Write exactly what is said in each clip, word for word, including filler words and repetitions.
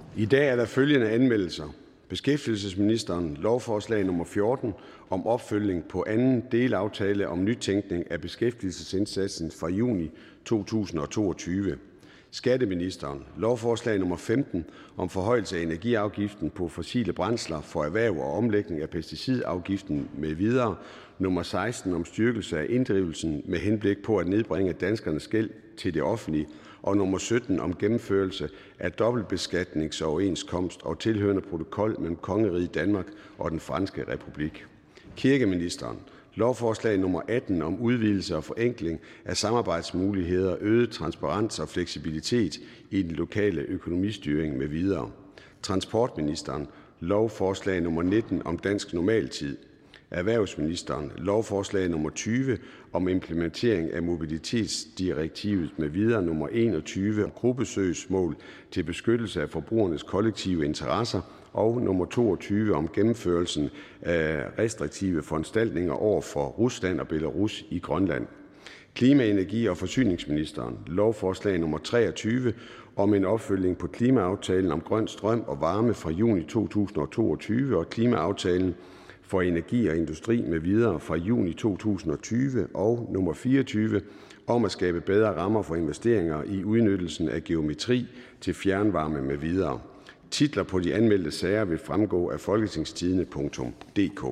I dag er der følgende anmeldelser. Beskæftigelsesministeren lovforslag nummer fjorten om opfølgning på anden delaftale om nytænkning af beskæftigelsesindsatsen fra juni to tusind og toogtyve. Skatteministeren lovforslag nummer femten om forhøjelse af energiafgiften på fossile brændsler for erhverv og omlægning af pesticidafgiften med videre. Nummer seksten om styrkelse af inddrivelsen med henblik på at nedbringe danskernes gæld til det offentlige. Og nummer sytten om gennemførelse af dobbeltbeskatningsoverenskomst og tilhørende protokol mellem Kongeriget Danmark og den Franske Republik. Kirkeministeren lovforslag nummer atten om udvidelse og forenkling af samarbejdsmuligheder, øget transparens og fleksibilitet i den lokale økonomistyring med videre. Transportministeren lovforslag nummer nitten om dansk normaltid. Erhvervsministeren lovforslag nummer tyve om implementering af mobilitetsdirektivet med videre. Nummer enogtyve om gruppesøgsmål til beskyttelse af forbrugernes kollektive interesser. Og nummer toogtyve om gennemførelsen af restriktive foranstaltninger over for Rusland og Belarus i Grønland. Klima-, energi- og forsyningsministeren lovforslag nummer treogtyve om en opfølgning på klimaaftalen om grøn strøm og varme fra juni to tusind og toogtyve og klimaaftalen for energi og industri med videre fra juni to tusind og tyve. Og nummer fireogtyve om at skabe bedre rammer for investeringer i udnyttelsen af geometri til fjernvarme med videre. Titler på de anmeldte sager vil fremgå af folketingstidende punktum d k.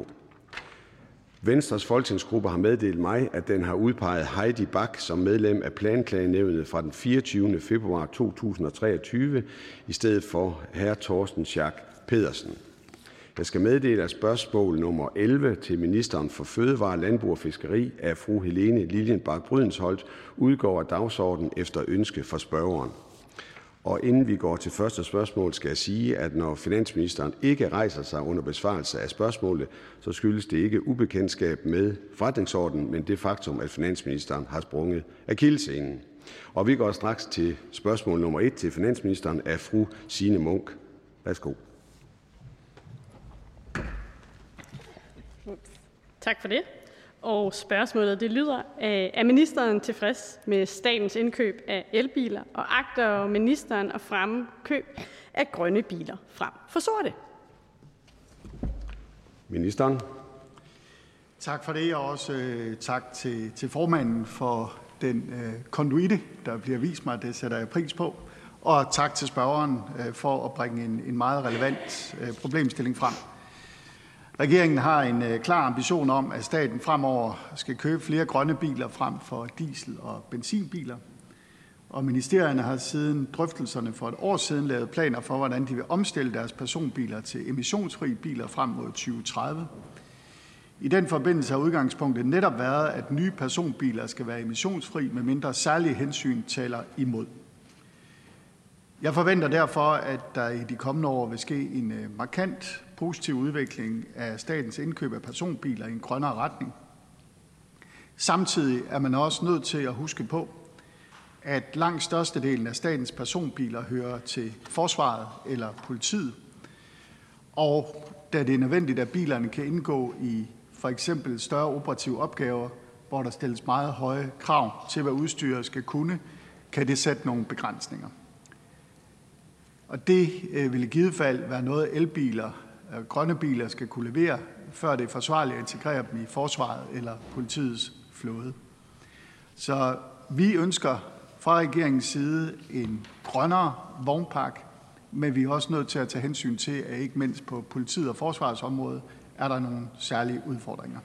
Venstres folketingsgruppe har meddelt mig, at den har udpeget Heidi Bach som medlem af Planklagenævnet fra den fireogtyvende februar to tusind og treogtyve i stedet for hr. Torsten Schack Pedersen. Jeg skal meddele, at spørgsmål nummer elleve til ministeren for Fødevare, Landbrug og Fiskeri af fru Helene Lilienbach Brydensholt udgår af dagsordenen efter ønske fra spørgeren. Og inden vi går til første spørgsmål, skal jeg sige, at når finansministeren ikke rejser sig under besvarelse af spørgsmålet, så skyldes det ikke ubekendtskab med forretningsordenen, men det faktum, at finansministeren har sprunget akillessenen. Og vi går straks til spørgsmål nummer et til finansministeren af fru Signe Munk. Værsgo. Tak for det. Og spørgsmålet det lyder, er ministeren tilfreds med statens indkøb af elbiler, og agter ministeren at fremme køb af grønne biler frem for sorte? Ministeren. Tak for det, og også øh, tak til, til formanden for den øh, konduite, der bliver vist mig. Det sætter jeg pris på. Og tak til spørgeren øh, for at bringe en, en meget relevant øh, problemstilling frem. Regeringen har en øh, klar ambition om, at staten fremover skal købe flere grønne biler frem for diesel- og benzinbiler. Og ministerierne har siden drøftelserne for et år siden lavet planer for, hvordan de vil omstille deres personbiler til emissionsfri biler frem mod tyve tredive. I den forbindelse har udgangspunktet netop været, at nye personbiler skal være emissionsfri, medmindre særlige hensyn taler imod. Jeg forventer derfor, at der i de kommende år vil ske en markant positiv udvikling af statens indkøb af personbiler i en grønnere retning. Samtidig er man også nødt til at huske på, at langt størstedelen af statens personbiler hører til forsvaret eller politiet. Og da det er nødvendigt, at bilerne kan indgå i for eksempel større operative opgaver, hvor der stilles meget høje krav til, hvad udstyret skal kunne, kan det sætte nogle begrænsninger. Og det vil i givet fald være noget, elbiler, grønne biler skal kunne levere, før det er forsvarligt at integrere dem i forsvaret eller politiets flåde. Så vi ønsker fra regeringens side en grønnere vognpark, men vi er også nødt til at tage hensyn til, at ikke mindst på politiet og forsvarets område er der nogle særlige udfordringer.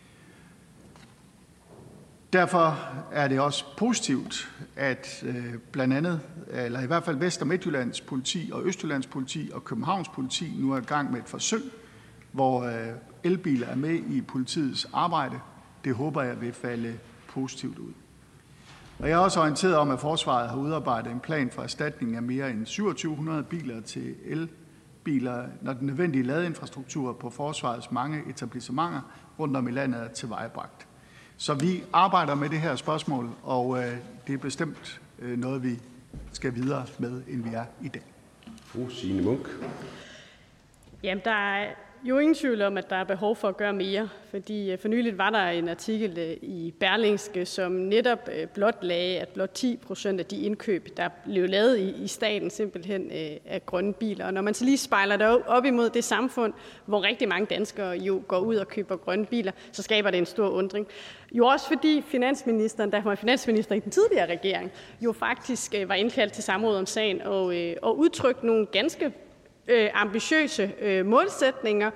Derfor er det også positivt, at øh, blandt andet, eller i hvert fald Vest- og Midtjyllands politi og Østjyllands politi og Københavns politi nu er i gang med et forsøg, hvor øh, elbiler er med i politiets arbejde. Det håber jeg vil falde positivt ud. Og jeg er også orienteret om, at Forsvaret har udarbejdet en plan for erstatning af mere end syvogtyve hundrede biler til elbiler, når den nødvendige ladeinfrastruktur på Forsvarets mange etablissementer rundt om i landet er tilvejebragt. Så vi arbejder med det her spørgsmål, og øh, det er bestemt øh, noget, vi skal videre med, end vi er i dag. Fru Signe Munk. Jamen, der er jo ingen tvivl om, at der er behov for at gøre mere, fordi for nyligt var der en artikel i Berlingske, som netop blot lagde, at blot ti procent af de indkøb, der blev lavet i staten, simpelthen af grønne biler. Og når man så lige spejler det op imod det samfund, hvor rigtig mange danskere jo går ud og køber grønne biler, så skaber det en stor undring. Jo også fordi finansministeren, der var finansminister i den tidligere regering, jo faktisk var indkaldt til samråd om sagen og, og udtrykte nogle ganske Øh, ambitiøse øh, målsætninger,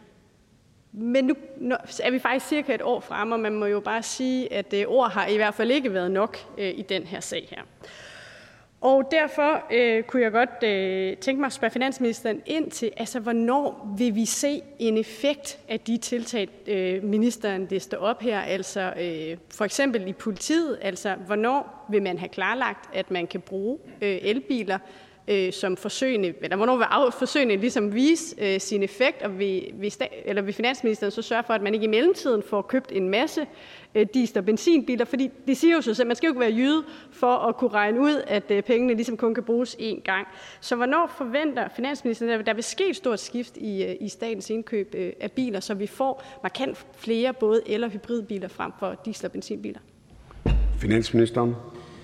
men nu er vi faktisk cirka et år fremme, og man må jo bare sige, at øh, ord har i hvert fald ikke været nok øh, i den her sag her. Og derfor øh, kunne jeg godt øh, tænke mig at spørge finansministeren ind til, altså hvornår vil vi se en effekt af de tiltag, øh, ministeren lister op her, altså øh, for eksempel i politiet, altså hvornår vil man have klarlagt, at man kan bruge øh, elbiler, Øh, som forsøgende, eller hvornår vil af, forsøgende ligesom vise øh, sin effekt, og vil, vil, eller vil finansministeren så sørge for, at man ikke i mellemtiden får købt en masse øh, diesel- og benzinbiler, fordi det siger jo så selv, man skal jo ikke være jyde for at kunne regne ud, at øh, pengene ligesom kun kan bruges én gang. Så hvornår forventer finansministeren, at der vil ske et stort skift i, øh, i statens indkøb øh, af biler, så vi får markant flere både el- og hybridbiler frem for diesel- og benzinbiler? Finansministeren.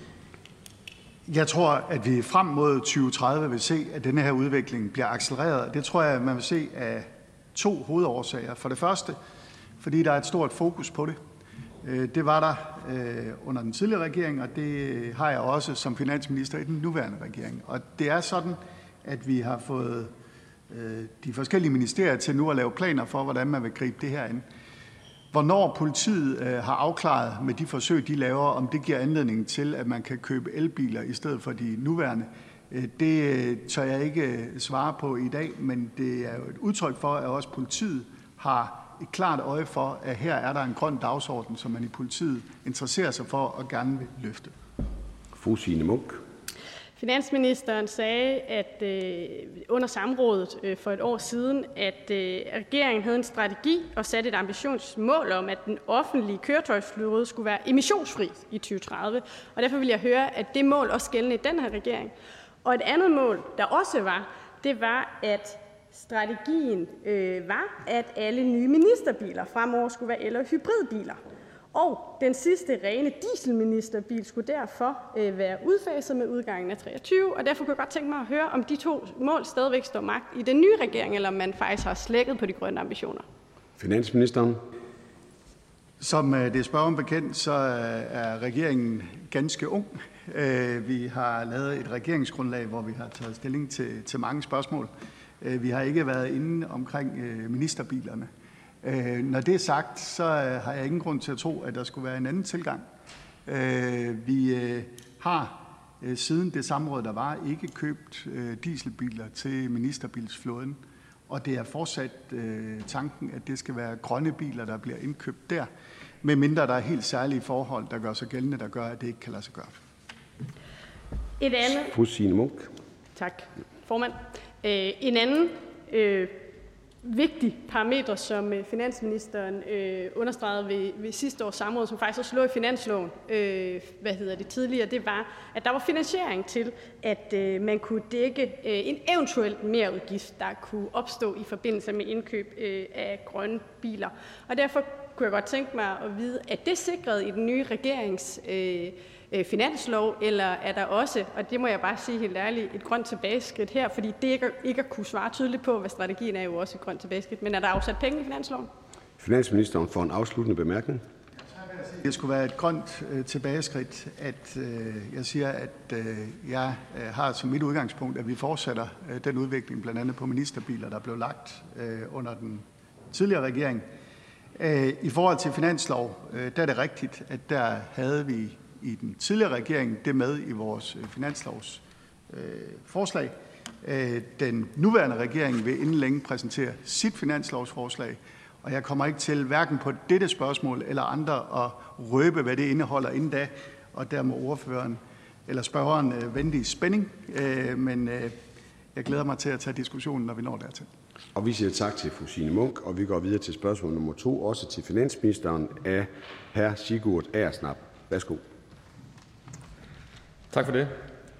Jeg tror, at vi frem mod tyve tredive vil se, at denne her udvikling bliver accelereret. Det tror jeg, man vil se af to hovedårsager. For det første, fordi der er et stort fokus på det. Det var der under den tidligere regering, og det har jeg også som finansminister i den nuværende regering. Og det er sådan, at vi har fået de forskellige ministerier til nu at lave planer for, hvordan man vil gribe det her an. Hvornår politiet har afklaret med de forsøg, de laver, om det giver anledning til, at man kan købe elbiler i stedet for de nuværende, det tør jeg ikke svare på i dag, men det er jo et udtryk for, at også politiet har et klart øje for, at her er der en grøn dagsorden, som man i politiet interesserer sig for og gerne vil løfte. Fru Signe Munk. Finansministeren sagde, at øh, under samrådet øh, for et år siden, at øh, regeringen havde en strategi og satte et ambitionsmål om, at den offentlige køretøjsflåde skulle være emissionsfri i tyve tredive. Og derfor vil jeg høre, at det mål også gældende i den her regering. Og et andet mål, der også var, det var, at strategien øh, var, at alle nye ministerbiler fremover skulle være el- og hybridbiler. Og den sidste rene dieselministerbil skulle derfor øh, være udfaset med udgangen af treogtyve, og derfor kunne jeg godt tænke mig at høre, om de to mål stadigvæk står magt i den nye regering, eller om man faktisk har slækket på de grønne ambitioner. Finansministeren. Som det er spørgeren bekendt, så er regeringen ganske ung. Vi har lavet et regeringsgrundlag, hvor vi har taget stilling til, til mange spørgsmål. Vi har ikke været inde omkring ministerbilerne. Når det er sagt, så har jeg ingen grund til at tro, at der skulle være en anden tilgang. Vi har siden det samråd, der var, ikke købt dieselbiler til ministerbilsflåden, og det er fortsat tanken, at det skal være grønne biler, der bliver indkøbt der, medmindre der er helt særlige forhold, der gør sig gældende, der gør, at det ikke kan lade sig gøre. Et andet... Fru Signe Munk. Tak, formand. En anden øh, vigtig parameter, som finansministeren øh, understregede ved, ved sidste års samråd, som faktisk også lå i finansloven, øh, hvad hedder det tidligere, det var, at der var finansiering til, at øh, man kunne dække øh, en eventuel merudgift, der kunne opstå i forbindelse med indkøb øh, af grønne biler. Og derfor kunne jeg godt tænke mig at vide, at det sikret i den nye regerings øh, finanslov, eller er der også, og det må jeg bare sige helt ærligt, et grønt tilbageskridt her, fordi det ikke, ikke at kunne svare tydeligt på, hvad strategien er, jo også et grønt tilbageskridt. Men er der afsat penge i finansloven? Finansministeren får en afsluttende bemærkning. Det skulle være et grønt øh, tilbageskridt, at øh, jeg siger, at øh, jeg øh, har som mit udgangspunkt, at vi fortsætter øh, den udvikling, blandt andet på ministerbiler, der blev lagt øh, under den tidligere regering. Øh, I forhold til finanslov, øh, der er det rigtigt, at der havde vi i den tidligere regering det med i vores finanslovsforslag. Øh, den nuværende regering vil inden længe præsentere sit finanslovsforslag, og jeg kommer ikke til hverken på dette spørgsmål eller andre at røbe, hvad det indeholder inden da, og der må ordføreren eller spørgeren øh, vente i spænding, øh, men øh, jeg glæder mig til at tage diskussionen, når vi når dertil. Og vi siger tak til fru Signe Munk, og vi går videre til spørgsmål nummer to, også til finansministeren af hr. Sigurd Agersnap. Værsgo. Tak for det.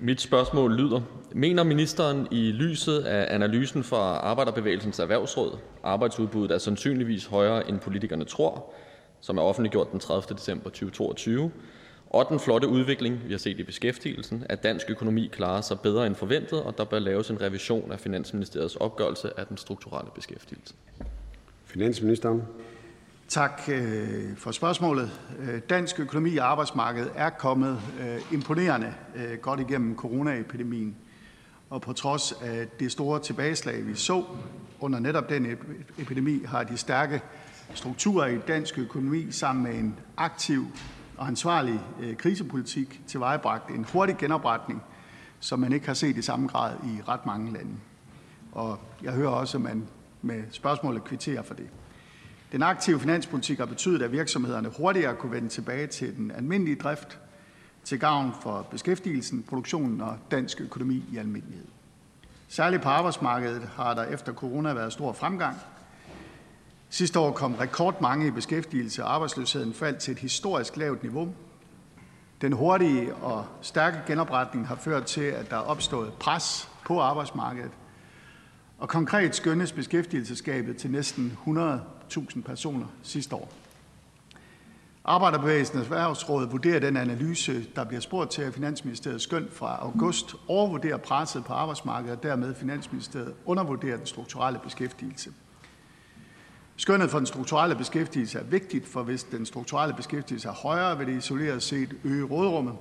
Mit spørgsmål lyder: Mener ministeren i lyset af analysen fra Arbejderbevægelsens Erhvervsråd, arbejdsudbuddet er sandsynligvis højere end politikerne tror, som er offentliggjort den tredivte december to tusind og toogtyve, og den flotte udvikling, vi har set i beskæftigelsen, at dansk økonomi klarer sig bedre end forventet, og der bør laves en revision af Finansministeriets opgørelse af den strukturelle beskæftigelse? Finansministeren. Tak for spørgsmålet. Dansk økonomi og arbejdsmarked er kommet imponerende godt igennem coronaepidemien, og på trods af det store tilbageslag, vi så under netop den epidemi, har de stærke strukturer i dansk økonomi sammen med en aktiv og ansvarlig krisepolitik tilvejebragt en hurtig genopretning, som man ikke har set i samme grad i ret mange lande. Og jeg hører også, at man med spørgsmålet kvitterer for det. Den aktive finanspolitik har betydet, at virksomhederne hurtigere kunne vende tilbage til den almindelige drift til gavn for beskæftigelsen, produktionen og dansk økonomi i almindelighed. Særligt på arbejdsmarkedet har der efter corona været stor fremgang. Sidste år kom rekordmange i beskæftigelse, og arbejdsløsheden faldt til et historisk lavt niveau. Den hurtige og stærke genopretning har ført til, at der er opstået pres på arbejdsmarkedet, og konkret skønnes beskæftigelsesgabet til næsten hundrede tusind personer sidste år. Arbejderbevægelsens Erhvervsråd vurderer den analyse, der bliver spurgt til af Finansministeriets skøn fra august, overvurderer presset på arbejdsmarkedet, og dermed Finansministeriet undervurderer den strukturelle beskæftigelse. Skønnet for den strukturelle beskæftigelse er vigtigt, for hvis den strukturelle beskæftigelse er højere, vil det isoleret set øge råderummet.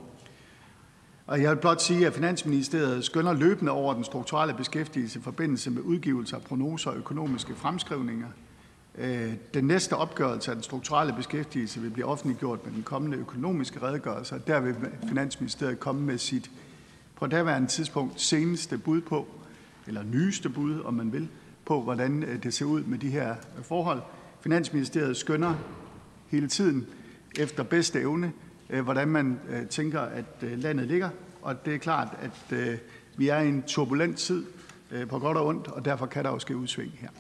Og jeg vil blot sige, at Finansministeriet skønner løbende over den strukturelle beskæftigelse i forbindelse med udgivelse af prognoser og økonomiske fremskrivninger. Den næste opgørelse af den strukturelle beskæftigelse vil blive offentliggjort med den kommende økonomiske redegørelse, og der vil Finansministeriet komme med sit på daværende tidspunkt seneste bud på, eller nyeste bud, om man vil, på, hvordan det ser ud med de her forhold. Finansministeriet skønner hele tiden efter bedste evne, hvordan man tænker, at landet ligger, og det er klart, at vi er i en turbulent tid på godt og ondt, og derfor kan der jo ske udsving her.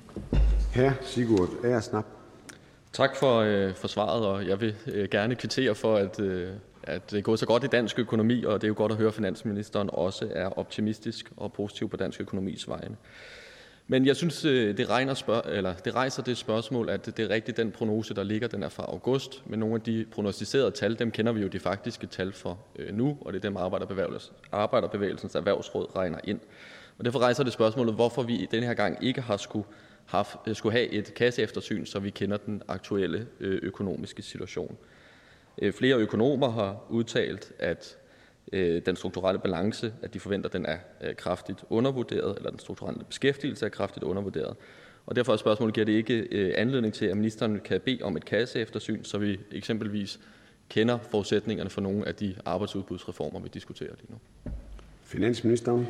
Hr. Sigurd Agersnap. Tak for, øh, for svaret, og jeg vil øh, gerne kvittere for, at, øh, at det går så godt i dansk økonomi, og det er jo godt at høre, at finansministeren også er optimistisk og positiv på dansk økonomis vegne. Men jeg synes, det, regner spørg- eller det rejser det spørgsmål, at det er rigtigt, den prognose, der ligger, den er fra august, men nogle af de prognostiserede tal, dem kender vi jo de faktiske tal for øh, nu, og det er dem, Arbejderbevægelsens, Arbejderbevægelsens Erhvervsråd regner ind. Og derfor rejser det spørgsmålet, hvorfor vi denne her gang ikke har skulle, haft, skulle have et kasseeftersyn, så vi kender den aktuelle øh, økonomiske situation. Øh, flere økonomer har udtalt, at den strukturelle balance, at de forventer, at den er kraftigt undervurderet, eller den strukturelle beskæftigelse er kraftigt undervurderet. Og derfor er spørgsmålet, giver det ikke anledning til, at ministeren kan bede om et kasseeftersyn, så vi eksempelvis kender forudsætningerne for nogle af de arbejdsudbudsreformer, vi diskuterer lige nu? Finansministeren.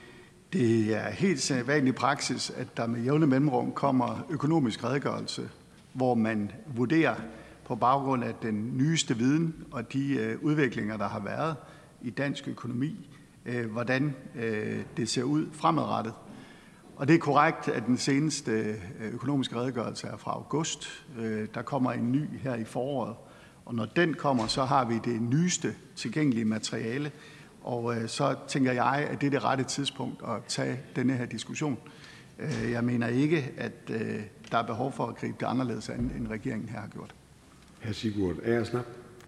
Det er helt sædvanlig praksis, at der med jævne mellemrum kommer økonomisk redegørelse, hvor man vurderer på baggrund af den nyeste viden og de udviklinger, der har været i dansk økonomi, hvordan det ser ud fremadrettet. Og det er korrekt, at den seneste økonomiske redegørelse er fra august. Der kommer en ny her i foråret, og når den kommer, så har vi det nyeste tilgængelige materiale, og så tænker jeg, at det er det rette tidspunkt at tage denne her diskussion. Jeg mener ikke, at der er behov for at gribe det anderledes an, end regeringen her har gjort. Hr. Sigurd Agersnap.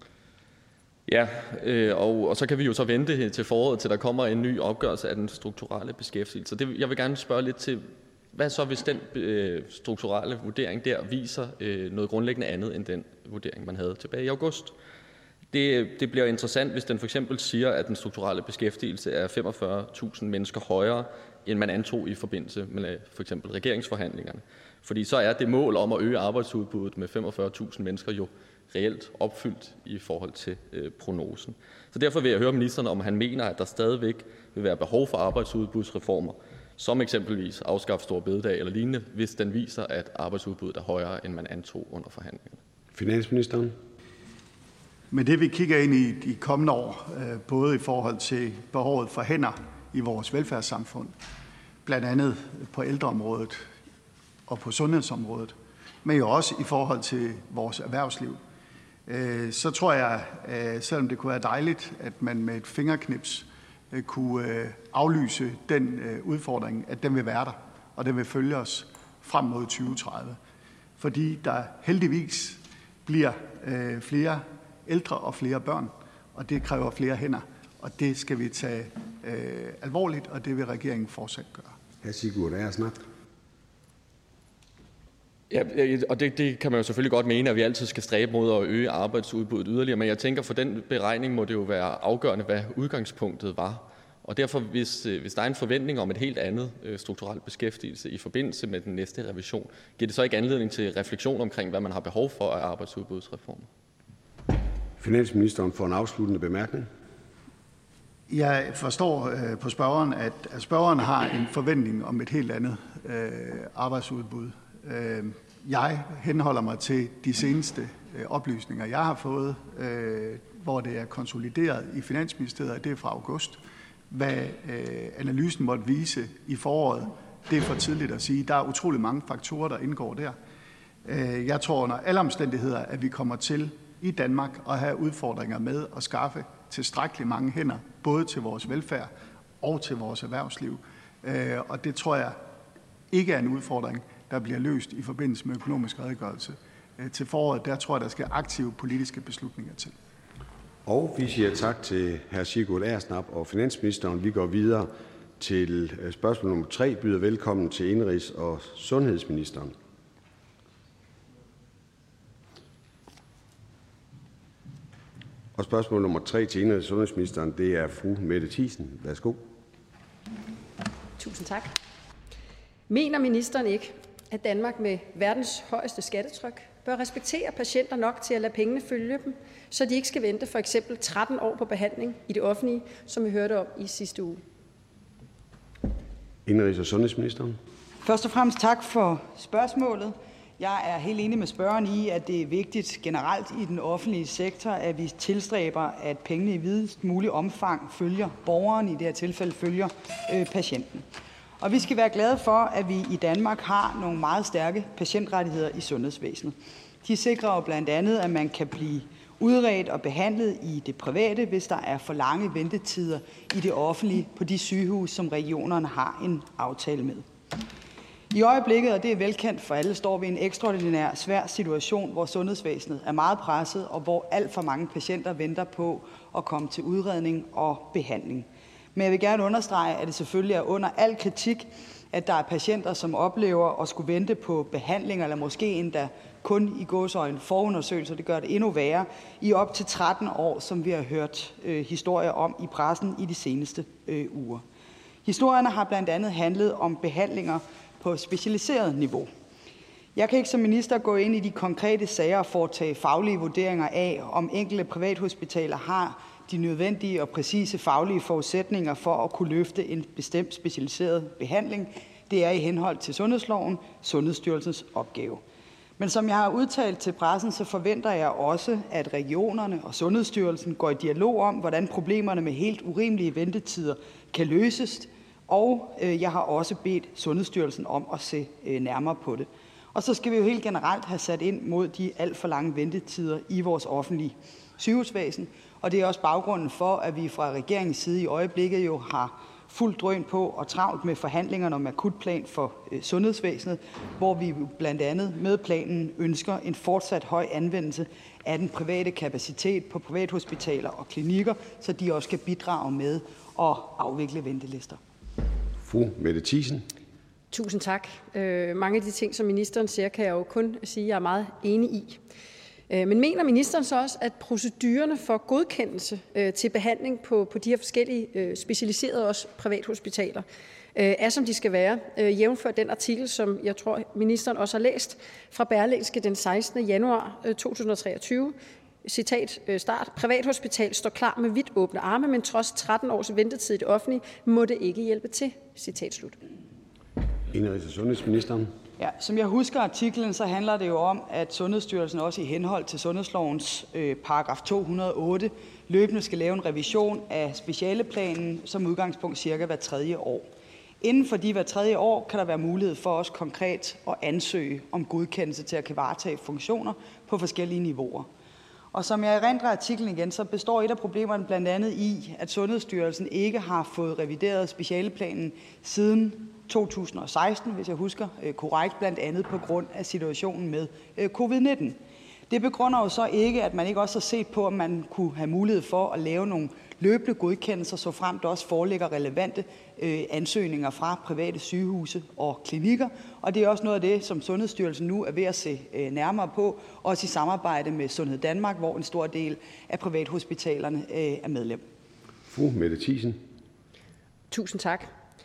Ja, øh, og, og så kan vi jo så vente til foråret, til der kommer en ny opgørelse af den strukturelle beskæftigelse. Det, jeg vil gerne spørge lidt til, hvad så hvis den øh, strukturelle vurdering der viser øh, noget grundlæggende andet end den vurdering, man havde tilbage i august? Det, det bliver interessant, hvis den for eksempel siger, at den strukturelle beskæftigelse er femogfyrre tusind mennesker højere, end man antog i forbindelse med for eksempel regeringsforhandlingerne. Fordi så er det mål om at øge arbejdsudbuddet med femogfyrre tusind mennesker jo reelt opfyldt i forhold til øh, prognosen. Så derfor vil jeg høre ministeren, om han mener, at der stadigvæk vil være behov for arbejdsudbudsreformer, som eksempelvis afskaffe store bededag eller lignende, hvis den viser, at arbejdsudbuddet er højere, end man antog under forhandlingerne. Finansministeren. Men det vi kigger ind i de kommende år, både i forhold til behovet for hænder i vores velfærdssamfund, blandt andet på ældreområdet og på sundhedsområdet, men jo også i forhold til vores erhvervsliv, så tror jeg, selvom det kunne være dejligt, at man med et fingerknips kunne aflyse den udfordring, at den vil være der, og den vil følge os frem mod tyve tredive. Fordi der heldigvis bliver flere ældre og flere børn, og det kræver flere hænder, og det skal vi tage alvorligt, og det vil regeringen fortsat gøre. Hr. Sigurd Agersnap. Ja, og det, det kan man jo selvfølgelig godt mene, at vi altid skal stræbe mod at øge arbejdsudbuddet yderligere, men jeg tænker, for den beregning må det jo være afgørende, hvad udgangspunktet var. Og derfor, hvis, hvis der er en forventning om et helt andet strukturelt beskæftigelse i forbindelse med den næste revision, giver det så ikke anledning til refleksion omkring, hvad man har behov for af arbejdsudbudsreformer? Finansministeren får en afsluttende bemærkning. Jeg forstår på spørgeren, at spørgeren har en forventning om et helt andet arbejdsudbud. Jeg henholder mig til de seneste oplysninger, jeg har fået, hvor det er konsolideret i Finansministeriet, og det er fra august. Hvad analysen måtte vise i foråret, det er for tidligt at sige. Der er utrolig mange faktorer, der indgår der. Jeg tror under alle omstændigheder, at vi kommer til i Danmark at have udfordringer med at skaffe tilstrækkeligt mange hænder, både til vores velfærd og til vores erhvervsliv. Og det tror jeg ikke er en udfordring, der bliver løst i forbindelse med økonomisk redegørelse. Til foråret, der tror jeg, der skal aktive politiske beslutninger til. Og vi siger tak til hr. Sigurd Agersnap og finansministeren. Vi går videre til spørgsmål nummer tre. Byder velkommen til indenrigs- og sundhedsministeren. Og spørgsmål nummer tre til indenrigs- og sundhedsministeren, det er fru Mette Thiesen. Værsgo. Tusind tak. Mener ministeren ikke, at Danmark med verdens højeste skattetryk bør respektere patienter nok til at lade pengene følge dem, så de ikke skal vente for eksempel tretten år på behandling i det offentlige, som vi hørte om i sidste uge? Indenrigs- og sundhedsministeren. Først og fremmest tak for spørgsmålet. Jeg er helt enig med spørgeren i, at det er vigtigt generelt i den offentlige sektor, at vi tilstræber, at pengene i videst mulig omfang følger borgeren, i det her tilfælde følger øh, patienten. Og vi skal være glade for, at vi i Danmark har nogle meget stærke patientrettigheder i sundhedsvæsenet. De sikrer jo blandt andet, at man kan blive udredt og behandlet i det private, hvis der er for lange ventetider i det offentlige på de sygehuse, som regionerne har en aftale med. I øjeblikket, og det er velkendt for alle, står vi i en ekstraordinær svær situation, hvor sundhedsvæsenet er meget presset, og hvor alt for mange patienter venter på at komme til udredning og behandling. Men jeg vil gerne understrege, at det selvfølgelig er under al kritik, at der er patienter, som oplever at skulle vente på behandling, eller måske endda kun i gåseøjne forundersøgelser, det gør det endnu værre, i op til tretten år, som vi har hørt øh, historier om i pressen i de seneste øh, uger. Historierne har blandt andet handlet om behandlinger på specialiseret niveau. Jeg kan ikke som minister gå ind i de konkrete sager og foretage faglige vurderinger af, om enkelte privathospitaler har de nødvendige og præcise faglige forudsætninger for at kunne løfte en bestemt specialiseret behandling. Det er i henhold til sundhedsloven Sundhedsstyrelsens opgave. Men som jeg har udtalt til pressen, så forventer jeg også, at regionerne og Sundhedsstyrelsen går i dialog om, hvordan problemerne med helt urimelige ventetider kan løses, og jeg har også bedt Sundhedsstyrelsen om at se nærmere på det. Og så skal vi jo helt generelt have sat ind mod de alt for lange ventetider i vores offentlige sygehusvæsen, og det er også baggrunden for, at vi fra regeringens side i øjeblikket jo har fuldt drøn på og travlt med forhandlingerne om akutplan for øh, sundhedsvæsenet, hvor vi blandt andet med planen ønsker en fortsat høj anvendelse af den private kapacitet på privathospitaler og klinikker, så de også kan bidrage med at afvikle ventelister. Fru Mette Thiesen. Tusind tak. Øh, mange af de ting, som ministeren siger, kan jeg jo kun sige, at jeg er meget enig i. Men mener ministeren så også, at procedurerne for godkendelse øh, til behandling på, på de her forskellige øh, specialiserede også privathospitaler øh, er, som de skal være, øh, jævnfør den artikel, som jeg tror, ministeren også har læst fra Berlingske den sekstende januar to tusind og treogtyve. Citat øh, start. Privathospital står klar med vidt åbne arme, men trods tretten års ventetid i det offentlige, må det ikke hjælpe til. Citat slut. Indenrigs- og sundhedsministeren. Ja, som jeg husker artiklen, så handler det jo om, at Sundhedsstyrelsen også i henhold til sundhedslovens øh, paragraf to hundrede og otte løbende skal lave en revision af specialeplanen som udgangspunkt cirka hver tredje år. Inden for de hver tredje år kan der være mulighed for os konkret at ansøge om godkendelse til at kan varetage funktioner på forskellige niveauer. Og som jeg erindrer artiklen igen, så består et af problemerne blandt andet i, at Sundhedsstyrelsen ikke har fået revideret specialeplanen siden to tusind og seksten, hvis jeg husker korrekt, blandt andet på grund af situationen med covid nitten. Det begrunder jo så ikke, at man ikke også har set på, om man kunne have mulighed for at lave nogle løbende godkendelser, så frem der også foreligger relevante øh, ansøgninger fra private sygehuse og klinikker. Og det er også noget af det, som Sundhedsstyrelsen nu er ved at se øh, nærmere på, også i samarbejde med Sundhed Danmark, hvor en stor del af privathospitalerne øh, er medlem. Fru Mette Thiesen. Tusind tak.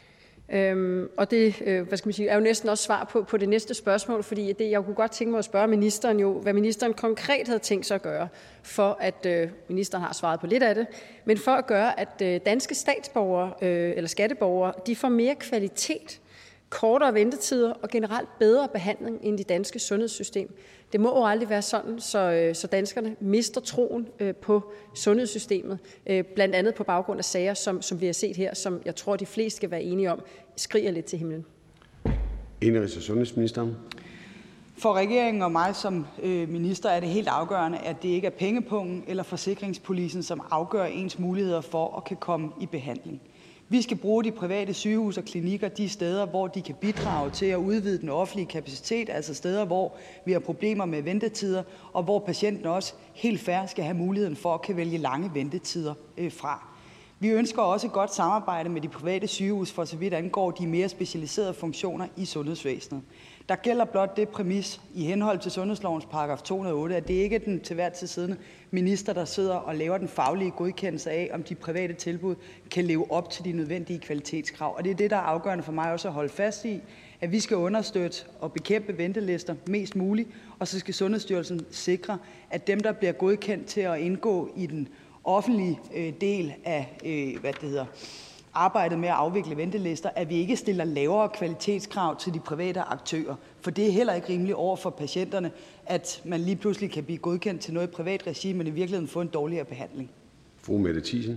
Øhm, og det øh, hvad skal man sige, er jo næsten også svar på, på det næste spørgsmål, fordi det, jeg kunne godt tænke mig at spørge ministeren jo, hvad ministeren konkret havde tænkt sig at gøre, for at, øh, ministeren har svaret på lidt af det, men for at gøre, at øh, danske statsborgere øh, eller skatteborgere, de får mere kvalitet, kortere ventetider og generelt bedre behandling end det danske sundhedssystem. Det må jo aldrig være sådan, så, så danskerne mister troen på sundhedssystemet, blandt andet på baggrund af sager, som, som vi har set her, som jeg tror, de fleste skal være enige om, skriger lidt til himlen. Indenrigs- og sundhedsministeren. For regeringen og mig som øh, minister er det helt afgørende, at det ikke er pengepungen eller forsikringspolisen, som afgør ens muligheder for at kan komme i behandling. Vi skal bruge de private sygehuse og klinikker de steder, hvor de kan bidrage til at udvide den offentlige kapacitet, altså steder, hvor vi har problemer med ventetider, og hvor patienten også helt fair skal have muligheden for at kan vælge lange ventetider øh, fra. Vi ønsker også et godt samarbejde med de private sygehuse, for så vidt angår de mere specialiserede funktioner i sundhedsvæsenet. Der gælder blot det præmis i henhold til sundhedslovens paragraf to hundrede og otte, at det ikke er den til hver tid siddende minister, der sidder og laver den faglige godkendelse af, om de private tilbud kan leve op til de nødvendige kvalitetskrav. Og det er det, der er afgørende for mig også at holde fast i, at vi skal understøtte og bekæmpe ventelister mest muligt, og så skal Sundhedsstyrelsen sikre, at dem, der bliver godkendt til at indgå i den offentlige øh, del af øh, hvad det hedder, arbejdet med at afvikle ventelister, at vi ikke stiller lavere kvalitetskrav til de private aktører. For det er heller ikke rimeligt over for patienterne, at man lige pludselig kan blive godkendt til noget i privat regi, men i virkeligheden få en dårligere behandling. Fru Mette Thiesen.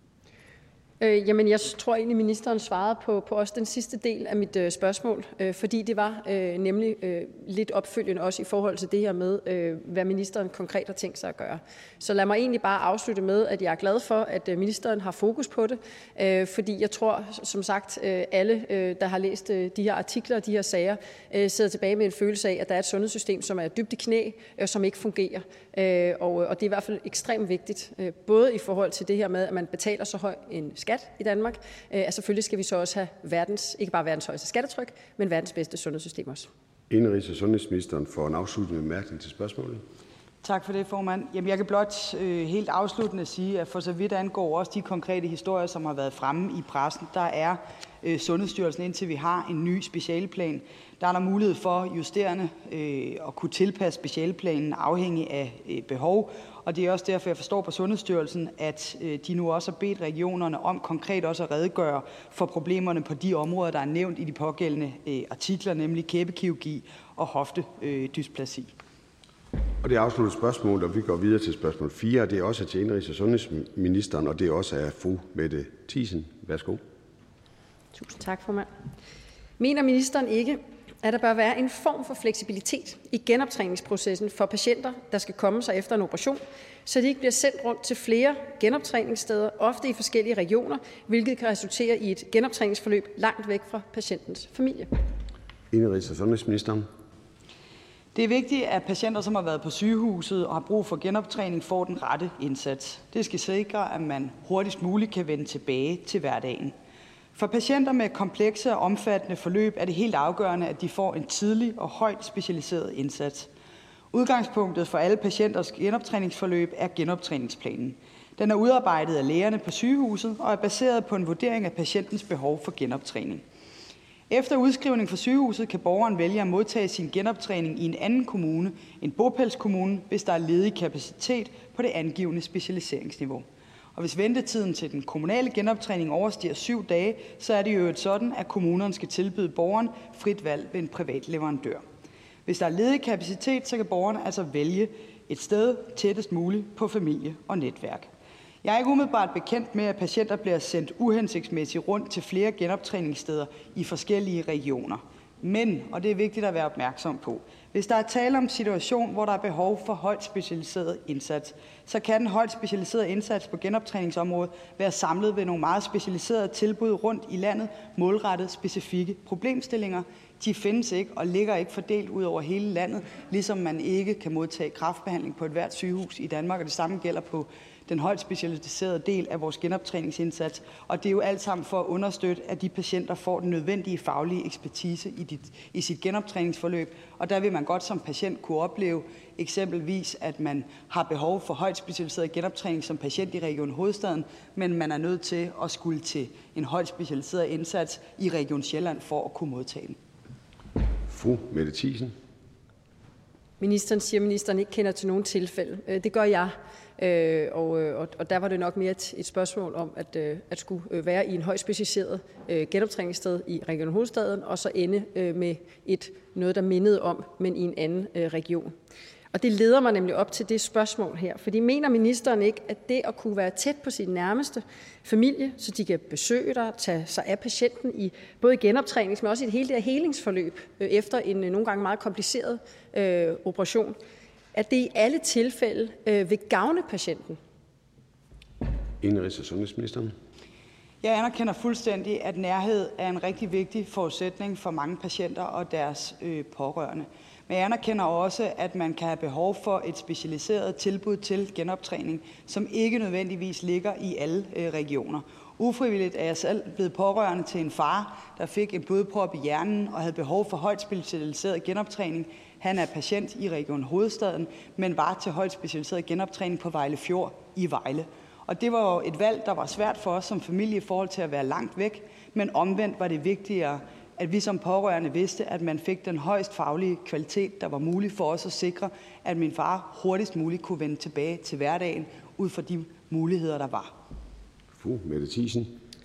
Øh, jamen, jeg tror egentlig, ministeren svarede på, på også den sidste del af mit øh, spørgsmål, øh, fordi det var øh, nemlig øh, lidt opfølgende også i forhold til det her med, øh, hvad ministeren konkret har tænkt sig at gøre. Så lad mig egentlig bare afslutte med, at jeg er glad for, at øh, ministeren har fokus på det, øh, fordi jeg tror, som sagt, øh, alle, øh, der har læst øh, de her artikler og de her sager, øh, sidder tilbage med en følelse af, at der er et sundhedssystem, som er dybt i knæ, øh, som ikke fungerer. Øh, og, og det er i hvert fald ekstremt vigtigt, øh, både i forhold til det her med, at man betaler så høj en skat i Danmark, øh, at selvfølgelig skal vi så også have verdens, ikke bare verdens højeste skattetryk, men verdens bedste sundhedssystem også. Indenrigs- og sundhedsministeren får en afsluttende bemærkning til spørgsmålet. Tak for det, formand. Jamen, jeg kan blot øh, helt afsluttende sige, at for så vidt angår også de konkrete historier, som har været fremme i pressen, der er øh, Sundhedsstyrelsen, indtil vi har en ny specialeplan, der er der mulighed for justerende øh, at kunne tilpasse specialeplanen afhængig af øh, behov. Og det er også derfor, jeg forstår på Sundhedsstyrelsen, at øh, de nu også har bedt regionerne om konkret også at redegøre for problemerne på de områder, der er nævnt i de pågældende øh, artikler, nemlig kæbekirurgi og hoftedysplasi. Og det er afsluttet spørgsmål, og vi går videre til spørgsmål fire. Det er også til Indenrigs- og sundhedsministeren, og det er også af fru Mette Thiesen. Værsgo. Tusind tak, formand. Mener ministeren ikke, at der bør være en form for fleksibilitet i genoptræningsprocessen for patienter, der skal komme sig efter en operation, så de ikke bliver sendt rundt til flere genoptræningssteder, ofte i forskellige regioner, hvilket kan resultere i et genoptræningsforløb langt væk fra patientens familie? Indenrigs- og sundhedsministeren. Det er vigtigt, at patienter, som har været på sygehuset og har brug for genoptræning, får den rette indsats. Det skal sikre, at man hurtigst muligt kan vende tilbage til hverdagen. For patienter med komplekse og omfattende forløb er det helt afgørende, at de får en tidlig og højt specialiseret indsats. Udgangspunktet for alle patienters genoptræningsforløb er genoptræningsplanen. Den er udarbejdet af lægerne på sygehuset og er baseret på en vurdering af patientens behov for genoptræning. Efter udskrivning fra sygehuset kan borgeren vælge at modtage sin genoptræning i en anden kommune end bopælskommunen, hvis der er ledig kapacitet på det angivne specialiseringsniveau. Og hvis ventetiden til den kommunale genoptræning overstiger syv dage, så er det jo et sådan, at kommunerne skal tilbyde borgeren frit valg ved en privat leverandør. Hvis der er ledig kapacitet, så kan borgerne altså vælge et sted tættest muligt på familie og netværk. Jeg er ikke umiddelbart bekendt med, at patienter bliver sendt uhensigtsmæssigt rundt til flere genoptræningssteder i forskellige regioner. Men, og det er vigtigt at være opmærksom på, hvis der er tale om en situation, hvor der er behov for højt specialiseret indsats, så kan den højt specialiserede indsats på genoptræningsområdet være samlet ved nogle meget specialiserede tilbud rundt i landet, målrettet specifikke problemstillinger. De findes ikke og ligger ikke fordelt ud over hele landet, ligesom man ikke kan modtage kræftbehandling på et hvert sygehus i Danmark, og det samme gælder på den højt specialiserede del af vores genoptræningsindsats. Og det er jo alt sammen for at understøtte, at de patienter får den nødvendige faglige ekspertise i, dit, i sit genoptræningsforløb. Og der vil man godt som patient kunne opleve eksempelvis, at man har behov for højt specialiseret genoptræning som patient i Region Hovedstaden, men man er nødt til at skulle til en højt specialiseret indsats i Region Sjælland for at kunne modtage den. Fru Mette Thiesen. Ministeren siger, at ministeren ikke kender til nogen tilfælde. Det gør jeg. Øh, og, og, og der var det nok mere et, et spørgsmål om, at, øh, at skulle være i en højt specialiseret øh, genoptræningssted i Region Hovedstaden, og så ende øh, med et, noget, der mindede om, men i en anden øh, region. Og det leder mig nemlig op til det spørgsmål her, fordi mener ministeren ikke, at det at kunne være tæt på sin nærmeste familie, så de kan besøge dig, tage sig af patienten i både genoptræning, men også i det hele det her helingsforløb øh, efter en øh, nogle gange meget kompliceret øh, operation, at det i alle tilfælde øh, vil gavne patienten? Indenrigs- og sundhedsministeren. Jeg anerkender fuldstændig, at nærhed er en rigtig vigtig forudsætning for mange patienter og deres øh, pårørende. Men jeg anerkender også, at man kan have behov for et specialiseret tilbud til genoptræning, som ikke nødvendigvis ligger i alle øh, regioner. Ufrivilligt er jeg selv blevet pårørende til en far, der fik en blodprop i hjernen og havde behov for højt specialiseret genoptræning. Han er patient i Region Hovedstaden, men var til højt specialiseret genoptræning på Vejle Fjord i Vejle. Og det var jo et valg, der var svært for os som familie i forhold til at være langt væk, men omvendt var det vigtigere, at vi som pårørende vidste, at man fik den højst faglige kvalitet, der var mulig for os at sikre, at min far hurtigst muligt kunne vende tilbage til hverdagen ud fra de muligheder, der var. Fru Mette Thiesen.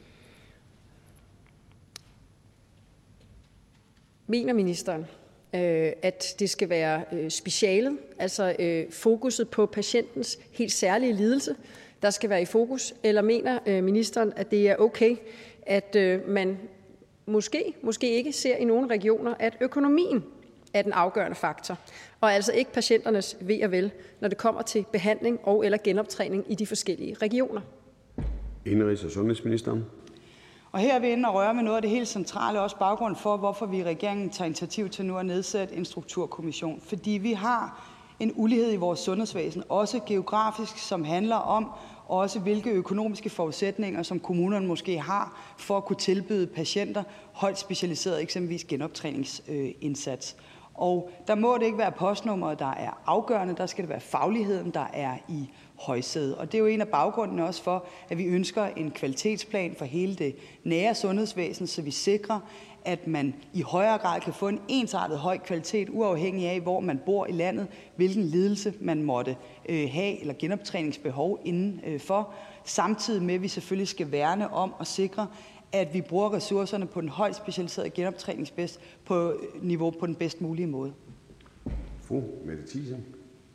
Mener ministeren, at det skal være specialet, altså fokuset på patientens helt særlige lidelse, der skal være i fokus, eller mener ministeren, at det er okay, at man måske, måske ikke ser i nogle regioner, at økonomien er den afgørende faktor, og altså ikke patienternes ve og vel, når det kommer til behandling og eller genoptræning i de forskellige regioner? Indenrigs- og sundhedsministeren. Og her er vi inde og røre med noget af det helt centrale, også baggrund for, hvorfor vi i regeringen tager initiativ til nu at nedsætte en strukturkommission. Fordi vi har en ulighed i vores sundhedsvæsen, også geografisk, som handler om også hvilke økonomiske forudsætninger, som kommunerne måske har for at kunne tilbyde patienter højt specialiseret eksempelvis genoptræningsindsats. Og der må det ikke være postnummeret, der er afgørende, der skal det være fagligheden, der er i højsædet. Og det er jo en af baggrundene også for, at vi ønsker en kvalitetsplan for hele det nære sundhedsvæsen, så vi sikrer, at man i højere grad kan få en ensartet høj kvalitet, uafhængig af, hvor man bor i landet, hvilken lidelse man måtte øh, have, eller genoptræningsbehov indenfor, samtidig med, at vi selvfølgelig skal værne om at sikre, at vi bruger ressourcerne på den højt specialiserede genoptræningsbedst på niveau på den bedst mulige måde. Fru Mette Thiesen.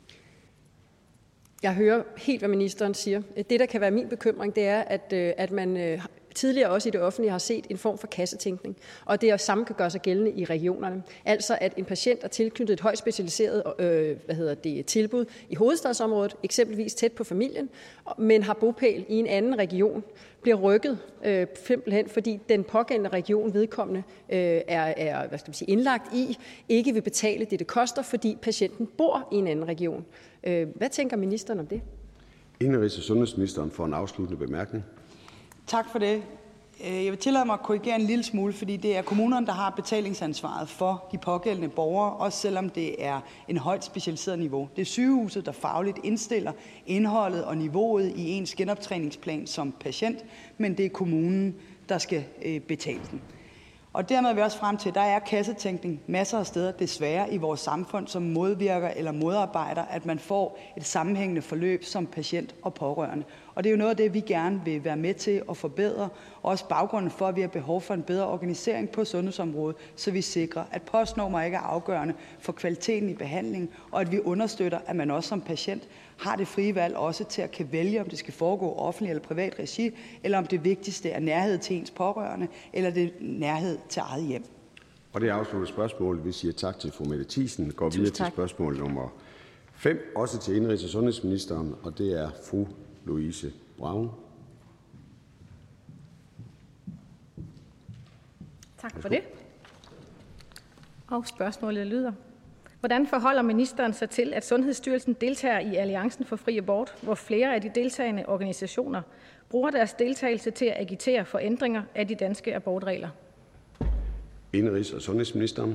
Jeg hører helt, hvad ministeren siger. Det, der kan være min bekymring, det er, at, at man tidligere også i det offentlige har set en form for kassetænkning, og det samme kan gøre sig gældende i regionerne. Altså, at en patient er tilknyttet et højt specialiseret øh, hvad hedder det, tilbud i hovedstadsområdet, eksempelvis tæt på familien, men har bopæl i en anden region, bliver rykket øh, simpelthen, fordi den pågældende region vedkommende øh, er, er hvad skal man sige, indlagt i, ikke vil betale det, det koster, fordi patienten bor i en anden region. Øh, hvad tænker ministeren om det? Indenrigs- og sundhedsministeren får en afsluttende bemærkning. Tak for det. Jeg vil tillade mig at korrigere en lille smule, fordi det er kommunerne, der har betalingsansvaret for de pågældende borgere, også selvom det er en højt specialiseret niveau. Det er sygehuset, der fagligt indstiller indholdet og niveauet i ens genoptræningsplan som patient, men det er kommunen, der skal betale den. Og dermed er vi også frem til, at der er kassetænkning masser af steder, desværre, i vores samfund, som modvirker eller modarbejder, at man får et sammenhængende forløb som patient og pårørende. Og det er jo noget af det, vi gerne vil være med til at forbedre, også baggrunden for, at vi har behov for en bedre organisering på sundhedsområdet, så vi sikrer, at postnummer ikke er afgørende for kvaliteten i behandlingen, og at vi understøtter, at man også som patient har det frie valg også til at kan vælge, om det skal foregå offentligt eller privat regi, eller om det vigtigste er nærhed til ens pårørende, eller det er nærhed til eget hjem. Og det afslutter spørgsmålet. Vi siger tak til fru Mette Thiesen. Går videre til spørgsmål nummer fem, også til indenrigs- og sundhedsministeren, og det er fru Louise Brown. Tak for det. Og spørgsmålet lyder: Hvordan forholder ministeren sig til, at Sundhedsstyrelsen deltager i Alliancen for Fri Abort, hvor flere af de deltagende organisationer bruger deres deltagelse til at agitere for ændringer af de danske abortregler? Indenrigs- og sundhedsministeren.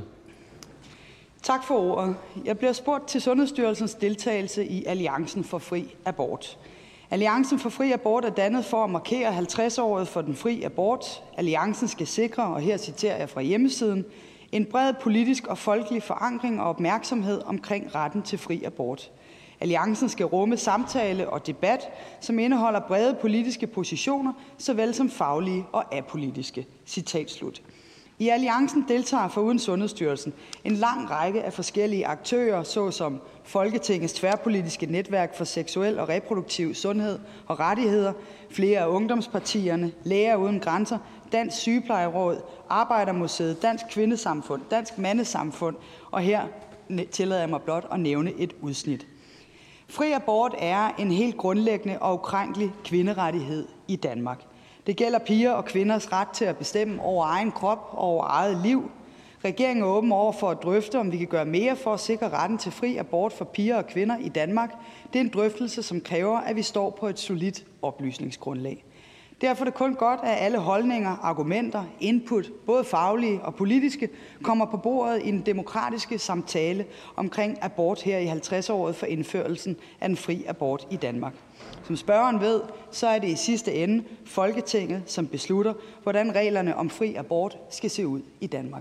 Tak for ordet. Jeg bliver spurgt til Sundhedsstyrelsens deltagelse i Alliancen for Fri Abort. Alliancen for Fri Abort er dannet for at markere halvtreds-året for den fri abort. Alliancen skal sikre, og her citerer jeg fra hjemmesiden, en bred politisk og folkelig forankring og opmærksomhed omkring retten til fri abort. Alliancen skal rumme samtale og debat, som indeholder brede politiske positioner, såvel som faglige og apolitiske. Citat slut. I Alliancen deltager foruden Sundhedsstyrelsen en lang række af forskellige aktører, såsom Folketingets tværpolitiske netværk for seksuel og reproduktiv sundhed og rettigheder, flere af ungdomspartierne, Læger uden grænser, Dansk Sygeplejeråd, Arbejdermuseet, Dansk Kvindesamfund, Dansk Mandesamfund, og her tillader jeg mig blot at nævne et udsnit. Fri abort er en helt grundlæggende og ukrænkelig kvinderettighed i Danmark. Det gælder piger og kvinders ret til at bestemme over egen krop og over eget liv. Regeringen er åben over for at drøfte, om vi kan gøre mere for at sikre retten til fri abort for piger og kvinder i Danmark. Det er en drøftelse, som kræver, at vi står på et solidt oplysningsgrundlag. Derfor er det kun godt, at alle holdninger, argumenter, input, både faglige og politiske, kommer på bordet i den demokratiske samtale omkring abort her i halvtreds-året for indførelsen af den fri abort i Danmark. Som spørgeren ved, så er det i sidste ende Folketinget, som beslutter, hvordan reglerne om fri abort skal se ud i Danmark.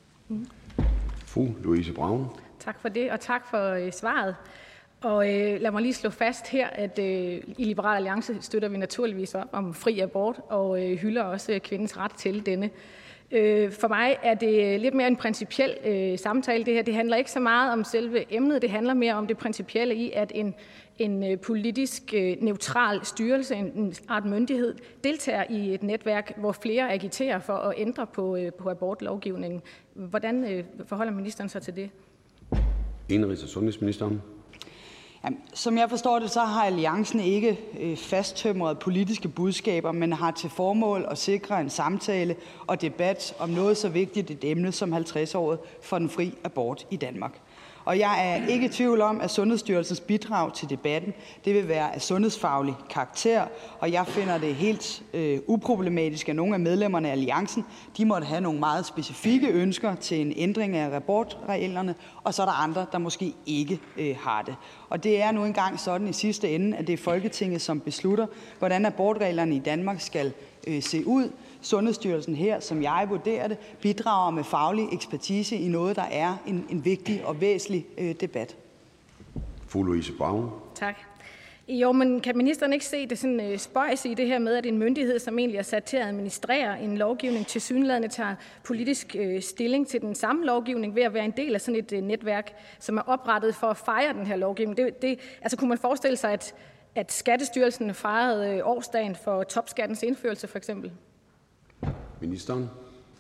Fru Louise Brown. Tak for det, og tak for øh, svaret. Og øh, lad mig lige slå fast her, at øh, i Liberal Alliance støtter vi naturligvis op om fri abort og øh, hylder også øh, kvindens ret til denne. Øh, for mig er det lidt mere en principiel øh, samtale. Det her det handler ikke så meget om selve emnet, det handler mere om det principielle i, at en, en øh, politisk øh, neutral styrelse, en, en art myndighed, deltager i et netværk, hvor flere agiterer for at ændre på, øh, på abortlovgivningen. Hvordan øh, forholder ministeren sig til det? Indenrigs- og sundhedsministeren. Jamen, som jeg forstår det, så har Alliancen ikke øh, fasttømrede politiske budskaber, men har til formål at sikre en samtale og debat om noget så vigtigt et emne som halvtreds-året for den fri abort i Danmark. Og jeg er ikke i tvivl om, at Sundhedsstyrelsens bidrag til debatten det vil være af sundhedsfaglig karakter, og jeg finder det helt øh, uproblematisk, at nogle af medlemmerne af Alliancen de måtte have nogle meget specifikke ønsker til en ændring af abortreglerne, og så er der andre, der måske ikke øh, har det. Og det er nu engang sådan i sidste ende, at det er Folketinget, som beslutter, hvordan abortreglerne i Danmark skal øh, se ud. Sundhedsstyrelsen her, som jeg vurderer det, bidrager med faglig ekspertise i noget, der er en, en vigtig og væsentlig øh, debat. Fru Louise Brown. Tak. Jo, men kan ministeren ikke se det sådan øh, spøjs i det her med, at en myndighed, som egentlig er sat til at administrere en lovgivning, tilsyneladende tager politisk øh, stilling til den samme lovgivning ved at være en del af sådan et øh, netværk, som er oprettet for at fejre den her lovgivning? Det, det, altså kunne man forestille sig, at, at Skattestyrelsen fejrede øh, årsdagen for topskattens indførelse for eksempel? Ministeren.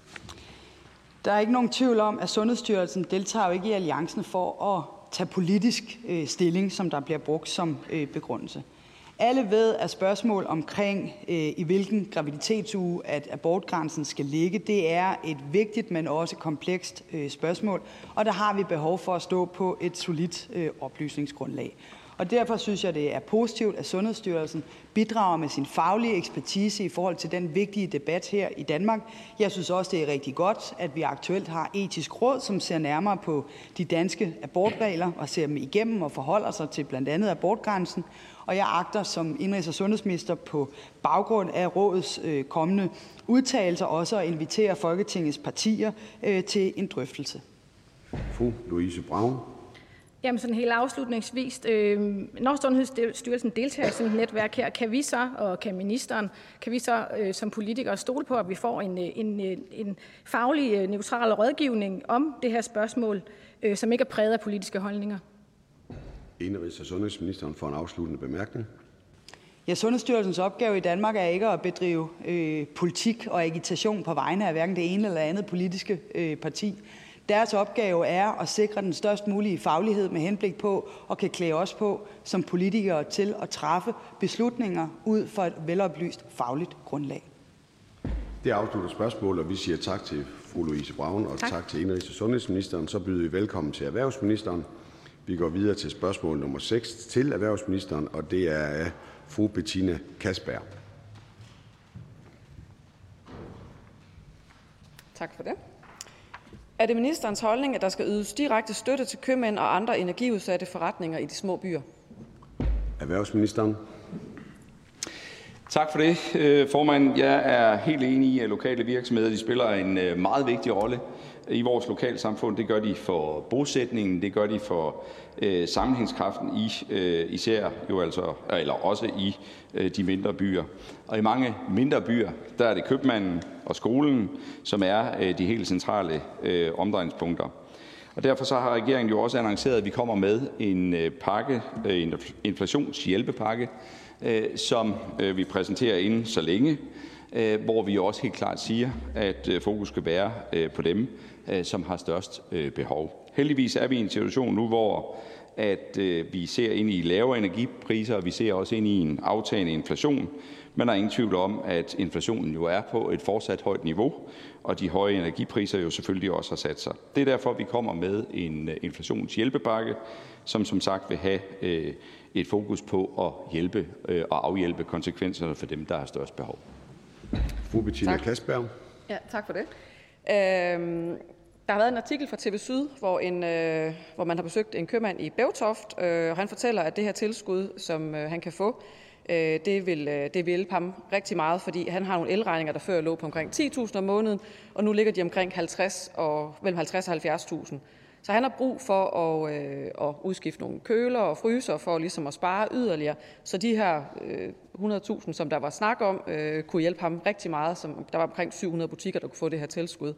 Der er ikke nogen tvivl om, at Sundhedsstyrelsen deltager jo ikke i Alliancen for at tage politisk øh, stilling, som der bliver brugt som øh, begrundelse. Alle ved, at spørgsmål omkring, øh, i hvilken graviditetsuge at abortgrænsen skal ligge, det er et vigtigt, men også komplekst øh, spørgsmål, og der har vi behov for at stå på et solidt øh, oplysningsgrundlag. Og derfor synes jeg, det er positivt, at Sundhedsstyrelsen bidrager med sin faglige ekspertise i forhold til den vigtige debat her i Danmark. Jeg synes også, det er rigtig godt, at vi aktuelt har etisk råd, som ser nærmere på de danske abortregler og ser dem igennem og forholder sig til blandt andet abortgrænsen. Og jeg agter som indenrigs- og sundhedsminister på baggrund af rådets øh, kommende udtalelser også at invitere Folketingets partier øh, til en drøftelse. Fru Louise Brown. Jamen sådan helt afslutningsvis, øh, når Sundhedsstyrelsen deltager i sådan et netværk her, kan vi så, og kan ministeren, kan vi så øh, som politikere stole på, at vi får en, en, en faglig, neutral rådgivning om det her spørgsmål, øh, som ikke er præget af politiske holdninger? Indenrigs- og sundhedsministeren får en afsluttende bemærkning. Ja, Sundhedsstyrelsens opgave i Danmark er ikke at bedrive øh, politik og agitation på vegne af hverken det ene eller andet politiske øh, parti. Deres opgave er at sikre den størst mulige faglighed med henblik på at kan klæde os på som politikere til at træffe beslutninger ud fra et veloplyst fagligt grundlag. Det afslutter spørgsmålet, og vi siger tak til fru Louise Brown og tak, tak til indenrigs- og sundhedsministeren. Så byder vi velkommen til erhvervsministeren. Vi går videre til spørgsmål nummer seks til erhvervsministeren, og det er af fru Betina Kastbjerg. Tak for det. Er det ministerens holdning, at der skal ydes direkte støtte til købmænd og andre energiudsatte forretninger i de små byer? Erhvervsministeren. Tak for det, formand. Jeg er helt enig i, at lokale virksomheder de spiller en meget vigtig rolle i vores lokalsamfund. Det gør de for bosætningen, det gør de for øh, sammenhængskraften i øh, især jo altså, eller også i øh, de mindre byer. Og i mange mindre byer, der er det købmanden og skolen, som er øh, de helt centrale øh, omdrejningspunkter. Og derfor så har regeringen jo også annonceret, at vi kommer med en øh, pakke, øh, en inflationshjælpepakke, øh, som øh, vi præsenterer inden så længe, øh, hvor vi også helt klart siger, at øh, fokus skal være øh, på dem, øh, som har størst øh, behov. Heldigvis er vi i en situation nu, hvor at øh, vi ser ind i lavere energipriser, og vi ser også ind i en aftagende inflation. Men der er ingen tvivl om, at inflationen jo er på et fortsat højt niveau, og de høje energipriser jo selvfølgelig også har sat sig. Det er derfor, vi kommer med en inflationshjælpepakke, som som sagt vil have øh, et fokus på at hjælpe øh, og afhjælpe konsekvenserne for dem, der har størst behov. Fru Betina Kastbjerg. Ja, tak for det. Øhm, der har været en artikel fra T V Syd, hvor, en, øh, hvor man har besøgt en købmand i Bevtoft, øh, og han fortæller, at det her tilskud, som øh, han kan få, øh, det, vil, øh, det vil hjælpe ham rigtig meget, fordi han har nogle elregninger, der før lå på omkring ti tusind om måneden, og nu ligger de omkring halvtreds og, mellem halvtreds og halvfjerds tusind. Så han har brug for at, øh, at udskifte nogle køler og fryser for ligesom at spare yderligere, så de her øh, hundrede tusind, som der var snak om, øh, kunne hjælpe ham rigtig meget. Som, der var omkring syv hundrede butikker, der kunne få det her tilskud.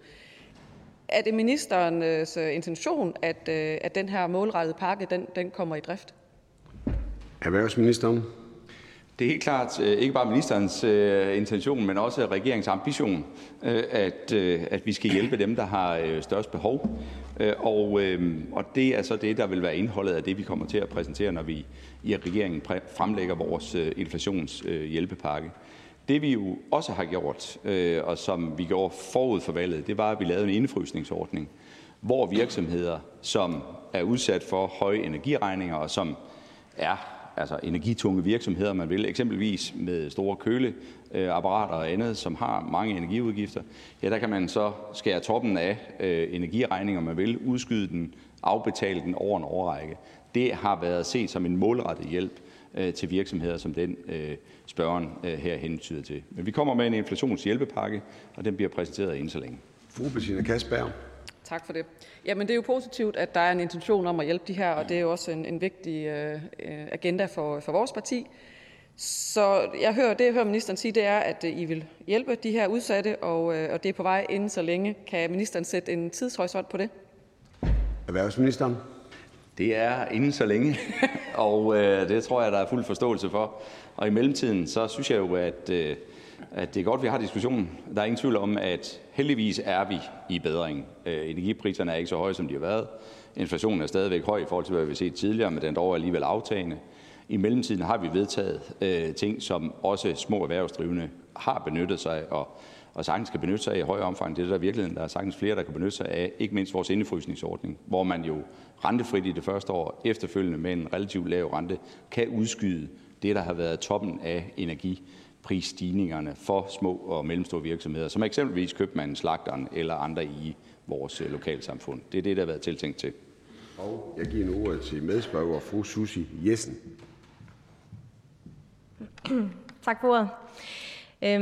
Er det ministerens øh, intention, at, øh, at den her målrettede pakke den, den kommer i drift? Erhvervsministeren. Det er helt klart øh, ikke bare ministerens øh, intention, men også regeringens ambition, øh, at, øh, at vi skal hjælpe dem, der har øh, størst behov. Øh, og, øh, og det er så det, der vil være indholdet af det, vi kommer til at præsentere, når vi i regeringen præ- fremlægger vores øh, inflationshjælpepakke. Øh, det vi jo også har gjort, øh, og som vi gjorde forud for valget, det var, at vi lavede en indefrysningsordning, hvor virksomheder, som er udsat for høje energiregninger, og som er altså energitunge virksomheder, man vil, eksempelvis med store køleapparater og andet, som har mange energiudgifter, ja, der kan man så skære toppen af øh, energiregninger, man vil, udskyde den, afbetale den over en årrække. Det har været set som en målrettet hjælp øh, til virksomheder, som den øh, spørgeren øh, her hentyder til. Men vi kommer med en inflationshjælpepakke, og den bliver præsenteret inden så længe. Fru Betina Kastbjerg. Tak for det. Jamen, det er jo positivt, at der er en intention om at hjælpe de her, og det er jo også en, en vigtig øh, agenda for, for vores parti. Så jeg hører, det, jeg hører ministeren sige, det er, at I vil hjælpe de her udsatte, og, øh, og det er på vej inden så længe. Kan ministeren sætte en tidshorisont på det? Erhvervsministeren. Det er inden så længe, og øh, det tror jeg, der er fuld forståelse for. Og i mellemtiden, så synes jeg jo, at, øh, at det er godt, vi har diskussionen. Der er ingen tvivl om, at heldigvis er vi i bedring. Øh, energipriserne er ikke så høje, som de har været. Inflationen er stadigvæk høj i forhold til, hvad vi har set tidligere, men den dog er alligevel aftagende. I mellemtiden har vi vedtaget øh, ting, som også små erhvervsdrivende har benyttet sig og, og sagtens kan benytte sig af i højere omfang. Det er der virkeligheden, der er sagtens flere, der kan benytte sig af, ikke mindst vores indefrysningsordning, hvor man jo rentefrit i det første år, efterfølgende med en relativt lav rente, kan udskyde det, der har været toppen af energiprisstigningerne for små og mellemstore virksomheder, som eksempelvis købmanden, slagteren eller andre i vores lokalsamfund. Det er det, der har været tiltænkt til. Og jeg giver nu ordet til medspørger fru Susie Jessen. Tak for ordet. Øhm,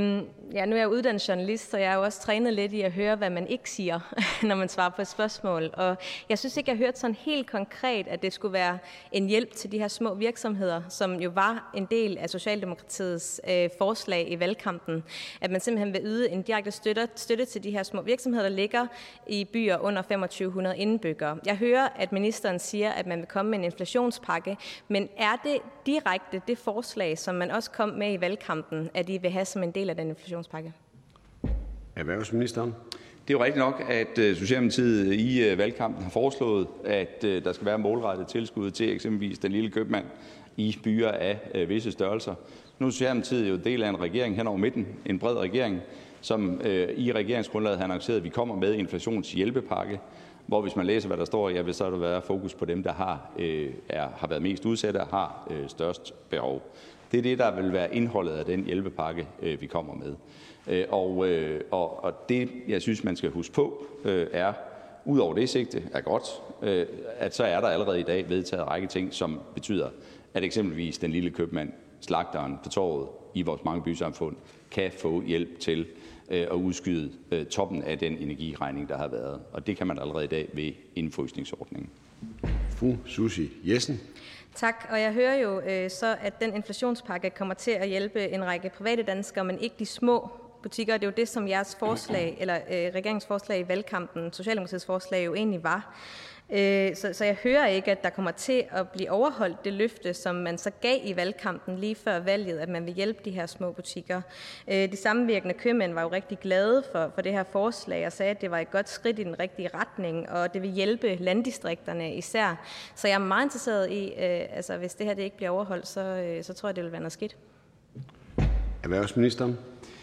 ja, nu er jeg uddannet journalist, så jeg er jo også trænet lidt i at høre, hvad man ikke siger, når man svarer på et spørgsmål. Og jeg synes ikke, jeg har hørt sådan helt konkret, at det skulle være en hjælp til de her små virksomheder, som jo var en del af Socialdemokratiets øh, forslag i valgkampen. At man simpelthen vil yde en direkte støtte, støtte til de her små virksomheder, der ligger i byer under femogtyve hundrede indbyggere. Jeg hører, at ministeren siger, at man vil komme med en inflationspakke, men er det direkte det forslag, som man også kom med i valgkampen, at I vil have som en del af den inflationspakke? Erhvervsministeren. Det er jo rigtigt nok, at Socialdemokratiet i valgkampen har foreslået, at der skal være målrettet tilskud til eksempelvis den lille købmand i byer af visse størrelser. Nu er Socialdemokratiet jo del af en regering hen over midten, en bred regering, som i regeringsgrundlaget har annonceret, at vi kommer med inflationshjælpepakke, hvor hvis man læser, hvad der står, ja, vil så der være fokus på dem, der har, øh, er, har været mest udsatte og har øh, størst behov. Det er det, der vil være indholdet af den hjælpepakke, øh, vi kommer med. Øh, og, øh, og, og det, jeg synes, man skal huske på, øh, er, ud over det sigte er godt, øh, at så er der allerede i dag vedtaget en række ting, som betyder, at eksempelvis den lille købmand, slagteren på torvet i vores mange bysamfund, kan få hjælp til at udskyde toppen af den energiregning, der har været. Og det kan man allerede i dag ved indfrysningsordningen. Fru Susie Jessen. Tak, og jeg hører jo øh, så, at den inflationspakke kommer til at hjælpe en række private danskere, men ikke de små butikker. Det er jo det, som jeres forslag, eller øh, regeringsforslag i valgkampen, Socialdemokratiets forslag jo egentlig var. Øh, så, så jeg hører ikke, at der kommer til at blive overholdt det løfte, som man så gav i valgkampen lige før valget, at man vil hjælpe de her små butikker. Øh, de sammenvirkende købmænd var jo rigtig glade for, for det her forslag og sagde, at det var et godt skridt i den rigtige retning, og det vil hjælpe landdistrikterne især. Så jeg er meget interesseret i, øh, altså hvis det her det ikke bliver overholdt, så, øh, så tror jeg, det vil være noget skidt. Erhvervsministeren.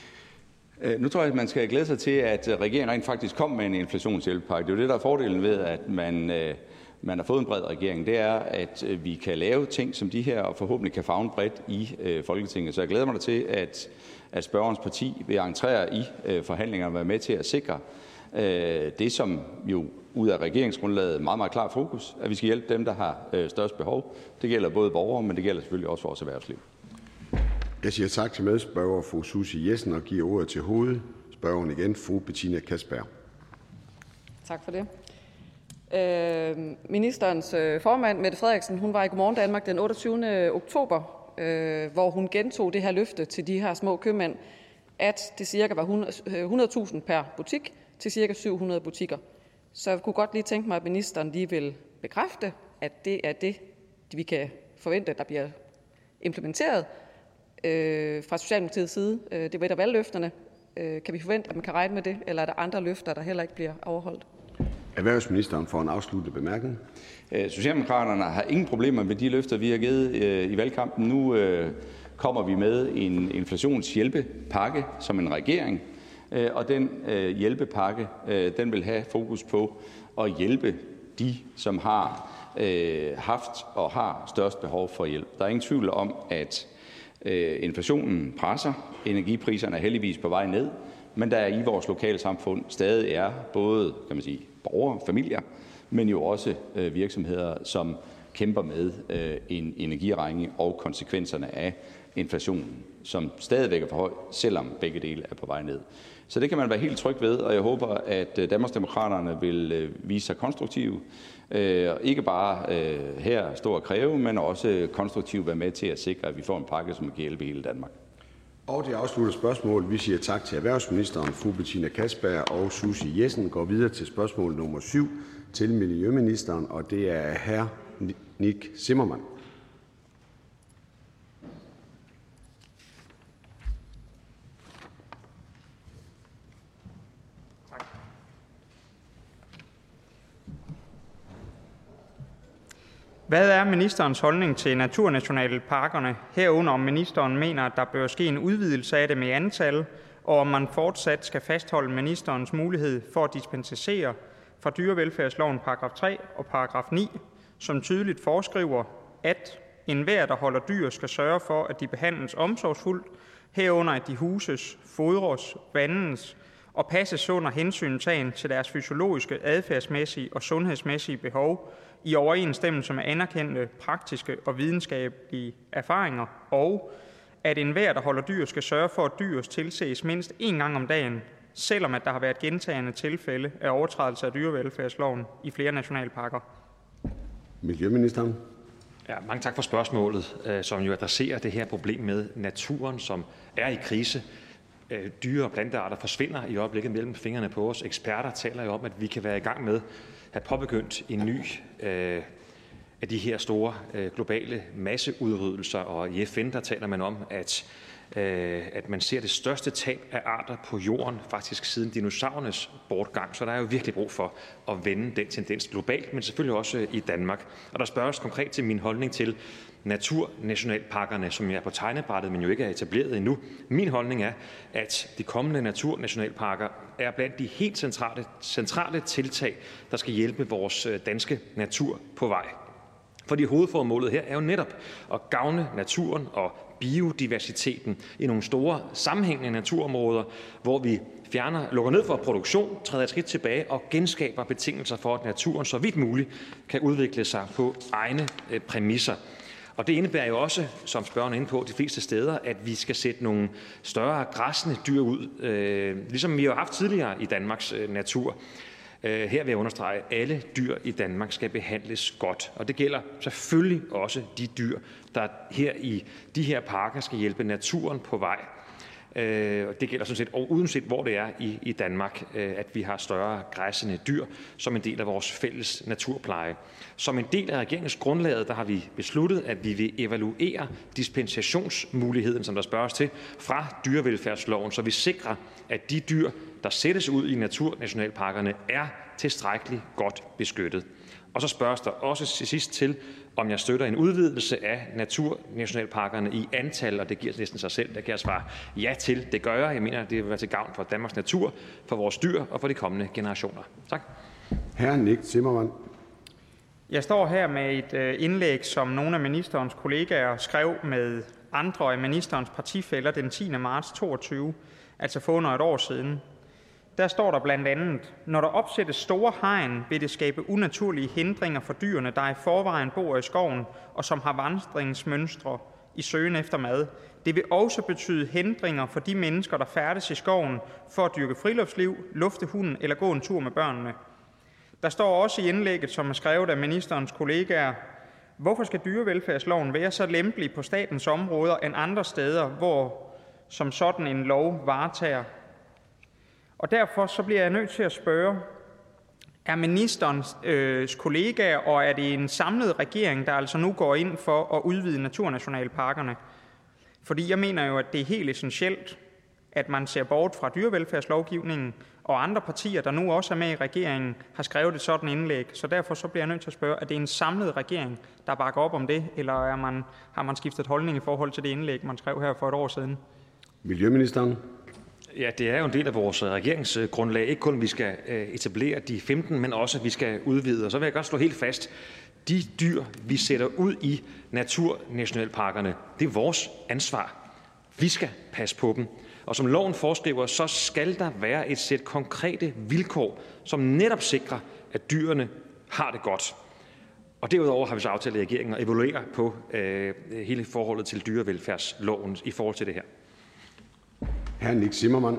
Nu tror jeg, at man skal glæde sig til, at regeringen rent faktisk kom med en inflationshjælpepakke. Det er jo det, der er fordelen ved, at man, man har fået en bred regering. Det er, at vi kan lave ting som de her, og forhåbentlig kan favne bredt i Folketinget. Så jeg glæder mig til, at, at spørgerens parti vil entrere i forhandlingerne og være med til at sikre det, som jo ud af regeringsgrundlaget meget, meget klar fokus, at vi skal hjælpe dem, der har størst behov. Det gælder både borgere, men det gælder selvfølgelig også vores erhvervsliv. Jeg siger tak til medspørger fru Susie Jessen og giver ordet til hovedspørgeren igen, fru Betina Kastbjerg. Tak for det. Øh, ministerens øh, formand, Mette Frederiksen, hun var i Godmorgen Danmark den otteogtyvende oktober, øh, hvor hun gentog det her løfte til de her små købmænd, at det cirka var hundrede tusind per butik til cirka syv hundrede butikker. Så jeg kunne godt lige tænke mig, at ministeren lige vil bekræfte, at det er det, vi kan forvente, der bliver implementeret øh, fra Socialdemokratiets side. Det var et af valgløfterne. Øh, kan vi forvente, at man kan regne med det, eller er der andre løfter, der heller ikke bliver overholdt? Erhvervsministeren får en afsluttende bemærkning. Socialdemokraterne har ingen problemer med de løfter, vi har givet øh, i valgkampen. Nu øh, kommer vi med en inflationshjælpepakke som en regering, øh, og den øh, hjælpepakke øh, den vil have fokus på at hjælpe de, som har øh, haft og har størst behov for hjælp. Der er ingen tvivl om, at øh, inflationen presser. Energipriserne er heldigvis på vej ned, men der er i vores lokalsamfund stadig er både, kan man sige, borgere, familier, men jo også øh, virksomheder, som kæmper med øh, en energiregning og konsekvenserne af inflationen, som stadigvæk er for høj, selvom begge dele er på vej ned. Så det kan man være helt tryg ved, og jeg håber, at Danmarksdemokraterne vil øh, vise sig konstruktive. Øh, ikke bare øh, her stå og kræve, men også konstruktivt være med til at sikre, at vi får en pakke, som kan hjælpe hele Danmark. Og det afslutter spørgsmål. Vi siger tak til erhvervsministeren, fru Betina Kastbjerg og Susie Jessen. Går videre til spørgsmål nummer syv til miljøministeren, og det er hr. Nick Zimmermann. Hvad er ministerens holdning til naturnationalparkerne, herunder om ministeren mener, at der bør ske en udvidelse af dem i antal, og om man fortsat skal fastholde ministerens mulighed for at dispensere fra dyrevelfærdsloven paragraf tre og paragraf ni, som tydeligt foreskriver, at enhver, der holder dyr, skal sørge for, at de behandles omsorgsfuldt, herunder at de huses, fodres, vandes og passes under hensyntagen til deres fysiologiske, adfærdsmæssige og sundhedsmæssige behov i overensstemmelse med anerkendte praktiske og videnskabelige erfaringer, og at enhver, der holder dyr, skal sørge for, at dyr tilses mindst én gang om dagen, selvom at der har været gentagende tilfælde af overtrædelse af dyrevelfærdsloven i flere nationalparker? Miljøministeren. Ja, mange tak for spørgsmålet, som jo adresserer det her problem med naturen, som er i krise. Dyre- og plantearter forsvinder i øjeblikket mellem fingrene på os. Eksperter taler jo om, at vi kan være i gang med at have påbegyndt en ny øh, af de her store øh, globale masseudryddelser. Og i F N der taler man om, at, øh, at man ser det største tab af arter på jorden faktisk siden dinosaurernes bortgang. Så der er jo virkelig brug for at vende den tendens globalt, men selvfølgelig også i Danmark. Og der spørges konkret til min holdning til naturnationalparkerne, som er på tegnebrættet, men jo ikke er etableret endnu. Min holdning er, at de kommende naturnationalparker er blandt de helt centrale, centrale tiltag, der skal hjælpe vores danske natur på vej. Fordi hovedformålet her er jo netop at gavne naturen og biodiversiteten i nogle store sammenhængende naturområder, hvor vi fjerner, lukker ned for produktion, træder et skridt tilbage og genskaber betingelser for, at naturen så vidt muligt kan udvikle sig på egne præmisser. Og det indebærer jo også, som spørgeren er inde på, de fleste steder, at vi skal sætte nogle større græssende dyr ud, øh, ligesom vi har haft tidligere i Danmarks øh, natur. Øh, her vil jeg understrege, at alle dyr i Danmark skal behandles godt. Og det gælder selvfølgelig også de dyr, der her i de her parker skal hjælpe naturen på vej. Øh, det gælder sådan set, og uanset hvor det er i, i Danmark, øh, at vi har større græssende dyr som en del af vores fælles naturpleje. Som en del af regeringsgrundlaget, der har vi besluttet, at vi vil evaluere dispensationsmuligheden, som der spørges til, fra dyrevelfærdsloven, så vi sikrer, at de dyr, der sættes ud i naturnationalparkerne, er tilstrækkeligt godt beskyttet. Og så spørges der også til sidst til, om jeg støtter en udvidelse af naturnationalparkerne i antal, og det giver næsten sig selv. Der kan jeg svare ja til. Det gør jeg. Jeg mener, at det vil være til gavn for Danmarks natur, for vores dyr og for de kommende generationer. Tak. Hr. Nick Zimmermann. Jeg står her med et indlæg, som nogle af ministerens kollegaer skrev med andre af ministerens partifæller den tiende marts toogtyve, altså for under et år siden. Der står der blandt andet, når der opsættes store hegn, vil det skabe unaturlige hindringer for dyrene, der i forvejen bor i skoven og som har vandringsmønstre i søgen efter mad. Det vil også betyde hindringer for de mennesker, der færdes i skoven for at dyrke friluftsliv, lufte hunden eller gå en tur med børnene. Der står også i indlægget, som er skrevet af ministerens kollegaer, hvorfor skal dyrevelfærdsloven være så lempelig på statens områder end andre steder, hvor som sådan en lov varetager? Og derfor så bliver jeg nødt til at spørge, er ministerens øh, kollegaer, og er det en samlet regering, der altså nu går ind for at udvide naturnationalparkerne? Fordi jeg mener jo, at det er helt essentielt, at man ser bort fra dyrevelfærdslovgivningen, og andre partier, der nu også er med i regeringen, har skrevet et sådan indlæg. Så derfor så bliver jeg nødt til at spørge, er det en samlet regering, der bakker op om det, eller er man, har man skiftet holdning i forhold til det indlæg, man skrev her for et år siden? Miljøministeren. Ja, det er jo en del af vores regeringsgrundlag. Ikke kun, at vi skal etablere de femten, men også, at vi skal udvide. Og så vil jeg godt slå helt fast, de dyr, vi sætter ud i naturnationalparkerne, det er vores ansvar. Vi skal passe på dem. Og som loven foreskriver, så skal der være et sæt konkrete vilkår, som netop sikrer, at dyrene har det godt. Og derudover har vi så aftalt i regeringen at evaluere på øh, hele forholdet til dyrevelfærdsloven i forhold til det her. Hr. Nick Zimmermann.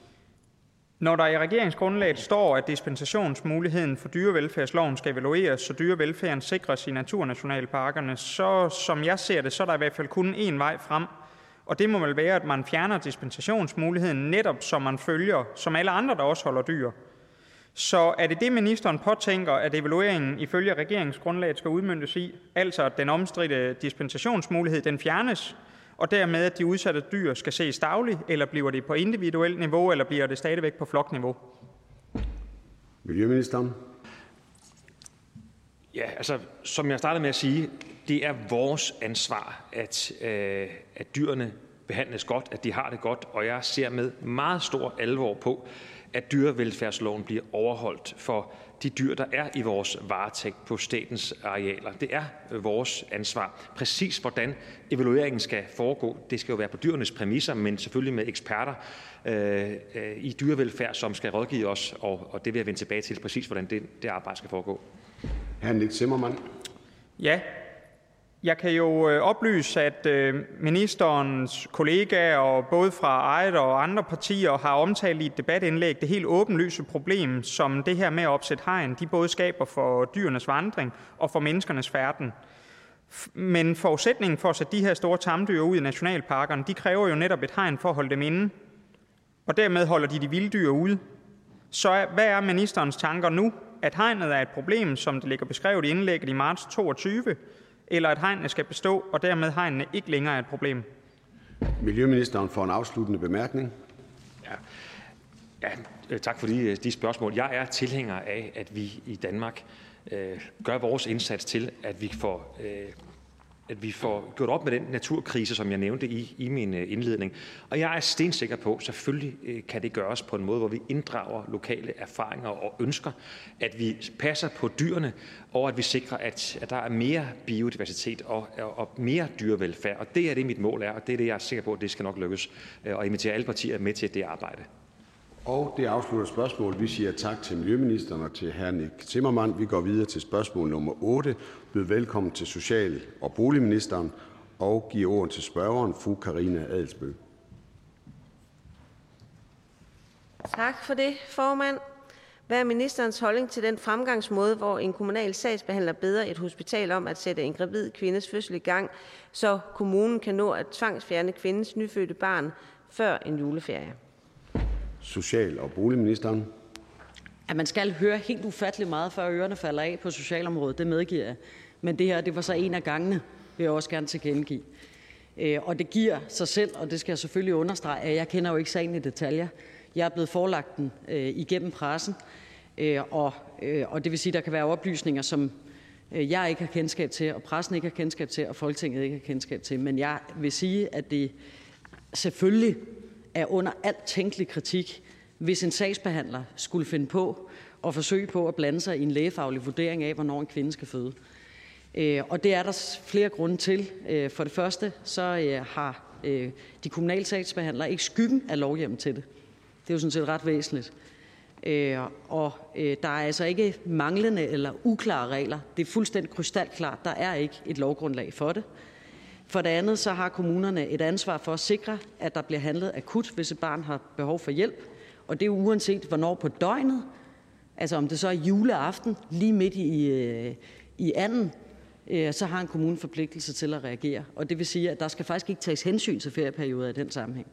Når der i regeringsgrundlaget står, at dispensationsmuligheden for dyrevelfærdsloven skal evalueres, så dyrevelfærden sikres i naturnationalparkerne, så som jeg ser det, så er der i hvert fald kun én vej frem. Og det må vel være, at man fjerner dispensationsmuligheden netop, som man følger, som alle andre, der også holder dyr. Så er det det, ministeren påtænker, at evalueringen ifølge regeringsgrundlaget skal udmøntes i? Altså, at den omstridte dispensationsmulighed, den fjernes, og dermed, at de udsatte dyr skal ses dagligt, eller bliver det på individuelt niveau, eller bliver det stadigvæk på flokniveau? Miljøministeren. Ja, altså, som jeg startede med at sige, det er vores ansvar, at, øh, at dyrene behandles godt, at de har det godt, og jeg ser med meget stor alvor på, at dyrevelfærdsloven bliver overholdt for de dyr, der er i vores varetægt på statens arealer. Det er vores ansvar. Præcis hvordan evalueringen skal foregå, det skal jo være på dyrenes præmisser, men selvfølgelig med eksperter øh, i dyrevelfærd, som skal rådgive os, og, og det vil jeg vende tilbage til, præcis hvordan det, det arbejde skal foregå. Hr. Nick Zimmermann. Ja, Jeg kan jo oplyse, at ministerens kollegaer, og både fra eget og andre partier, har omtalt i et debatindlæg det helt åbenlyse problem, som det her med at opsætte hegn, de både skaber for dyrenes vandring og for menneskernes færden. Men forudsætningen for at sætte de her store tamdyr ud i nationalparkerne, de kræver jo netop et hegn for at holde dem inde, og dermed holder de de vilde dyr ude. Så hvad er ministerens tanker nu? At hegnet er et problem, som det ligger beskrevet i indlægget i marts toogtyve, eller at hegnene skal bestå, og dermed hegnene ikke længere er et problem? Miljøministeren får en afsluttende bemærkning. Ja, ja tak for de, de spørgsmål. Jeg er tilhænger af, at vi i Danmark øh, gør vores indsats til, at vi får... Øh, at vi får gjort op med den naturkrise, som jeg nævnte i, i min indledning. Og jeg er stensikker på, selvfølgelig kan det gøres på en måde, hvor vi inddrager lokale erfaringer og ønsker, at vi passer på dyrene, og at vi sikrer, at, at der er mere biodiversitet og, og, og mere dyrevelfærd. Og det er det, mit mål er, og det er det, jeg er sikker på, at det skal nok lykkes. Og invitere alle partier med til det arbejde. Og det afslutter spørgsmålet. Vi siger tak til miljøministeren og til hr. Nick Zimmermann. Vi går videre til spørgsmål nummer otte. Byd velkommen til social- og boligministeren og giver ordet til spørgeren, fru Karina Adsbøl. Tak for det, formand. Hvad er ministerens holdning til den fremgangsmåde, hvor en kommunal sagsbehandler beder et hospital om at sætte en gravid kvindes fødsel i gang, så kommunen kan nå at tvangsfjerne kvindens nyfødte barn før en juleferie? Social- og boligministeren. At man skal høre helt ufattelig meget, før ørerne falder af på socialområdet, det medgiver jeg. Men det her, det var så en af gangene, vil jeg også gerne tilkendegive. Og det giver sig selv, og det skal jeg selvfølgelig understrege, at jeg kender jo ikke sagen i detaljer. Jeg er blevet forelagt den øh, igennem pressen, øh, og, øh, og det vil sige, at der kan være oplysninger, som øh, jeg ikke har kendskab til, og pressen ikke har kendskab til, og Folketinget ikke har kendskab til. Men jeg vil sige, at det selvfølgelig er under alt tænkelig kritik, hvis en sagsbehandler skulle finde på og forsøge på at blande sig i en lægefaglig vurdering af, hvornår en kvinde skal føde. Øh, og det er der flere grunde til. Øh, for det første, så øh, har øh, de kommunale sagsbehandlere ikke skyggen af lovhjemmel til det. Det er jo sådan set ret væsentligt. Øh, og øh, der er altså ikke manglende eller uklare regler. Det er fuldstændig krystalklart. Der er ikke et lovgrundlag for det. For det andet, så har kommunerne et ansvar for at sikre, at der bliver handlet akut, hvis et barn har behov for hjælp. Og det er jo uanset, hvornår på døgnet. Altså om det så er juleaften, lige midt i, øh, i anden, øh, så har en kommune forpligtelse til at reagere. Og det vil sige, at der skal faktisk ikke tages hensyn til ferieperioder i den sammenhæng.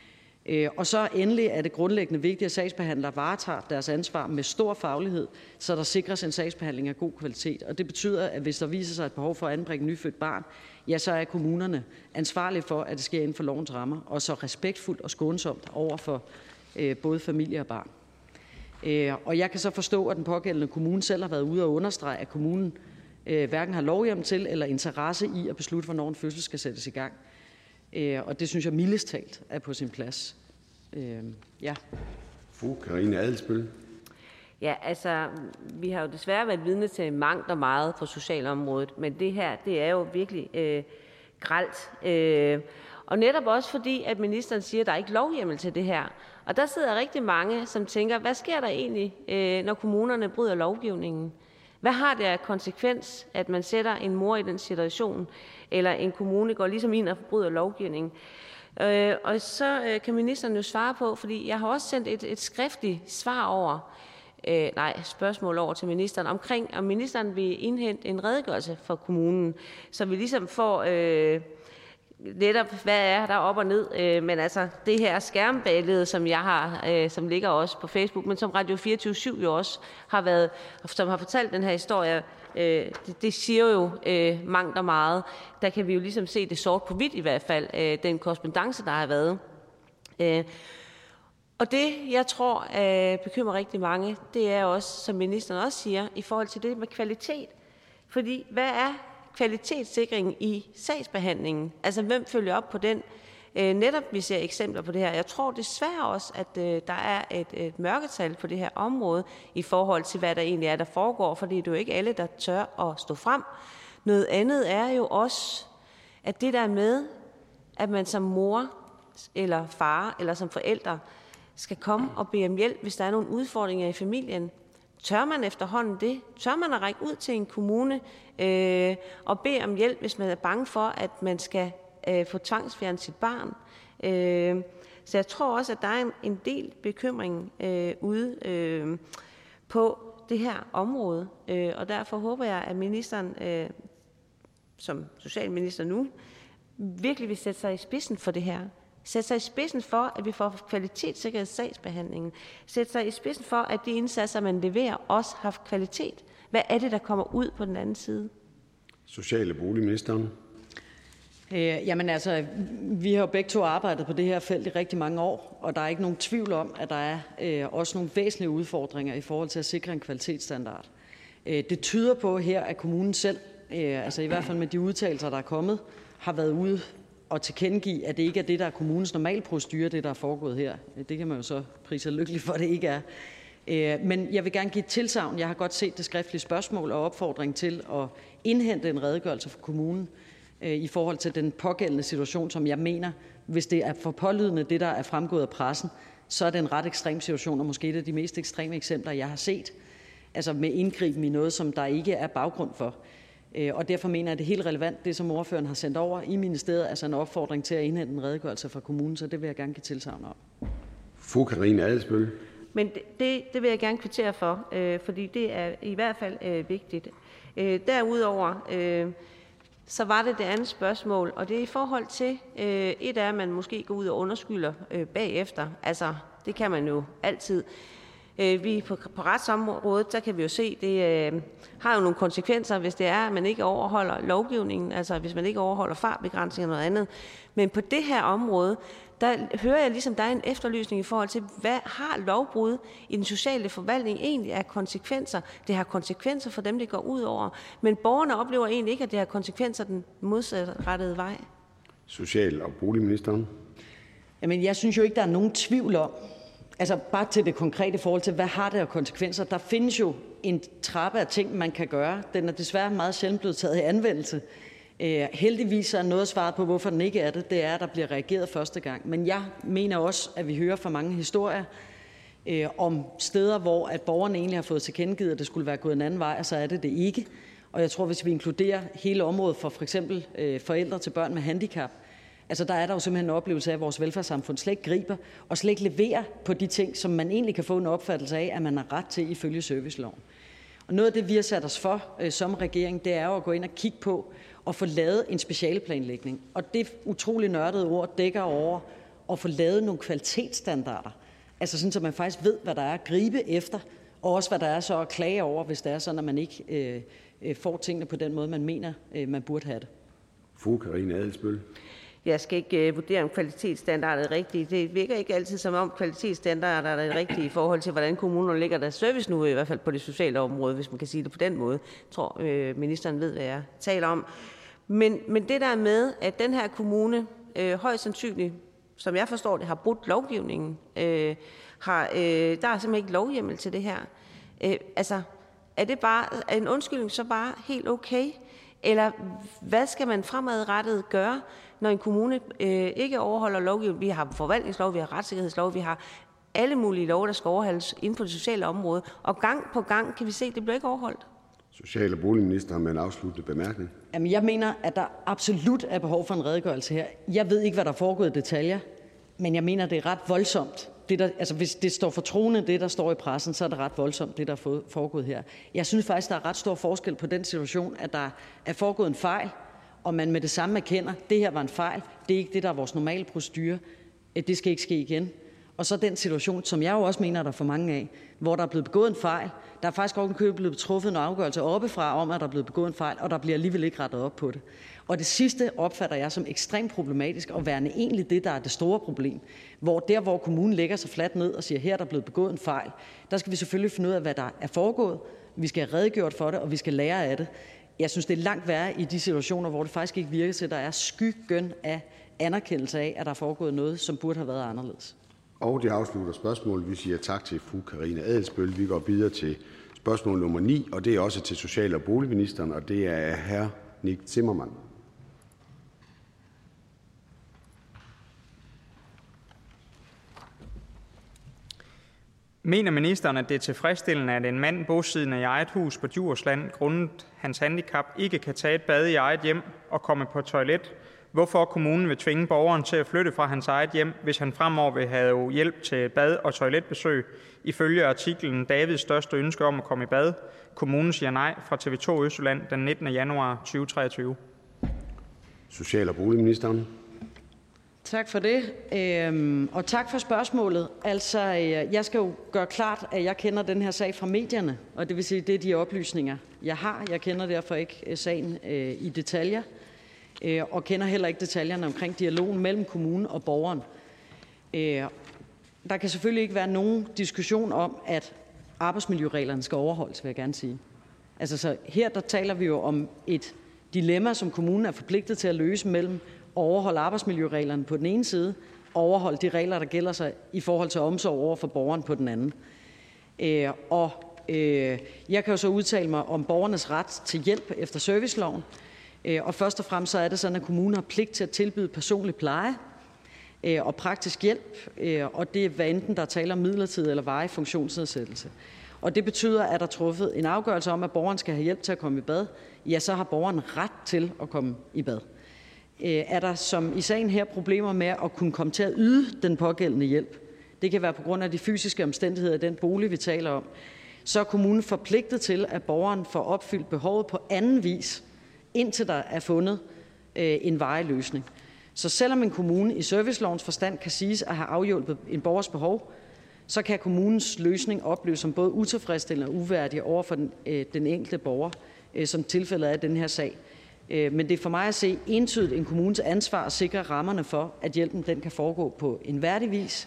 Og så endelig er det grundlæggende vigtigt, at sagsbehandlere varetager deres ansvar med stor faglighed, så der sikres en sagsbehandling af god kvalitet. Og det betyder, at hvis der viser sig et behov for at anbringe et nyfødt barn, ja, så er kommunerne ansvarlige for, at det sker inden for lovens rammer, og så respektfuldt og skånsomt over for øh, både familie og barn. Øh, og jeg kan så forstå, at den pågældende kommune selv har været ude og understrege, at kommunen øh, hverken har lovhjemmel til eller interesse i at beslutte, hvornår en fødsel skal sættes i gang. Og det synes jeg mildest talt er på sin plads. Øh, ja. Fru Karina Adsbøl. Ja, altså, vi har jo desværre været vidne til mangt og meget på socialområdet, men det her, det er jo virkelig øh, grelt. Øh, og netop også fordi, at ministeren siger, at der er ikke lovhjemmel til det her. Og der sidder rigtig mange, som tænker, hvad sker der egentlig, øh, når kommunerne bryder lovgivningen? Hvad har det af konsekvens, at man sætter en mor i den situation, eller en kommune går ligesom ind og forbryder lovgivningen? Øh, og så øh, kan ministeren jo svare på, fordi jeg har også sendt et, et skriftligt svar over, øh, nej, spørgsmål over til ministeren, omkring om ministeren vil indhente en redegørelse for kommunen, så vi ligesom får øh, netop, hvad er der op og ned. Øh, men altså, det her skærmbillede, som jeg har, øh, som ligger også på Facebook, men som Radio fireogtyve syv jo også har været, som har fortalt den her historie, øh, det, det siger jo øh, mangt og meget. Der kan vi jo ligesom se det sort på hvidt i hvert fald, øh, den korrespondance, der har været. Øh, og det, jeg tror, øh, bekymrer rigtig mange, det er også, som ministeren også siger, i forhold til det med kvalitet. Fordi, hvad er kvalitetssikring i sagsbehandlingen? Altså, hvem følger op på den? Øh, netop, vi ser eksempler på det her. Jeg tror desværre også, at øh, der er et, et mørketal på det her område i forhold til, hvad der egentlig er, der foregår, fordi det er jo ikke alle, der tør at stå frem. Noget andet er jo også, at det der med, at man som mor eller far eller som forældre skal komme og bede om hjælp, hvis der er nogle udfordringer i familien, Tør man efterhånden det? Tør man at række ud til en kommune øh, og bede om hjælp, hvis man er bange for, at man skal øh, få tvangsfjernet sit barn? Øh, så jeg tror også, at der er en, en del bekymring øh, ude øh, på det her område. Øh, og derfor håber jeg, at ministeren, øh, som socialminister nu, virkelig vil sætte sig i spidsen for det her. Sætte sig i spidsen for, at vi får kvalitetssikret sagsbehandlingen. Sætte sig i spidsen for, at de indsatser, man leverer, også har kvalitet. Hvad er det, der kommer ud på den anden side? Social- og boligministeren. Øh, jamen altså, vi har jo begge to arbejdet på det her felt i rigtig mange år, og der er ikke nogen tvivl om, at der er øh, også nogle væsentlige udfordringer i forhold til at sikre en kvalitetsstandard. Øh, det tyder på her, at kommunen selv, øh, altså i hvert fald med de udtalelser, der er kommet, har været ude og tilkendegive, at det ikke er det, der er kommunens normale procedure, det der er foregået her. Det kan man jo så prise sig lykkelig for, at det ikke er. Men jeg vil gerne give et tilsagn. Jeg har godt set det skriftlige spørgsmål og opfordring til at indhente en redegørelse fra kommunen i forhold til den pågældende situation, som jeg mener, hvis det er for pålydende, det der er fremgået af pressen, så er det en ret ekstrem situation, og måske et af de mest ekstreme eksempler, jeg har set. Altså med indgriben i noget, som der ikke er baggrund for. Og derfor mener jeg, at det er helt relevant, det som ordføreren har sendt over i ministeriet, altså en opfordring til at indhente en redegørelse fra kommunen, så det vil jeg gerne give tilsagn om. Fru Karina Adsbøl. Men det, det, det vil jeg gerne kvittere for, øh, fordi det er i hvert fald øh, vigtigt. Øh, derudover, øh, så var det det andet spørgsmål, og det er i forhold til, øh, et er, at man måske går ud og underskylder øh, bagefter. Altså, det kan man jo altid. Vi på, på retsområdet, der kan vi jo se, det øh, har jo nogle konsekvenser, hvis det er, at man ikke overholder lovgivningen, altså hvis man ikke overholder fartbegrænsninger og noget andet. Men på det her område, der hører jeg ligesom, der er en efterlysning i forhold til, hvad har lovbrud i den sociale forvaltning egentlig af konsekvenser? Det har konsekvenser for dem, det går ud over. Men borgerne oplever egentlig ikke, at det har konsekvenser den modsatrettede vej. Social- og boligministeren. Jamen, jeg synes jo ikke, der er nogen tvivl om, altså bare til det konkrete forhold til, hvad har det af konsekvenser? Der findes jo en trappe af ting, man kan gøre. Den er desværre meget sjældent blevet taget i anvendelse. Uh, heldigvis er noget svaret på, hvorfor den ikke er det. Det er, at der bliver reageret første gang. Men jeg mener også, at vi hører for mange historier uh, om steder, hvor at borgerne egentlig har fået tilkendegivet, at det skulle være gået en anden vej, og så er det det ikke. Og jeg tror, hvis vi inkluderer hele området for for eksempel uh, forældre til børn med handicap, altså der er der jo simpelthen en oplevelse af, at vores velfærdssamfund slet ikke griber og slet ikke leverer på de ting, som man egentlig kan få en opfattelse af, at man har ret til ifølge serviceloven. Og noget af det, vi har sat os for øh, som regering, det er jo at gå ind og kigge på og få lavet en specialeplanlægning. Og det utrolig nørdede ord dækker over at få lavet nogle kvalitetsstandarder. Altså sådan, så man faktisk ved, hvad der er at gribe efter, og også hvad der er så at klage over, hvis det er sådan, at man ikke øh, øh, får tingene på den måde, man mener, øh, man burde have det. Fru Karina Adsbøl. Jeg skal ikke uh, vurdere, om kvalitetsstandarder er rigtige. Det virker ikke altid som om kvalitetsstandarder er rigtige i forhold til, hvordan kommunerne lægger deres serviceniveau, i hvert fald på det sociale område, hvis man kan sige det på den måde. Jeg tror, øh, ministeren ved, hvad jeg taler om. Men, men det der med, at den her kommune øh, højst sandsynligt, som jeg forstår det, har brudt lovgivningen, øh, har, øh, der er simpelthen ikke lovhjemmel til det her. Øh, altså, er det bare, er en undskyldning så bare helt okay? Eller hvad skal man fremadrettet gøre, når en kommune øh, ikke overholder lovgivningen? Vi har forvaltningslov, vi har retssikkerhedslov, vi har alle mulige love, der skal overholdes inden for det sociale område. Og gang på gang kan vi se, at det bliver ikke overholdt. Social- og boligministeren med en afsluttende bemærkning. Jamen, jeg mener, at der absolut er behov for en redegørelse her. Jeg ved ikke, hvad der er foregået i detaljer, men jeg mener, det er ret voldsomt. Det der, altså, hvis det står for troende, det der står i pressen, så er det ret voldsomt, det der er foregået her. Jeg synes faktisk, der er ret stor forskel på den situation, at der er foregået en fejl, og man med det samme erkender, at det her var en fejl, det er ikke det, der er vores normale procedure, det skal ikke ske igen. Og så den situation, som jeg jo også mener, der er for mange af, hvor der er blevet begået en fejl, der er faktisk også blevet truffet en afgørelse oppefra om, at der er blevet begået en fejl, og der bliver alligevel ikke rettet op på det. Og det sidste opfatter jeg som ekstremt problematisk, og værende egentlig det, der er det store problem. Hvor der, hvor kommunen lægger sig fladt ned og siger, her er der blevet begået en fejl, der skal vi selvfølgelig finde ud af, hvad der er foregået. Vi skal have redegjort for det, og vi skal lære af det. Jeg synes, det er langt værre i de situationer, hvor det faktisk ikke virker til, at der er skyggen af anerkendelse af, at der er foregået noget, som burde have været anderledes. Og det afslutter spørgsmålet. Vi siger tak til fru Karina Adsbøl. Vi går videre til spørgsmål nummer ni, og det er også til social- og boligministeren, og det er hr. Nick Zimmermann. Mener ministeren, at det er tilfredsstillende, at en mand bosiddende i eget hus på Djursland grundet hans handicap ikke kan tage et bad i eget hjem og komme på toilet? Hvorfor kommunen vil tvinge borgeren til at flytte fra hans eget hjem, hvis han fremover vil have hjælp til bad- og toiletbesøg, ifølge artiklen Davids største ønske om at komme i bad? Kommunen siger nej fra T V to Østjylland den nittende januar tyve treogtyve. Social- og boligministeren. Tak for det, øhm, og tak for spørgsmålet. Altså, jeg skal jo gøre klart, at jeg kender den her sag fra medierne, og det vil sige, det er de oplysninger, jeg har. Jeg kender derfor ikke sagen øh, i detaljer, øh, og kender heller ikke detaljerne omkring dialogen mellem kommunen og borgeren. Øh, der kan selvfølgelig ikke være nogen diskussion om, at arbejdsmiljøreglerne skal overholdes, vil jeg gerne sige. Altså, så her der taler vi jo om et dilemma, som kommunen er forpligtet til at løse mellem overholde arbejdsmiljøreglerne på den ene side, og overholde de regler, der gælder sig i forhold til omsorg over for borgeren på den anden. Øh, og øh, jeg kan jo så udtale mig om borgernes ret til hjælp efter serviceloven. Øh, og først og fremmest så er det sådan, at kommunen har pligt til at tilbyde personlig pleje øh, og praktisk hjælp, øh, og det er hvad enten der taler om midlertidig eller varig funktionsnedsættelse. Og det betyder, at der er truffet en afgørelse om, at borgeren skal have hjælp til at komme i bad, ja, så har borgeren ret til at komme i bad. Er der som i sagen her problemer med at kunne komme til at yde den pågældende hjælp, det kan være på grund af de fysiske omstændigheder i den bolig, vi taler om, så er kommunen forpligtet til, at borgeren får opfyldt behovet på anden vis, indtil der er fundet øh, en varig løsning. Så selvom en kommune i servicelovens forstand kan siges at have afhjulpet en borgers behov, så kan kommunens løsning opleves som både utilfredsstillende og uværdig over for den, øh, den enkelte borger, øh, som tilfældet er i den her sag. Men det er for mig at se entydigt en kommunes ansvar at sikre rammerne for, at hjælpen den kan foregå på en værdig vis.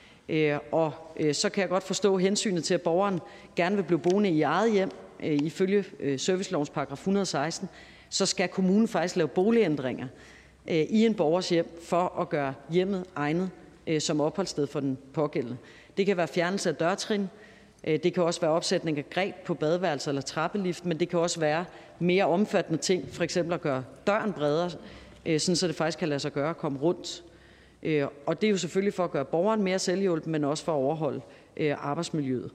Og så kan jeg godt forstå hensynet til, at borgeren gerne vil blive boende i eget hjem. Ifølge servicelovens paragraf et hundrede og seksten, så skal kommunen faktisk lave boligændringer i en borgers hjem for at gøre hjemmet egnet som opholdssted for den pågældende. Det kan være fjernelse af dørtrin. Det kan også være opsætning af greb på badeværelser eller trappelift, men det kan også være mere omfattende ting, for eksempel at gøre døren bredere, sådan så det faktisk kan lade sig gøre at komme rundt. Og det er jo selvfølgelig for at gøre borgeren mere selvhjulpen, men også for at overholde arbejdsmiljøet.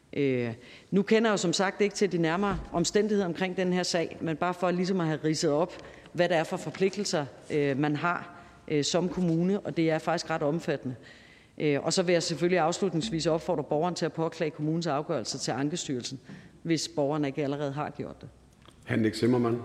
Nu kender jeg jo som sagt ikke til de nærmere omstændigheder omkring den her sag, men bare for ligesom at have ridset op, hvad det er for forpligtelser, man har som kommune, og det er faktisk ret omfattende. Og så vil jeg selvfølgelig afslutningsvis opfordre borgeren til at påklage kommunens afgørelse til Ankestyrelsen, hvis borgeren ikke allerede har gjort det. Henrik Zimmermann.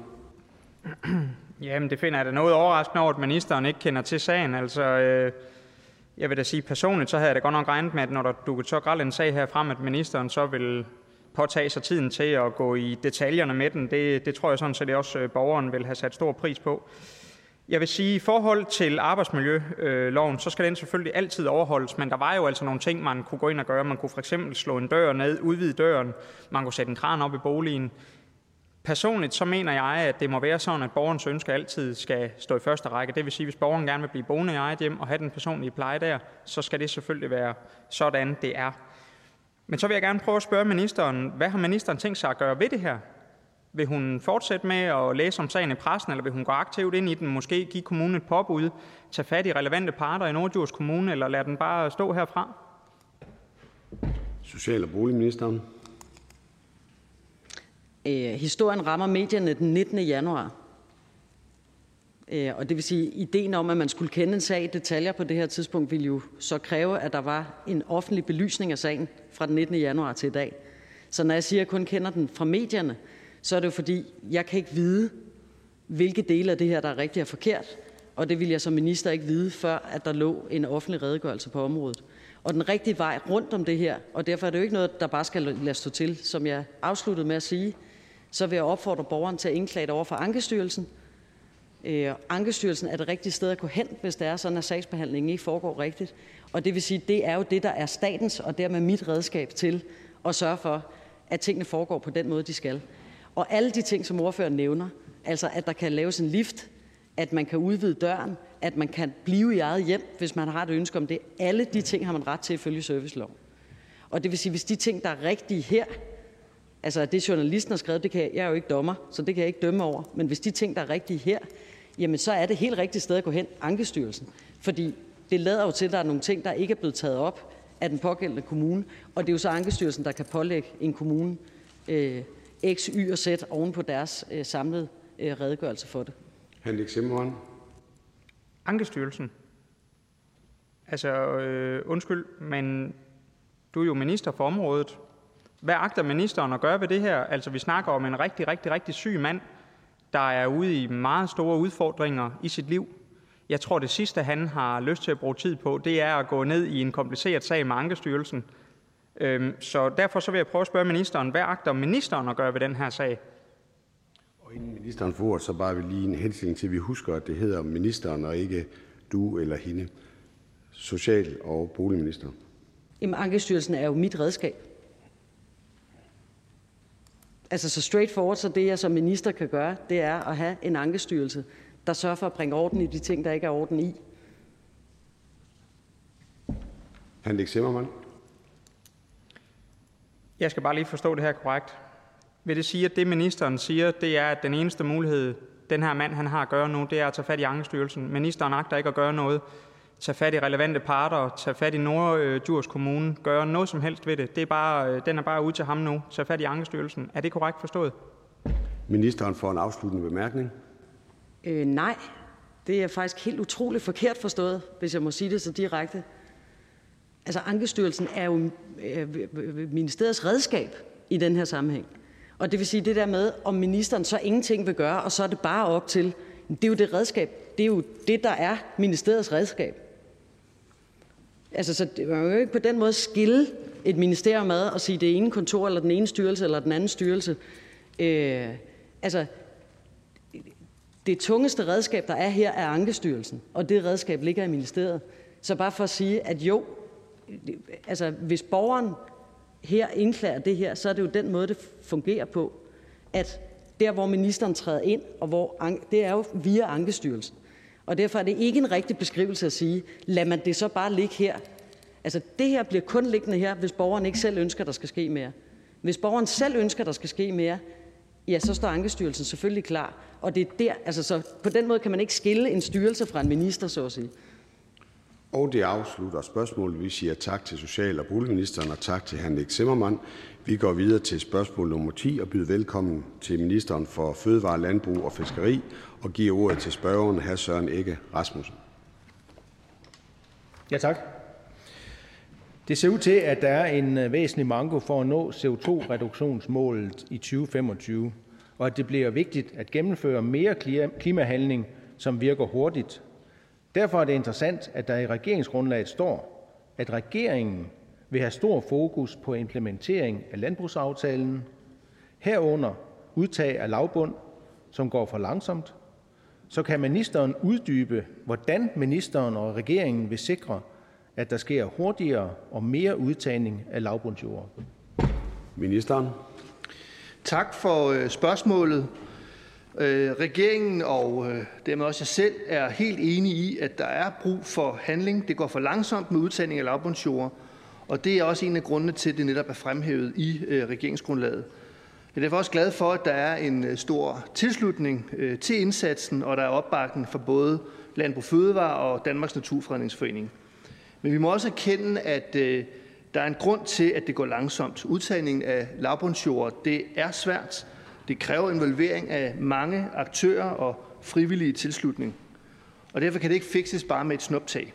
Jamen, det finder jeg da noget overraskende over, at ministeren ikke kender til sagen. Altså, øh, jeg vil da sige personligt, så havde jeg da godt nok regnet med, at når der dukker så grelt en sag her frem, at ministeren så vil påtage sig tiden til at gå i detaljerne med den. Det, det tror jeg sådan set også, at borgeren vil have sat stor pris på. Jeg vil sige, at i forhold til arbejdsmiljøloven, så skal den selvfølgelig altid overholdes, men der var jo altså nogle ting, man kunne gå ind og gøre. Man kunne for eksempel slå en dør ned, udvide døren, man kunne sætte en kran op i boligen. Personligt så mener jeg, at det må være sådan, at borgerens ønsker altid skal stå i første række. Det vil sige, at hvis borgeren gerne vil blive boende i eget hjem og have den personlige pleje der, så skal det selvfølgelig være sådan, det er. Men så vil jeg gerne prøve at spørge ministeren, hvad har ministeren tænkt sig at gøre ved det her? Vil hun fortsætte med at læse om sagen i pressen, eller vil hun gå aktivt ind i den, måske give kommunen et påbud, tage fat i relevante parter i Norddjurs Kommune, eller lade den bare stå herfra? Social- og boligministeren. Øh, historien rammer medierne den nittende januar. Øh, og det vil sige, at ideen om, at man skulle kende en sag i detaljer på det her tidspunkt, ville jo så kræve, at der var en offentlig belysning af sagen fra den nittende januar til i dag. Så når jeg siger, at jeg kun kender den fra medierne, så er det jo fordi, jeg kan ikke vide, hvilke dele af det her, der er rigtigt og forkert. Og det vil jeg som minister ikke vide, før at der lå en offentlig redegørelse på området. Og den rigtige vej rundt om det her, og derfor er det jo ikke noget, der bare skal lade stå til, som jeg afsluttede med at sige, så vil jeg opfordre borgeren til at indklage det over for Ankestyrelsen. Øh, Ankestyrelsen er det rigtige sted at gå hen, hvis det er sådan, at sagsbehandlingen ikke foregår rigtigt. Og det vil sige, det er jo det, der er statens og dermed mit redskab til at sørge for, at tingene foregår på den måde, de skal. Og alle de ting, som ordføreren nævner, altså at der kan laves en lift, at man kan udvide døren, at man kan blive i eget hjem, hvis man har et ønske om det, alle de ting har man ret til ifølge serviceloven. Og det vil sige, hvis de ting, der er rigtige her, altså det journalisten har skrevet, det kan jeg, jeg er jo ikke dommer, så det kan jeg ikke dømme over, men hvis de ting, der er rigtige her, jamen så er det helt rigtigt sted at gå hen, Ankestyrelsen. Fordi det lader jo til, at der er nogle ting, der ikke er blevet taget op af den pågældende kommune, og det er jo så Ankestyrelsen, der kan pålægge en kommune øh, X, Y og Z oven på deres øh, samlede øh, redegørelse for det. Henrik Zimmermann. Ankestyrelsen. Altså, øh, undskyld, men du er jo minister for området. Hvad agter ministeren at gøre ved det her? Altså, vi snakker om en rigtig, rigtig, rigtig syg mand, der er ude i meget store udfordringer i sit liv. Jeg tror, det sidste, han har lyst til at bruge tid på, det er at gå ned i en kompliceret sag med Ankestyrelsen. Øhm, så derfor så vil jeg prøve at spørge ministeren, hvad agter ministeren at gøre ved den her sag? Og inden ministeren får ordet, så bare vil lige en henstilling til, at vi husker, at det hedder ministeren og ikke du eller hende. Social- og boligministeren. Jamen, Ankestyrelsen er jo mit redskab. Altså så straightforward, så det jeg som minister kan gøre, det er at have en ankestyrelse, der sørger for at bringe orden i de ting, der ikke er orden i. Henrik Zimmermann. Jeg skal bare lige forstå det her korrekt. Vil det sige, at det ministeren siger, det er, at den eneste mulighed, den her mand han har at gøre nu, det er at tage fat i Ankestyrelsen. Ministeren agter ikke at gøre noget. Tage fat i relevante parter, tage fat i Norddjurs Kommune, gøre noget som helst ved det. Det er bare, den er bare ude til ham nu. Tage fat i Ankestyrelsen. Er det korrekt forstået? Ministeren får en afsluttende bemærkning. Øh, nej, det er faktisk helt utroligt forkert forstået, hvis jeg må sige det så direkte. Altså, Ankestyrelsen er jo øh, ministeriets redskab i den her sammenhæng. Og det vil sige det der med, om ministeren så ingenting vil gøre, og så er det bare op til. Det er jo det redskab. Det er jo det, der er ministeriets redskab. Altså, så det var jo ikke på den måde skille et ministerium ad og sige det ene kontor, eller den ene styrelse, eller den anden styrelse. Øh, altså, det tungeste redskab, der er her, er Ankestyrelsen, og det redskab ligger i ministeriet. Så bare for at sige, at jo, altså, hvis borgeren her indklager det her, så er det jo den måde, det fungerer på, at der, hvor ministeren træder ind, og hvor, det er jo via Ankestyrelsen. Og derfor er det ikke en rigtig beskrivelse at sige, lad man det så bare ligge her. Altså, det her bliver kun liggende her, hvis borgeren ikke selv ønsker, der skal ske mere. Hvis borgeren selv ønsker, der skal ske mere, ja, så står Ankestyrelsen selvfølgelig klar. Og det er der, altså, så på den måde kan man ikke skille en styrelse fra en minister, så at sige. Og det afslutter spørgsmålet. Vi siger tak til social- og boligministeren og tak til Henrik Zimmermann. Vi går videre til spørgsmål nummer ti og byder velkommen til ministeren for Fødevare, Landbrug og Fiskeri og giver ordet til spørgeren, hr. Søren Egge Rasmussen. Ja, tak. Det ser ud til, at der er en væsentlig manko for at nå C O to reduktionsmålet i tyve femogtyve, og at det bliver vigtigt at gennemføre mere klimahandling, som virker hurtigt. Derfor er det interessant, at der i regeringsgrundlaget står, at regeringen vil have stor fokus på implementering af landbrugsaftalen, herunder udtag af lavbund, som går for langsomt. Så kan ministeren uddybe, hvordan ministeren og regeringen vil sikre, at der sker hurtigere og mere udtagning af lavbundsjord? Ministeren. Tak for spørgsmålet. Regeringen og dermed også jeg selv er helt enige i, at der er brug for handling. Det går for langsomt med udtagning af lavbundsjord, og det er også en af grundene til, at det netop er fremhævet i regeringsgrundlaget. Jeg er derfor også glad for, at der er en stor tilslutning til indsatsen, og der er opbakning fra både Landbrug Fødevare og Danmarks Naturfredningsforening. Men vi må også erkende, at der er en grund til, at det går langsomt. Udtagningen af lavbundsjord, det er svært. Det kræver involvering af mange aktører og frivillige tilslutning. Og derfor kan det ikke fikses bare med et snuptag.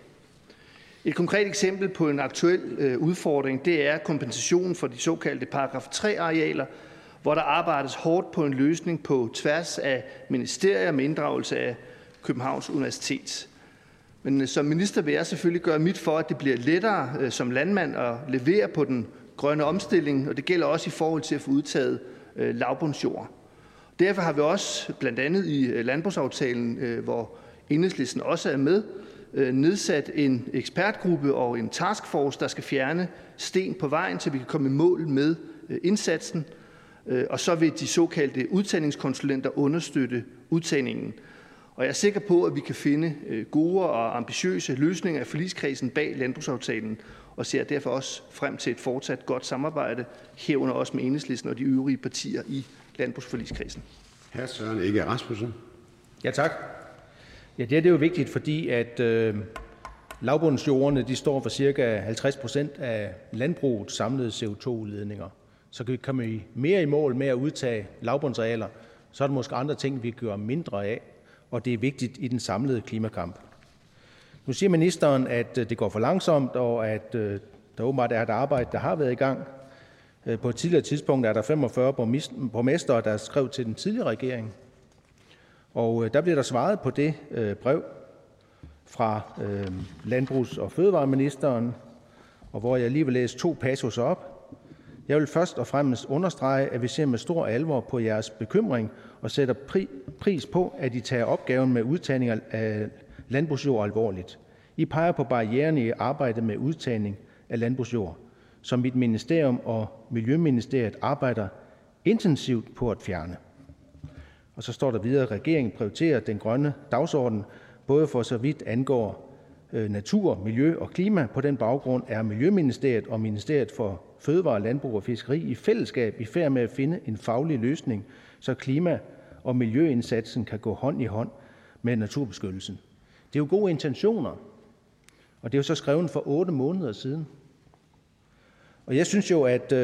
Et konkret eksempel på en aktuel øh, udfordring, det er kompensationen for de såkaldte paragraf tre arealer, hvor der arbejdes hårdt på en løsning på tværs af ministerier med inddragelse af Københavns Universitet. Men som minister vil jeg selvfølgelig gøre mit for, at det bliver lettere øh, som landmand at levere på den grønne omstilling, og det gælder også i forhold til at få udtaget øh, lavbundsjord. Derfor har vi også blandt andet i øh, landbrugsaftalen, øh, hvor Enhedslisten også er med, øh, nedsat en ekspertgruppe og en taskforce, der skal fjerne sten på vejen, så vi kan komme i mål med øh, indsatsen. Øh, og så vil de såkaldte udtagningskonsulenter understøtte udtagningen. Og jeg er sikker på, at vi kan finde gode og ambitiøse løsninger af forligskredsen bag landbrugsaftalen, og ser derfor også frem til et fortsat godt samarbejde, herunder også med Enhedslisten og de øvrige partier i landbrugsforligskredsen. Hr. Søren Egge Rasmussen. Ja, tak. Ja, det er det jo vigtigt, fordi at øh, Lavbundsjordene de står for ca. halvtreds procent af landbrugets samlede C O to udledninger. Så kan vi komme mere i mål med at udtage lavbundsarealer, så er der måske andre ting, vi kan gøre mindre af, og det er vigtigt i den samlede klimakamp. Nu siger ministeren, at det går for langsomt, og at der åbenbart er et arbejde, der har været i gang. På et tidligere tidspunkt er der femogfyrre borgmestre, der skrev til den tidligere regering. Og der bliver der svaret på det brev fra landbrugs- og fødevareministeren, og hvor jeg lige vil læse to passusser op. Jeg vil først og fremmest understrege, at vi ser med stor alvor på jeres bekymring og sætter pris på, at I tager opgaven med udtagning af landbrugsjord alvorligt. I peger på barriererne i arbejdet med udtagning af landbrugsjord, som mit ministerium og Miljøministeriet arbejder intensivt på at fjerne. Og så står der videre, at regeringen prioriterer den grønne dagsorden, både for så vidt angår natur, miljø og klima. På den baggrund er Miljøministeriet og Ministeriet for Fødevare, Landbrug og Fiskeri i fællesskab i færd med at finde en faglig løsning, så klima- og miljøindsatsen kan gå hånd i hånd med naturbeskyttelsen. Det er jo gode intentioner, og det er jo så skrevet for otte måneder siden. Og jeg synes jo, at,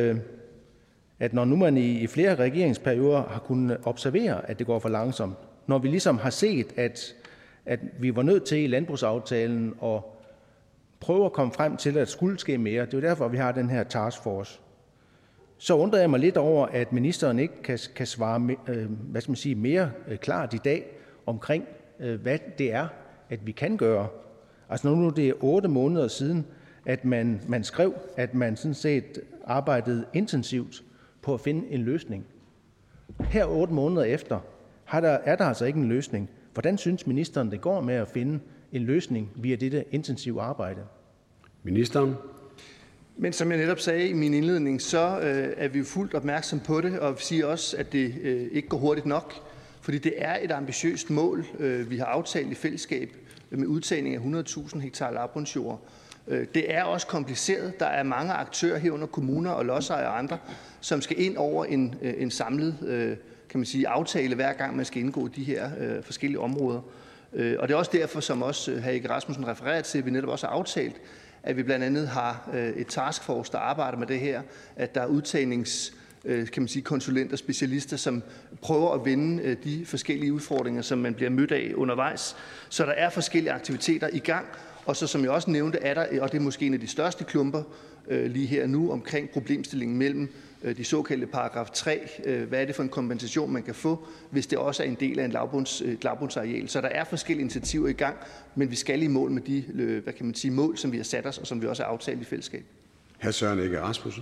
at når nu man i flere regeringsperioder har kunnet observere, at det går for langsomt, når vi ligesom har set, at, at vi var nødt til i landbrugsaftalen at prøve at komme frem til, at der skulle ske mere, det er jo derfor, vi har den her taskforce, så undrer jeg mig lidt over, at ministeren ikke kan, kan svare hvad skal man sige, mere klart i dag omkring, hvad det er, at vi kan gøre. Altså når nu det er otte måneder siden, at man, man skrev, at man sådan set arbejdede intensivt på at finde en løsning. Her otte måneder efter har der, er der altså ikke en løsning. Hvordan synes ministeren, det går med at finde en løsning via dette intensive arbejde? Ministeren. Men som jeg netop sagde i min indledning, så øh, er vi fuldt opmærksom på det, og vi siger også, at det øh, ikke går hurtigt nok. Fordi det er et ambitiøst mål, øh, vi har aftalt i fællesskab med udtagning af hundrede tusind hektar lavbundsjord. Det er også kompliceret. Der er mange aktører herunder kommuner og lodsejere og andre, som skal ind over en, en samlet kan man sige, aftale, hver gang man skal indgå de her øh, forskellige områder. Og det er også derfor, som også hr. Egge Rasmussen refererer til, at vi netop også har aftalt, at vi blandt andet har øh, et taskforce, der arbejder med det her, at der er udtagnings kan man sige, konsulenter, specialister, som prøver at vende de forskellige udfordringer, som man bliver mødt af undervejs. Så der er forskellige aktiviteter i gang, og så som jeg også nævnte, er der, og det er måske en af de største klumper øh, lige her nu, omkring problemstillingen mellem øh, de såkaldte paragraf tre. Øh, hvad er det for en kompensation, man kan få, hvis det også er en del af en lavbunds, et lavbundsareal. Så der er forskellige initiativer i gang, men vi skal i mål med de øh, hvad kan man sige, mål, som vi har sat os, og som vi også har aftalt i fællesskab. Hr. Søren Egge Rasmussen.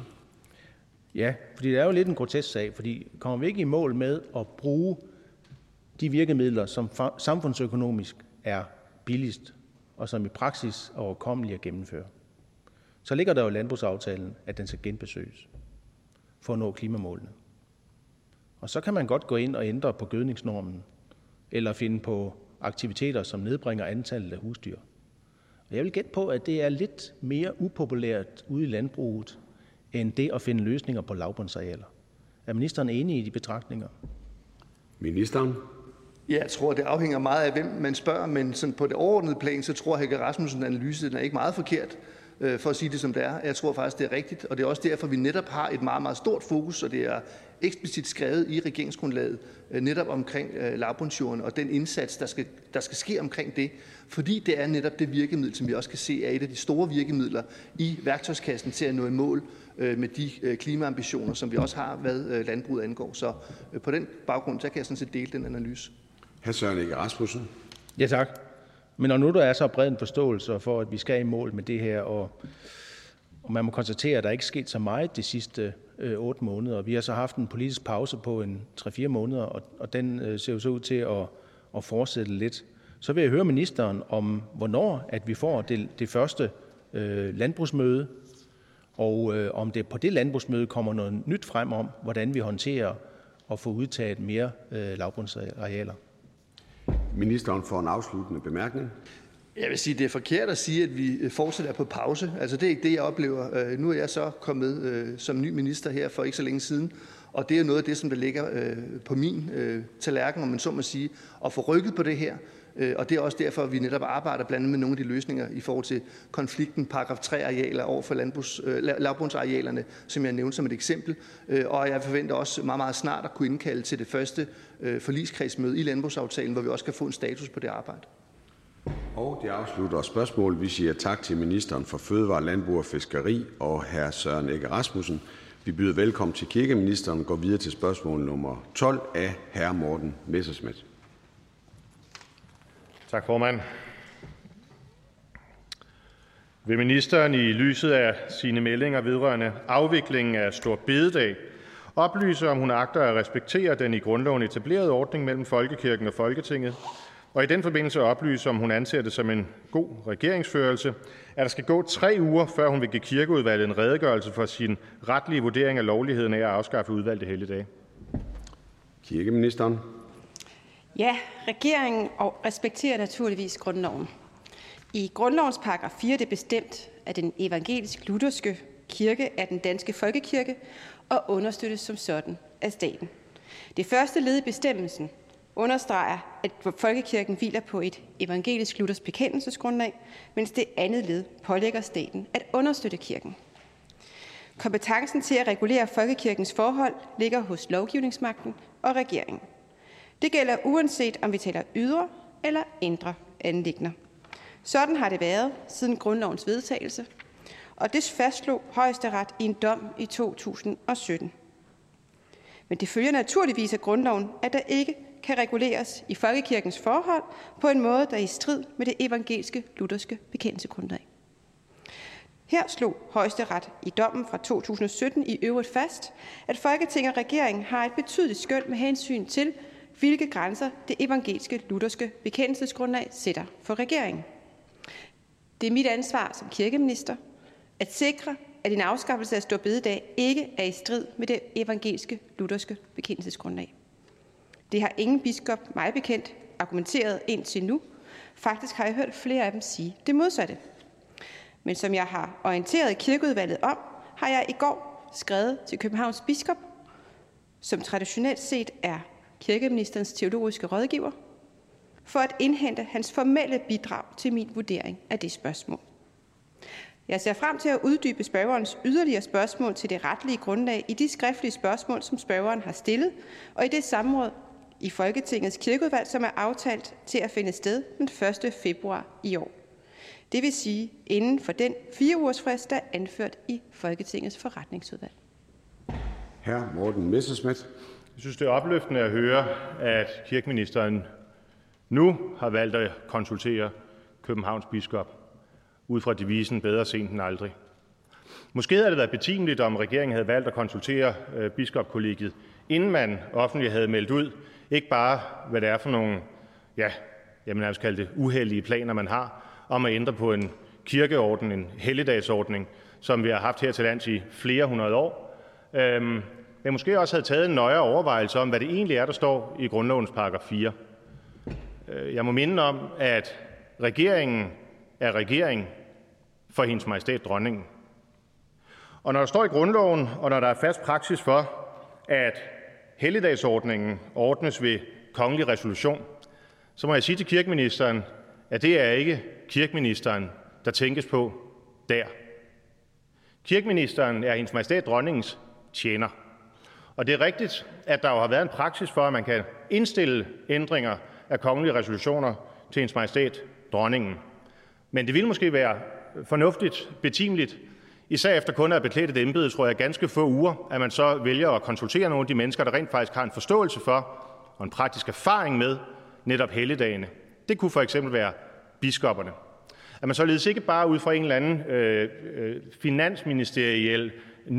Ja, fordi det er jo lidt en grotesk sag, fordi kommer vi ikke i mål med at bruge de virkemidler, som samfundsøkonomisk er billigst, og som i praksis er overkommelige at gennemføre, så ligger der jo landbrugsaftalen, at den skal genbesøges for at nå klimamålene. Og så kan man godt gå ind og ændre på gødningsnormen, eller finde på aktiviteter, som nedbringer antallet af husdyr. Og jeg vil gætte på, at det er lidt mere upopulært ude i landbruget, end det at finde løsninger på lavbundsarealer. Er ministeren enig i de betragtninger? Ministeren. Ja, jeg tror, det afhænger meget af, hvem man spørger, men sådan på det overordnede plan, så tror Helge Rasmussens analyse, den er ikke meget forkert, øh, for at sige det som det er. Jeg tror faktisk, det er rigtigt, og det er også derfor, vi netop har et meget, meget stort fokus, og det er eksplicit skrevet i regeringsgrundlaget, øh, netop omkring øh, lavbundsjorden og den indsats, der skal, der skal ske omkring det, fordi det er netop det virkemiddel, som vi også kan se er et af de store virkemidler i værktøjskassen til at nå i mål øh, med de øh, klimaambitioner, som vi også har, hvad øh, landbruget angår. Så øh, på den baggrund, så kan jeg sådan set dele den analyse. Hr. Søren Egge Rasmussen. Ja, tak. Men når nu der er så bred en forståelse for, at vi skal i mål med det her, og, og man må konstatere, at der ikke er sket så meget de sidste øh, otte måneder. Vi har så haft en politisk pause på en tre fire måneder, og, og den øh, ser jo så ud til at, at fortsætte lidt. Så vil jeg høre ministeren om, hvornår at vi får det, det første øh, landbrugsmøde, og øh, om det på det landbrugsmøde kommer noget nyt frem om, hvordan vi håndterer og får udtaget mere øh, lavbundsarealer. Ministeren får en afsluttende bemærkning. Jeg vil sige, det er forkert at sige, at vi fortsat er på pause. Altså det er ikke det, jeg oplever. Nu er jeg så kommet øh, som ny minister her for ikke så længe siden, og det er jo noget af det, som der ligger øh, på min øh, tallerken, om man så må sige, at få rykket på det her. Og det er også derfor, at vi netop arbejder blandt andet med nogle af de løsninger i forhold til konflikten paragraf tre-arealer over for landbrugs, øh, lavbundsarealerne, som jeg nævnte som et eksempel. Og jeg forventer også meget, meget snart at kunne indkalde til det første øh, forligskredsmøde i landbrugsaftalen, hvor vi også kan få en status på det arbejde. Og det afslutter spørgsmålet. Vi siger tak til ministeren for Fødevare, Landbrug og Fiskeri og hr. Søren Egge Rasmussen. Vi byder velkommen til kirkeministeren og går videre til spørgsmål nummer tolv af hr. Morten Messerschmidt. Tak, formand. Vil ministeren i lyset af sine meldinger vedrørende afviklingen af Stor Bededag oplyse, om hun agter at respektere den i grundloven etablerede ordning mellem Folkekirken og Folketinget, og i den forbindelse oplyse, om hun anser det som en god regeringsførelse, at der skal gå tre uger, før hun vil give Kirkeudvalget en redegørelse for sin retlige vurdering af lovligheden af at afskaffe udvalgte helligdage? Kirkeministeren. Ja, regeringen respekterer naturligvis grundloven. I grundlovens paragraf fire er det bestemt, at den evangelisk-lutherske kirke er den danske folkekirke og understøttes som sådan af staten. Det første led i bestemmelsen understreger, at folkekirken hviler på et evangelisk-luthersk bekendelsesgrundlag, mens det andet led pålægger staten at understøtte kirken. Kompetencen til at regulere folkekirkens forhold ligger hos lovgivningsmagten og regeringen. Det gælder uanset om vi taler ydre eller indre anliggender. Sådan har det været siden grundlovens vedtagelse, og det fastslog Højesteret i en dom i to tusind og sytten. Men det følger naturligvis af grundloven, at der ikke kan reguleres i folkekirkens forhold på en måde, der er i strid med det evangeliske lutherske bekendelsesgrundlag. Her slog Højesteret i dommen fra to tusind og sytten i øvrigt fast, at Folketinget og regeringen har et betydeligt skøn med hensyn til, hvilke grænser det evangeliske lutherske bekendelsesgrundlag sætter for regeringen. Det er mit ansvar som kirkeminister at sikre, at en afskaffelse af Store Bededag ikke er i strid med det evangeliske lutherske bekendelsesgrundlag. Det har ingen biskop mig bekendt argumenteret indtil nu. Faktisk har jeg hørt flere af dem sige det modsatte. Men som jeg har orienteret Kirkeudvalget om, har jeg i går skrevet til Københavns biskop, som traditionelt set er kirkeministerens teologiske rådgiver, for at indhente hans formelle bidrag til min vurdering af det spørgsmål. Jeg ser frem til at uddybe spørgerens yderligere spørgsmål til det retlige grundlag i de skriftlige spørgsmål, som spørgeren har stillet, og i det samråd i Folketingets Kirkeudvalg, som er aftalt til at finde sted den første februar i år. Det vil sige inden for den fire ugers frist, der er anført i Folketingets forretningsudvalg. Hr. Morten Messerschmidt. Jeg synes, det er opløftende at høre, at kirkeministeren nu har valgt at konsultere Københavns biskop ud fra devisen bedre sent end aldrig. Måske havde det været betimeligt, om regeringen havde valgt at konsultere biskopkollegiet, inden man offentligt havde meldt ud, ikke bare hvad det er for nogle, ja, jeg vil nærmest kalde det uheldige planer, man har, om at ændre på en kirkeorden, en helligdagsordning, som vi har haft her til lands i flere hundrede år. Øhm, men måske også havde taget en nøjere overvejelse om, hvad det egentlig er, der står i grundlovens paragraf fire. Jeg må minde om, at regeringen er regering for hendes majestæt dronningen. Og når der står i grundloven, og når der er fast praksis for, at helligdagsordningen ordnes ved kongelig resolution, så må jeg sige til kirkeministeren, at det er ikke kirkeministeren, der tænkes på der. Kirkeministeren er hendes majestæt dronningens tjener. Og det er rigtigt, at der jo har været en praksis for, at man kan indstille ændringer af kongelige resolutioner til hendes majestæt dronningen. Men det ville måske være fornuftigt, betimeligt, især efter kun at have beklædt et embede, tror jeg, ganske få uger, at man så vælger at konsultere nogle af de mennesker, der rent faktisk har en forståelse for og en praktisk erfaring med netop helligdagene. Det kunne for eksempel være biskopperne. At man således ikke bare ud fra en eller anden øh, øh, finansministeriel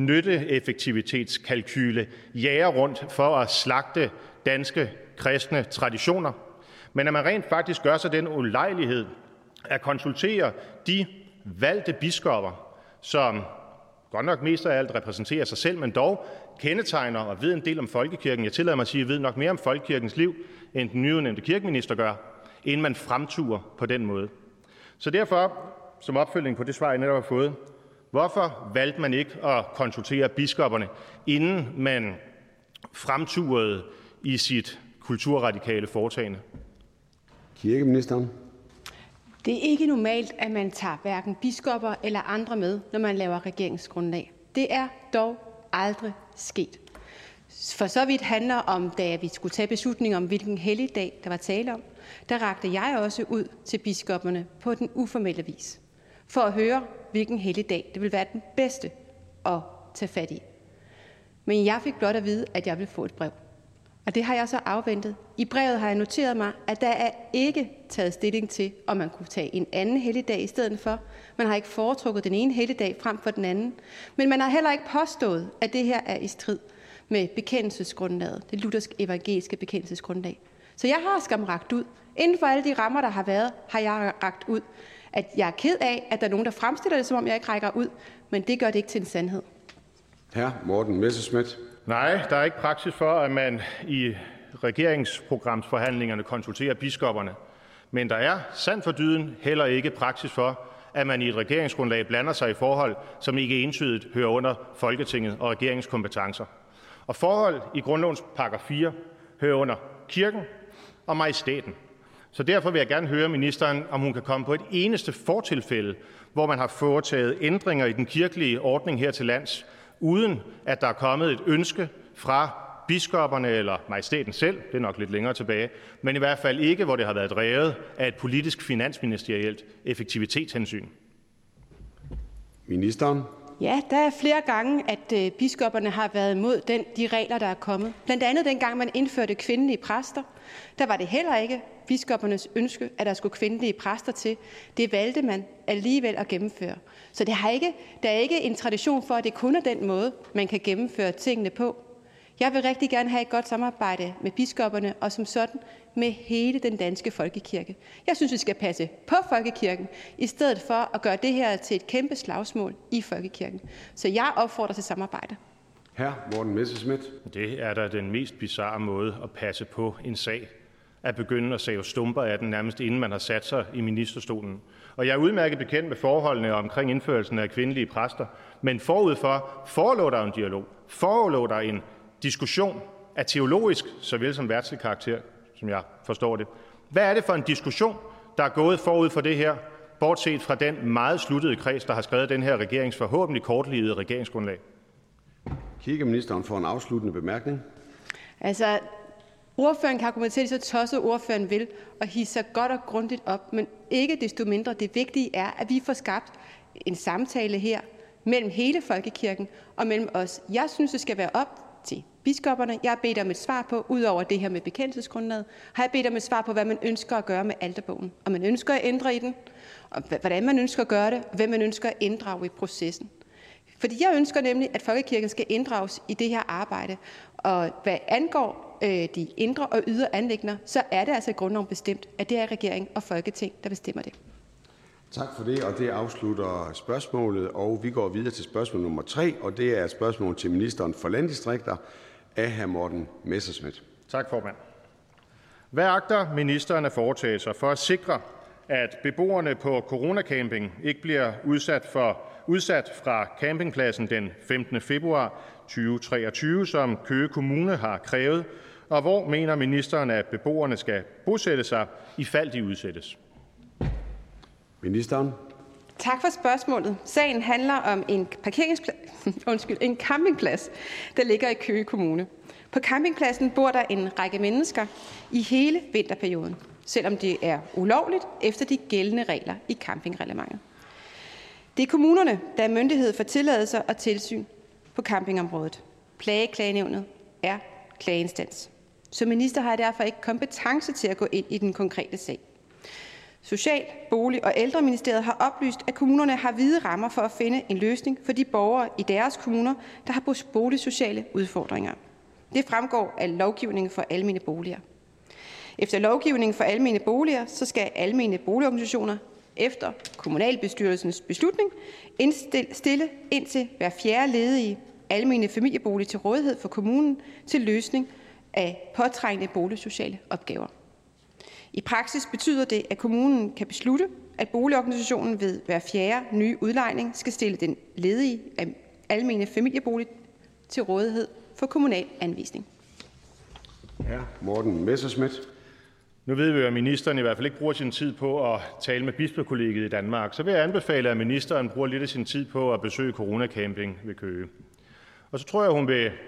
nytteeffektivitetskalkyle jager rundt for at slagte danske kristne traditioner, men at man rent faktisk gør sig den ulejlighed at konsultere de valgte biskopper, som godt nok mest af alt repræsenterer sig selv, men dog kendetegner og ved en del om folkekirken. Jeg tillader mig at sige, at jeg ved nok mere om folkekirkens liv, end den nyudnævnte kirkeminister gør, inden man fremturer på den måde. Så derfor, som opfølgning på det svar, jeg netop har fået, hvorfor valgte man ikke at konsultere biskopperne, inden man fremturede i sit kulturradikale foretagende? Kirkeministeren. Det er ikke normalt, at man tager hverken biskopper eller andre med, når man laver regeringsgrundlag. Det er dog aldrig sket. For så vidt handler om, da vi skulle tage beslutning om, hvilken helligdag der var tale om, der rakte jeg også ud til biskopperne på den uformelle vis, for at høre, hvilken helligdag det ville være den bedste at tage fat i. Men jeg fik blot at vide, at jeg ville få et brev. Og det har jeg så afventet. I brevet har jeg noteret mig, at der er ikke taget stilling til, om man kunne tage en anden helligdag i stedet for. Man har ikke foretrukket den ene helligdag frem for den anden. Men man har heller ikke påstået, at det her er i strid med bekendelsesgrundlaget, det luthersk evangeliske bekendelsesgrundlag. Så jeg har skam rakt ud. Inden for alle de rammer, der har været, har jeg rakt ud. At jeg er ked af, at der er nogen, der fremstiller det, som om jeg ikke rækker ud, men det gør det ikke til en sandhed. Hr. Morten Messerschmidt. Nej, der er ikke praksis for, at man i regeringsprogramsforhandlingerne konsulterer biskopperne. Men der er sandt for dyden heller ikke praksis for, at man i et regeringsgrundlag blander sig i forhold, som ikke entydigt hører under Folketinget og regeringskompetencer. Og forhold i grundlovens paragraf fire hører under kirken og majestæten. Så derfor vil jeg gerne høre ministeren, om hun kan komme på et eneste fortilfælde, hvor man har foretaget ændringer i den kirkelige ordning her til lands, uden at der er kommet et ønske fra biskopperne eller majestæten selv, det er nok lidt længere tilbage, men i hvert fald ikke, hvor det har været drevet af et politisk finansministerielt effektivitetshensyn. Ministeren. Ja, der er flere gange, at biskopperne har været imod den, de regler, der er kommet. Blandt andet dengang, man indførte kvindelige præster, der var det heller ikke biskoppernes ønske, at der skulle kvindelige præster til. Det valgte man alligevel at gennemføre. Så det har ikke, der er ikke en tradition for, at det kun er den måde, man kan gennemføre tingene på. Jeg vil rigtig gerne have et godt samarbejde med biskopperne og som sådan med hele den danske folkekirke. Jeg synes, vi skal passe på folkekirken, i stedet for at gøre det her til et kæmpe slagsmål i folkekirken. Så jeg opfordrer til samarbejde. Hr. Morten Messerschmidt. Det er da den mest bizarre måde at passe på en sag. At begynde at save stumper af den, nærmest inden man har sat sig i ministerstolen. Og jeg er udmærket bekendt med forholdene omkring indførelsen af kvindelige præster, men forud for forelå der en dialog, forelå der en diskussion af teologisk såvel som verdslig karakter, som jeg forstår det. Hvad er det for en diskussion, der er gået forud for det her, bortset fra den meget sluttede kreds, der har skrevet den her regerings forhåbentlig kortlivede regeringsgrundlag? Kirkeministeren får en afsluttende bemærkning. Altså, ordføreren kan argumentere så tosset ordføreren vil, og hisse sig godt og grundigt op, men ikke desto mindre. Det vigtige er, at vi får skabt en samtale her mellem hele folkekirken og mellem os. Jeg synes, det skal være op til biskopperne. Jeg har bedt om et svar på, ud over det her med bekendelsesgrundlaget, har jeg bedt om et svar på, hvad man ønsker at gøre med alterbogen. Om man ønsker at ændre i den, og hvordan man ønsker at gøre det, og hvem man ønsker at inddrage i processen. Fordi jeg ønsker nemlig, at folkekirken skal inddrages i det her arbejde. Og hvad angår øh, de indre og ydre anliggender, så er det altså i grundloven bestemt, at det er regering og folketing, der bestemmer det. Tak for det, og det afslutter spørgsmålet, og vi går videre til spørgsmål nummer tre, og det er et spørgsmål til ministeren for landdistrikter af hr. Morten Messerschmidt. Tak, formand. Hvad agter ministeren at foretage sig for at sikre, at beboerne på coronacamping ikke bliver udsat, for, udsat fra campingpladsen den femtende februar to tusind og treogtyve, som Køge Kommune har krævet, og hvor mener ministeren, at beboerne skal bosætte sig, i fald de udsættes? Ministeren. Tak for spørgsmålet. Sagen handler om en, Undskyld, en campingplads, der ligger i Køge Kommune. På campingpladsen bor der en række mennesker i hele vinterperioden, selvom det er ulovligt efter de gældende regler i campingreglementet. Det er kommunerne, der er myndighed for tilladelser og tilsyn på campingområdet. Plageklagenævnet er klageinstans. Som minister har jeg derfor ikke kompetence til at gå ind i den konkrete sag. Social-, Bolig- og Ældreministeriet har oplyst, at kommunerne har vide rammer for at finde en løsning for de borgere i deres kommuner, der har boligsociale udfordringer. Det fremgår af lovgivningen for almene boliger. Efter lovgivningen for almene boliger, så skal almene boligorganisationer efter kommunalbestyrelsens beslutning indstille indtil hver fjerde ledige almene familiebolig til rådighed for kommunen til løsning af påtrængende boligsociale opgaver. I praksis betyder det, at kommunen kan beslutte, at boligorganisationen ved hver fjerde nye udlejning skal stille den ledige almene familiebolig til rådighed for kommunal anvisning. Ja, Morten Messerschmidt. Nu ved vi jo, at ministeren i hvert fald ikke bruger sin tid på at tale med bispekollegiet i Danmark. Så vil jeg anbefale, at ministeren bruger lidt af sin tid på at besøge coronacamping ved Køge. Og så tror jeg, hun vil...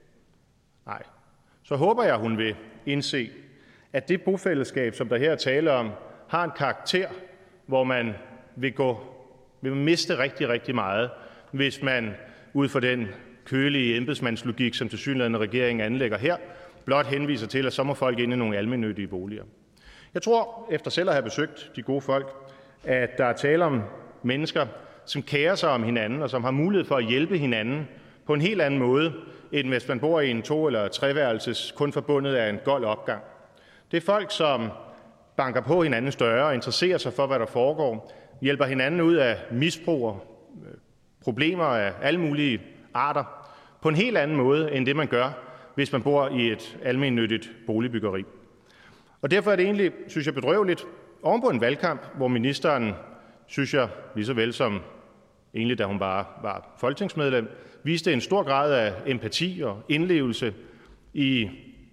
Nej, så håber jeg, hun vil indse, at det bofællesskab, som der her taler om, har en karakter, hvor man vil, gå, vil miste rigtig, rigtig meget, hvis man ud fra den kølige embedsmandslogik, som tilsyneladende regeringen anlægger her, blot henviser til, at så må folk ind i nogle almennyttige boliger. Jeg tror, efter selv at have besøgt de gode folk, at der er tale om mennesker, som kærer sig om hinanden, og som har mulighed for at hjælpe hinanden på en helt anden måde, end hvis man bor i en to- eller treværelses kun forbundet af en gold opgang. Det er folk, som banker på hinandens døre og interesserer sig for, hvad der foregår, hjælper hinanden ud af misbrug og problemer af alle mulige arter, på en helt anden måde, end det man gør, hvis man bor i et almennyttigt boligbyggeri. Og derfor er det egentlig, synes jeg, bedrøveligt, oven på en valgkamp, hvor ministeren, synes jeg, lige så vel som egentlig da hun bare var folketingsmedlem, viste en stor grad af empati og indlevelse i,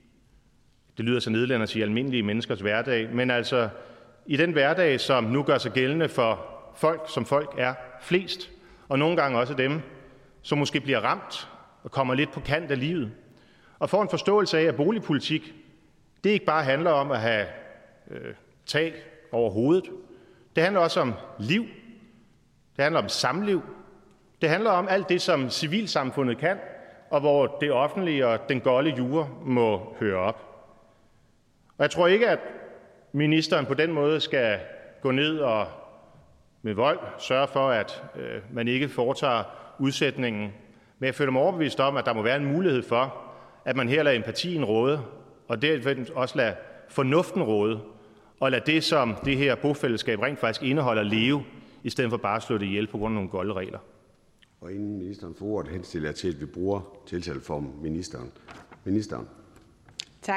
det lyder så nedladende at sige, almindelige menneskers hverdag, men altså i den hverdag, som nu gør sig gældende for folk, som folk er flest, og nogle gange også dem, som måske bliver ramt og kommer lidt på kant af livet, og får en forståelse af, at boligpolitik, det ikke bare handler om at have øh, tag over hovedet. Det handler også om liv. Det handler om samliv. Det handler om alt det, som civilsamfundet kan, og hvor det offentlige og den golde jura må høre op. Og jeg tror ikke, at ministeren på den måde skal gå ned og med vold sørge for, at øh, man ikke foretager udsætningen. Men jeg føler mig overbevist om, at der må være en mulighed for, at man her lader empatien råde, og derved også lader fornuften råde, og lader det, som det her bofællesskab rent faktisk indeholder, leve, i stedet for bare at slå det ihjel på grund af nogle golde regler. Og inden ministeren får ordet, henstiller jeg til, at vi bruger tiltaleformen ministeren. Ministeren. Tak.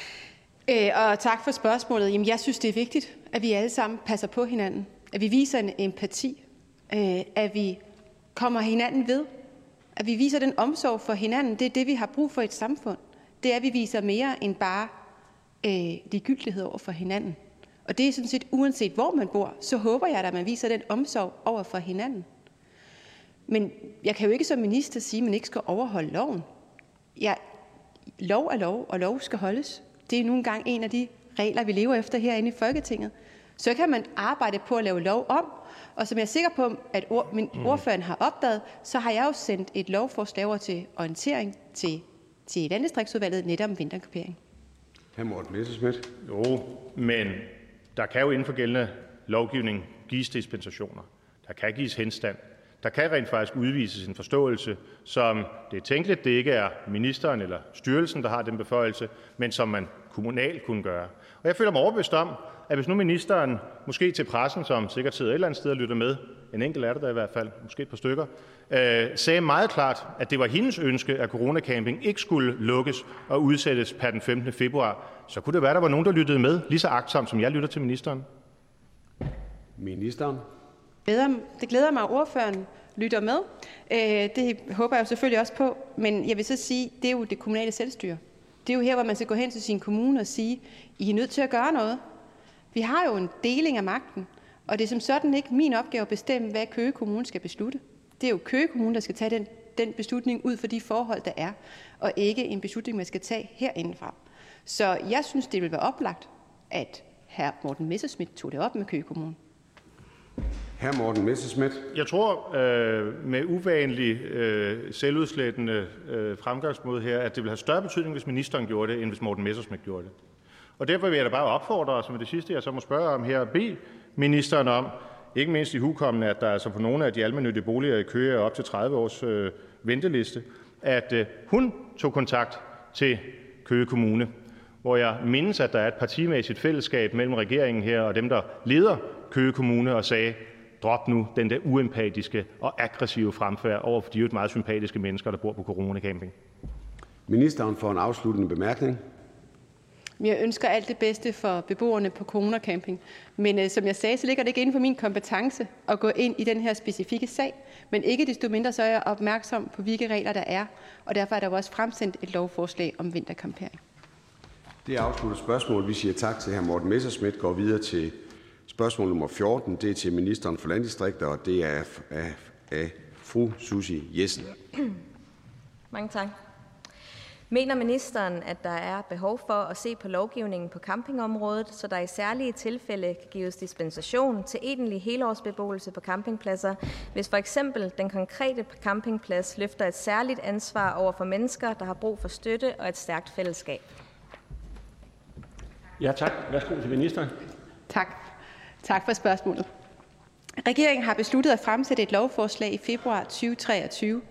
Øh, og tak for spørgsmålet. Jamen, jeg synes, det er vigtigt, at vi alle sammen passer på hinanden. At vi viser en empati. Øh, at vi kommer hinanden ved. At vi viser den omsorg for hinanden. Det er det, vi har brug for i et samfund. Det er, at vi viser mere end bare øh, ligegyldighed over for hinanden. Og det er sådan set, uanset hvor man bor, så håber jeg, at man viser den omsorg over for hinanden. Men jeg kan jo ikke som minister sige, at man ikke skal overholde loven. Ja, lov er lov, og lov skal holdes. Det er nu engang en af de regler, vi lever efter herinde i Folketinget. Så kan man arbejde på at lave lov om, og som jeg er sikker på, at ord, min ordføreren har opdaget, så har jeg jo sendt et lovforslag over til orientering til, til Landdistriktsudvalget netop om vintercampering. Hr. Morten Messerschmidt. Jo, men der kan jo inden for gældende lovgivning gives dispensationer. Der kan gives henstand. Der kan rent faktisk udvises en forståelse, som det er tænkeligt, det ikke er ministeren eller styrelsen, der har den beføjelse, men som man kommunalt kunne gøre. Og jeg føler mig overbevist om, at hvis nu ministeren, måske til pressen, som sikkert sidder et eller andet sted og lytter med, en enkelt er det der i hvert fald, måske et par stykker, øh, sagde meget klart, at det var hendes ønske, at coronacamping ikke skulle lukkes og udsættes per den femtende februar, så kunne det være, der var nogen, der lyttede med, lige så agtsomt, som jeg lytter til ministeren. Ministeren. Det glæder mig, at ordføreren lytter med. Det håber jeg jo selvfølgelig også på, men jeg vil så sige, det er jo det kommunale selvstyre. Det er jo her, hvor man skal gå hen til sin kommune og sige, I er nødt til at gøre noget. Vi har jo en deling af magten, og det er som sådan ikke min opgave at bestemme, hvad Køge Kommune skal beslutte. Det er jo Køge Kommune, der skal tage den, den beslutning ud for de forhold, der er, og ikke en beslutning, man skal tage herindefra. Så jeg synes, det vil være oplagt, at hr. Morten Messerschmidt tog det op med Køge Kommune. Hr. Morten Messerschmidt. Jeg tror øh, med uvanlig øh, selvudslættende øh, fremgangsmåde her, at det vil have større betydning, hvis ministeren gjorde det, end hvis Morten Messerschmidt gjorde det. Og derfor vil jeg da bare opfordre, som det sidste, jeg så må spørge om her, bede ministeren om, ikke mindst i hukommende, at der altså på nogle af de almennyttige boliger i Køge er op til tredive års øh, venteliste, at øh, hun tog kontakt til Køge Kommune, hvor jeg mindes, at der er et partimæssigt fællesskab mellem regeringen her og dem, der leder Køge Kommune, og sagde, drop nu den der uempatiske og aggressive fremfærd over for de jo meget sympatiske mennesker, der bor på coronacamping. Ministeren får en afsluttende bemærkning. Jeg ønsker alt det bedste for beboerne på coronacamping, men øh, som jeg sagde, så ligger det ikke inden for min kompetence at gå ind i den her specifikke sag, men ikke desto mindre så er jeg opmærksom på, hvilke regler der er, og derfor er der jo også fremsendt et lovforslag om vintercampering. Det afslutter spørgsmålet. Vi siger tak til hr. Morten Messerschmidt. Går videre til spørgsmål nummer fjorten. Det er til ministeren for landdistrikter, og det er af, af fru Susie Jessen. Mange tak. Mener ministeren, at der er behov for at se på lovgivningen på campingområdet, så der i særlige tilfælde kan gives dispensation til egentlig helårsbeboelse på campingpladser, hvis for eksempel den konkrete campingplads løfter et særligt ansvar over for mennesker, der har brug for støtte og et stærkt fællesskab? Ja, tak. Værsgo til ministeren. Tak. Tak for spørgsmålet. Regeringen har besluttet at fremsætte et lovforslag i februar tyve treogtyve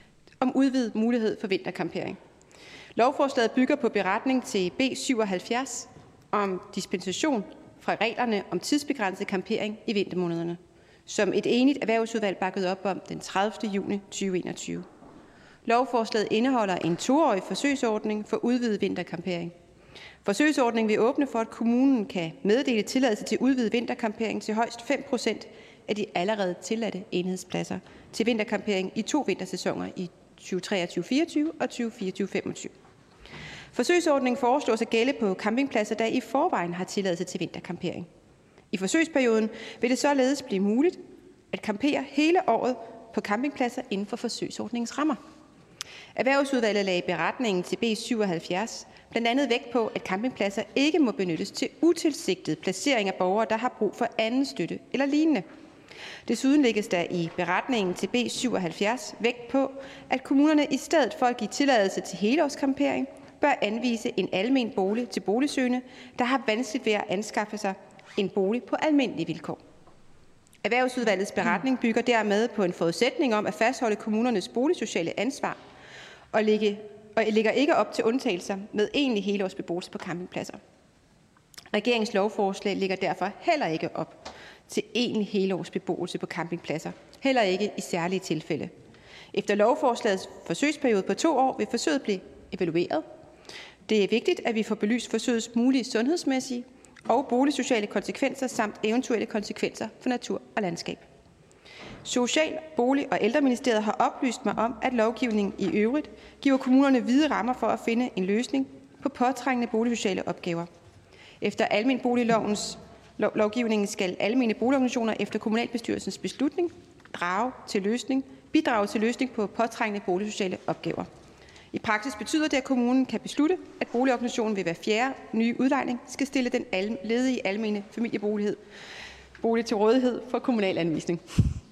om udvidet mulighed for vintercampering. Lovforslaget bygger på beretning til B syvoghalvfjerds om dispensation fra reglerne om tidsbegrænset campering i vintermånederne, som et enigt erhvervsudvalg bakkede op om den tredivte juni tyve enogtyve. Lovforslaget indeholder en toårig forsøgsordning for udvidet vintercampering. Forsøgsordningen vil åbne for, at kommunen kan meddele tilladelse til udvidet vintercampering til højst fem procent af de allerede tilladte enhedspladser til vintercampering i to vintersæsoner i tyve treogtyve fireogtyve og tyve fireogtyve femogtyve. Forsøgsordningen foreslås at gælde på campingpladser, der i forvejen har tilladelse til vintercampering. I forsøgsperioden vil det således blive muligt at campere hele året på campingpladser inden for forsøgsordningens rammer. Erhvervsudvalget lagde i beretningen til B syvoghalvfjerds blandt andet vægt på, at campingpladser ikke må benyttes til utilsigtet placering af borgere, der har brug for anden støtte eller lignende. Desuden lægges der i beretningen til B syvoghalvfjerds vægt på, at kommunerne i stedet for at give tilladelse til helårscampering, bør anvise en almen bolig til boligsøgende, der har vanskeligt ved at anskaffe sig en bolig på almindelige vilkår. Erhvervsudvalgets beretning bygger dermed på en forudsætning om at fastholde kommunernes boligsociale ansvar og, lægge, og lægger ikke op til undtagelser med egentlig helårsbeboelse på campingpladser. Regeringens lovforslag ligger derfor heller ikke op til egentlig helårsbeboelse på campingpladser, heller ikke i særlige tilfælde. Efter lovforslagets forsøgsperiode på to år vil forsøget blive evalueret. Det er vigtigt, at vi får belyst forsøgets mulige sundhedsmæssige og boligsociale konsekvenser samt eventuelle konsekvenser for natur og landskab. Social-, Bolig- og Ældreministeriet har oplyst mig om, at lovgivningen i øvrigt giver kommunerne vide rammer for at finde en løsning på påtrængende boligsociale opgaver. Efter almenboliglovens lovgivningen skal almene boligorganisationer efter kommunalbestyrelsens beslutning drage til løsning, bidrage til løsning på påtrængende boligsociale opgaver. I praksis betyder det, at kommunen kan beslutte, at boligorganisationen ved hver fjerde nye udlejning skal stille den ledige almene familiebolig bolig til rådighed for kommunal anvisning.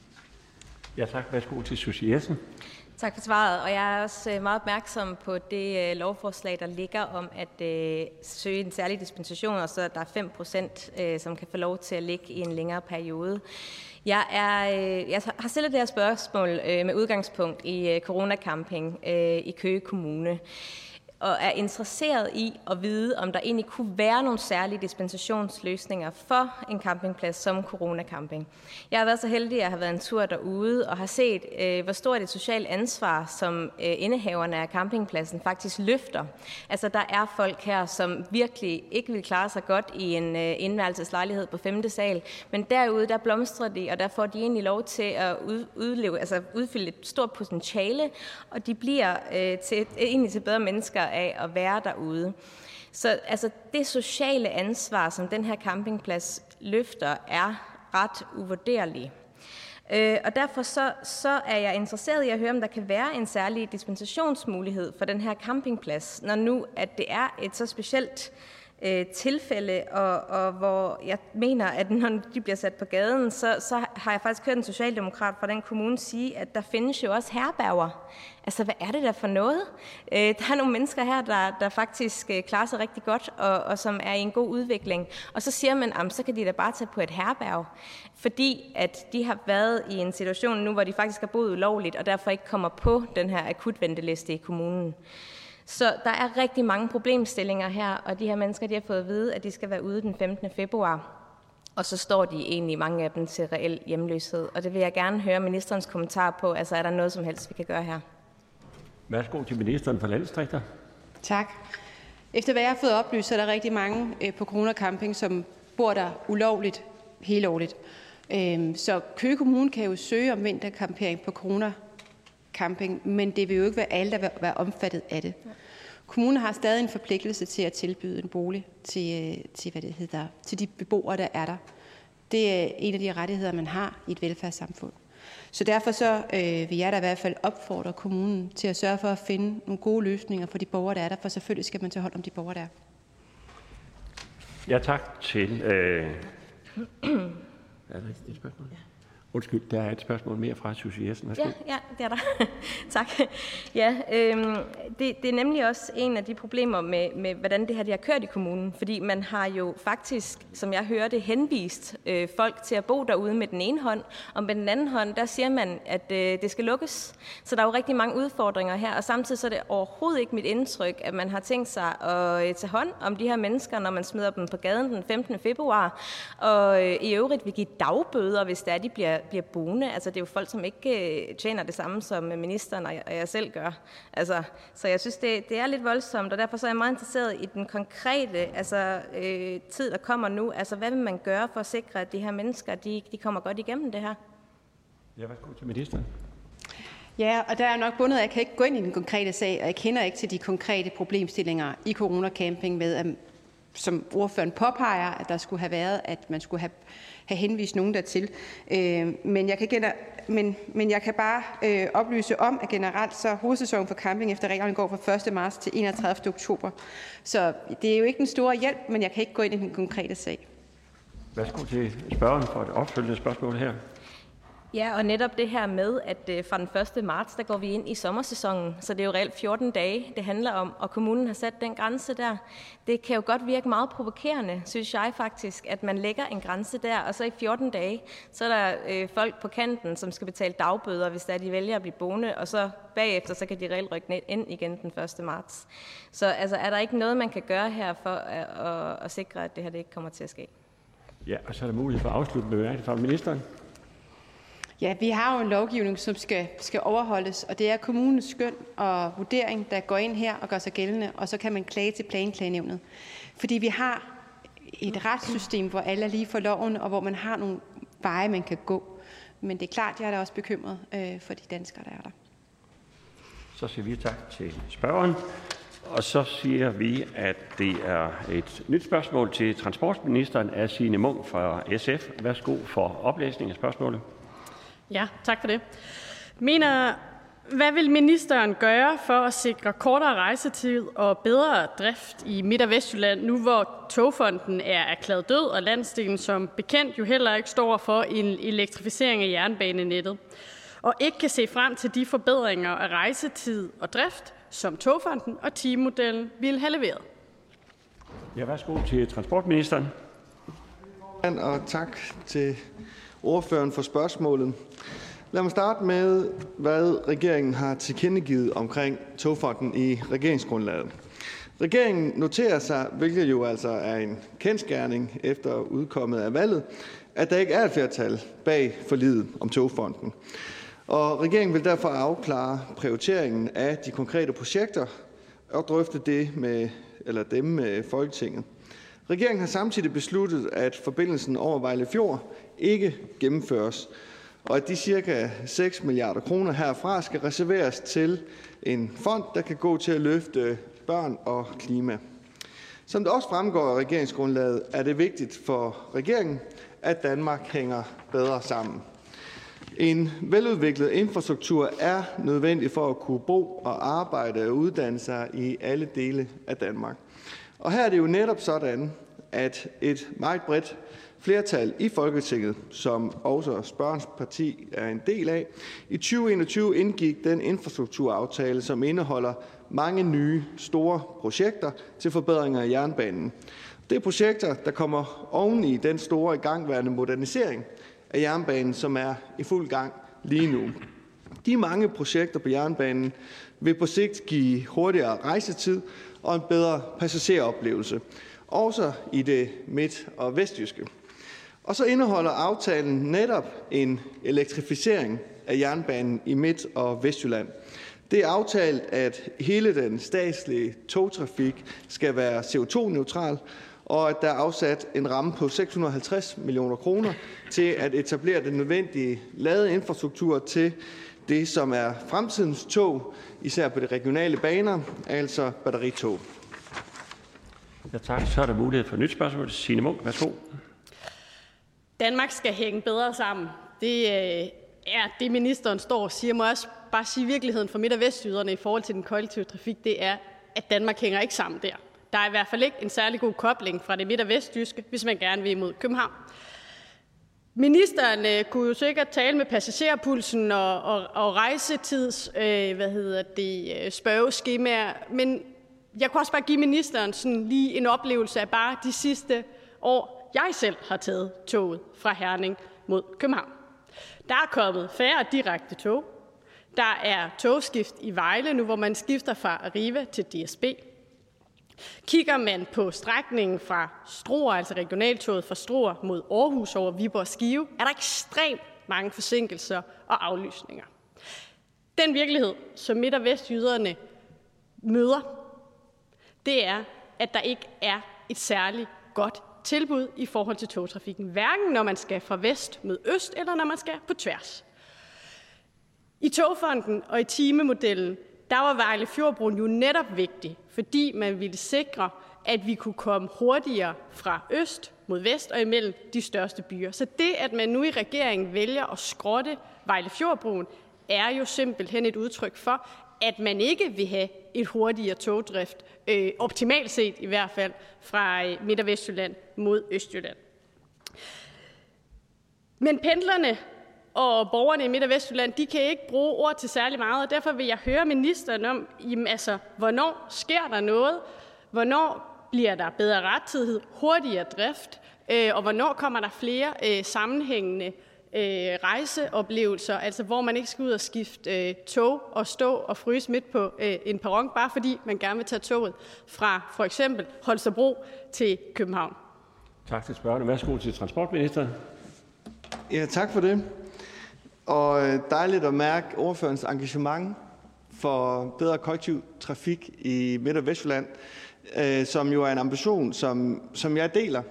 Ja, tak. Værsgo til Susie Jessen. Tak for svaret, og jeg er også meget opmærksom på det lovforslag, der ligger om at øh, søge en særlig dispensation, og så der er fem procent, øh, som kan få lov til at ligge i en længere periode. Jeg, er, øh, jeg har stillet det her spørgsmål øh, med udgangspunkt i øh, coronacamping øh, i Køge Kommune, og er interesseret i at vide, om der egentlig kunne være nogle særlige dispensationsløsninger for en campingplads som coronacamping. Jeg har været så heldig, at jeg har været en tur derude og har set, øh, hvor stort et socialt ansvar, som øh, indehaverne af campingpladsen faktisk løfter. Altså, der er folk her, som virkelig ikke vil klare sig godt i en øh, indværelseslejlighed på femte sal, men derude, der blomstrer de, og der får de egentlig lov til at ud, udleve, altså udfylde et stort potentiale, og de bliver øh, til, egentlig til bedre mennesker af at være derude. Så altså, det sociale ansvar, som den her campingplads løfter, er ret uvurderligt. Øh, og derfor så, så er jeg interesseret i at høre, om der kan være en særlig dispensationsmulighed for den her campingplads, når nu at det er et så specielt øh, tilfælde, og, og hvor jeg mener, at når de bliver sat på gaden, så, så har jeg faktisk hørt en socialdemokrat fra den kommune sige, at der findes jo også herberger. Altså, hvad er det der for noget? Øh, der er nogle mennesker her, der, der faktisk øh, klarer sig rigtig godt, og, og som er i en god udvikling. Og så siger man, at så kan de da bare tage på et herberg, fordi at de har været i en situation nu, hvor de faktisk har boet ulovligt, og derfor ikke kommer på den her akutventeliste i kommunen. Så der er rigtig mange problemstillinger her, og de her mennesker, de har fået at vide, at de skal være ude den femtende februar. Og så står de egentlig, mange af dem, til reel hjemløshed. Og det vil jeg gerne høre ministerens kommentar på. Altså, er der noget som helst, vi kan gøre her? Værsgo til ministeren for landdistrikter. Tak. Efter hvad jeg har fået oplyst, så er der rigtig mange på Corona Camping, som bor der ulovligt, helårligt. Så Køge Kommune kan jo søge om vintercampering på Corona Camping, men det vil jo ikke være alle, der vil være omfattet af det. Kommunen har stadig en forpligtelse til at tilbyde en bolig til, til, hvad det hedder, til de beboere, der er der. Det er en af de rettigheder, man har i et velfærdssamfund. Så derfor så, øh, vil jeg da i hvert fald opfordre kommunen til at sørge for at finde nogle gode løsninger for de borgere, der er der, for selvfølgelig skal man tage hånd om de borgere, der er. Ja, tak til... Øh... Er der et spørgsmål? Ja. Undskyld, der er et spørgsmål mere fra Susie Jessen. Ja, ja, det er der. Tak. Ja, øhm, det, det er nemlig også en af de problemer med, med hvordan det her det har kørt i kommunen. Fordi man har jo faktisk, som jeg hørte, henvist øh, folk til at bo derude med den ene hånd. Og med den anden hånd, der siger man, at øh, det skal lukkes. Så der er jo rigtig mange udfordringer her. Og samtidig så er det overhovedet ikke mit indtryk, at man har tænkt sig at øh, tage hånd om de her mennesker, når man smider dem på gaden den femtende februar. Og øh, i øvrigt vil give dagbøder, hvis det er, de bliver bliver boende. Altså, det er jo folk, som ikke tjener det samme, som ministeren og jeg, og jeg selv gør. Altså, så jeg synes, det, det er lidt voldsomt, og derfor så er jeg meget interesseret i den konkrete altså, øh, tid, der kommer nu. Altså, hvad vil man gøre for at sikre, at de her mennesker, de, de kommer godt igennem det her? Ja, værsgo til ministeren. Ja, og der er nok bundet, at jeg kan ikke gå ind i den konkrete sag, og jeg kender ikke til de konkrete problemstillinger i coronacamping med, at, som ordføreren påpeger, at der skulle have været, at man skulle have have henvist nogen dertil. Øh, men, jeg kan gener- men, men jeg kan bare øh, oplyse om, at generelt så hovedsæsonen for camping efter reglerne går fra første marts til enogtredivte oktober. Så det er jo ikke den store hjælp, men jeg kan ikke gå ind i den konkrete sag. Værsgo til spørgeren for et opfølgende spørgsmål her. Ja, og netop det her med, at øh, fra den første marts, der går vi ind i sommersæsonen, så det er jo reelt fjorten dage, det handler om, og kommunen har sat den grænse der. Det kan jo godt virke meget provokerende, synes jeg faktisk, at man lægger en grænse der, og så i fjorten dage, så er der øh, folk på kanten, som skal betale dagbøder, hvis der de vælger at blive boende, og så bagefter, så kan de reelt rykke ind igen den første marts. Så altså, er der ikke noget, man kan gøre her for at, at, at sikre, at det her det ikke kommer til at ske? Ja, og så er der mulighed for at afslutte bemærkninger fra ministeren. Ja, vi har jo en lovgivning, som skal, skal overholdes, og det er kommunens skøn og vurdering, der går ind her og gør sig gældende, og så kan man klage til planklagenævnet. Fordi vi har et retssystem, hvor alle er lige for loven, og hvor man har nogle veje, man kan gå. Men det er klart, jeg er da også bekymret øh, for de danskere, der er der. Så siger vi tak til spørgeren, og så siger vi, at det er et nyt spørgsmål til transportministeren af Signe Munk fra S F. Værsgo for oplæsning af spørgsmålet. Ja, tak for det. Mener, hvad vil ministeren gøre for at sikre kortere rejsetid og bedre drift i Midt- og Vestjylland, nu hvor Togfonden er erklæret død, og landsdelen som bekendt jo heller ikke står for en elektrificering af jernbanenettet, og ikke kan se frem til de forbedringer af rejsetid og drift, som Togfonden og timemodellen ville have leveret? Ja, værsgo til transportministeren. Og tak til ordføreren for spørgsmålet. Lad mig starte med, hvad regeringen har tilkendegivet omkring Togfonden i regeringsgrundlaget. Regeringen noterer sig, hvilket jo altså er en kendsgerning efter udkommet af valget, at der ikke er et flertal bag forliget om Togfonden. Og regeringen vil derfor afklare prioriteringen af de konkrete projekter og drøfte det med, eller dem med Folketinget. Regeringen har samtidig besluttet, at forbindelsen over Vejle Fjord ikke gennemføres, og at de cirka seks milliarder kroner herfra skal reserveres til en fond, der kan gå til at løfte børn og klima. Som det også fremgår af regeringsgrundlaget, er det vigtigt for regeringen, at Danmark hænger bedre sammen. En veludviklet infrastruktur er nødvendig for at kunne bo og arbejde og uddanne sig i alle dele af Danmark. Og her er det jo netop sådan, at et meget bredt flertal i Folketinget, som også spørgerens parti er en del af, i tyve enogtyve indgik den infrastrukturaftale, som indeholder mange nye store projekter til forbedringer af jernbanen. Det er projekter, der kommer oven i den store igangværende modernisering af jernbanen, som er i fuld gang lige nu. De mange projekter på jernbanen vil på sigt give hurtigere rejsetid og en bedre passageroplevelse, også i det midt- og vestjyske. Og så indeholder aftalen netop en elektrificering af jernbanen i Midt- og Vestjylland. Det er aftalt, at hele den statslige togtrafik skal være C O to neutral, og at der er afsat en ramme på seks hundrede og halvtreds millioner kroner til at etablere den nødvendige ladeinfrastruktur til det, som er fremtidens tog, især på de regionale baner, altså batteritog. Ja, tak. Så er der mulighed for et nyt spørgsmål. Signe Munk, værsgo. Danmark skal hænge bedre sammen. Det øh, er det, ministeren står og siger. Må jeg også bare sige virkeligheden for midt- og vestjyderne i forhold til den kollektive trafik, det er, at Danmark hænger ikke sammen der. Der er i hvert fald ikke en særlig god kobling fra det midt- og vestjyske, hvis man gerne vil imod København. Ministeren øh, kunne jo sikkert tale med passagerpulsen og, og, og rejsetids øh, hvad hedder det, øh, spørgeskemaer, men jeg kunne også bare give ministeren sådan lige en oplevelse af bare de sidste år, jeg selv har taget toget fra Herning mod København. Der er kommet færre direkte tog. Der er togskift i Vejle nu, hvor man skifter fra Arriva til D S B. Kigger man på strækningen fra Struer, altså regionaltoget fra Struer mod Aarhus over Viborg og Skive, er der ekstremt mange forsinkelser og aflysninger. Den virkelighed, som midt- og vestjyderne møder, det er, at der ikke er et særligt godt tilbud i forhold til togtrafikken. Hverken når man skal fra vest mod øst, eller når man skal på tværs. I Togfonden og i timemodellen, der var Vejle-Fjordbroen jo netop vigtig, fordi man ville sikre, at vi kunne komme hurtigere fra øst mod vest og imellem de største byer. Så det, at man nu i regeringen vælger at skrotte Vejle-Fjordbroen, er jo simpelthen et udtryk for, at man ikke vil have et hurtigere togdrift, øh, optimalt set i hvert fald, fra øh, Midt- og Vestjylland mod Østjylland. Men pendlerne og borgerne i Midt- og Vestjylland, de kan ikke bruge ord til særlig meget, og derfor vil jeg høre ministeren om, jamen, altså, hvornår sker der noget? Hvornår bliver der bedre rettidighed, hurtigere drift, øh, og hvornår kommer der flere øh, sammenhængende øh, rejseoplevelser, altså hvor man ikke skal ud og skifte øh, tog og stå og fryse midt på øh, en perron, bare fordi man gerne vil tage toget fra for eksempel Holstebro til København. Tak til spørgerne. Værsgo til transportministeren. Ja, tak for det. Og dejligt at mærke ordførens engagement for bedre kollektiv trafik i Midt- og Vestjylland, øh, som jo er en ambition, som, som jeg deler.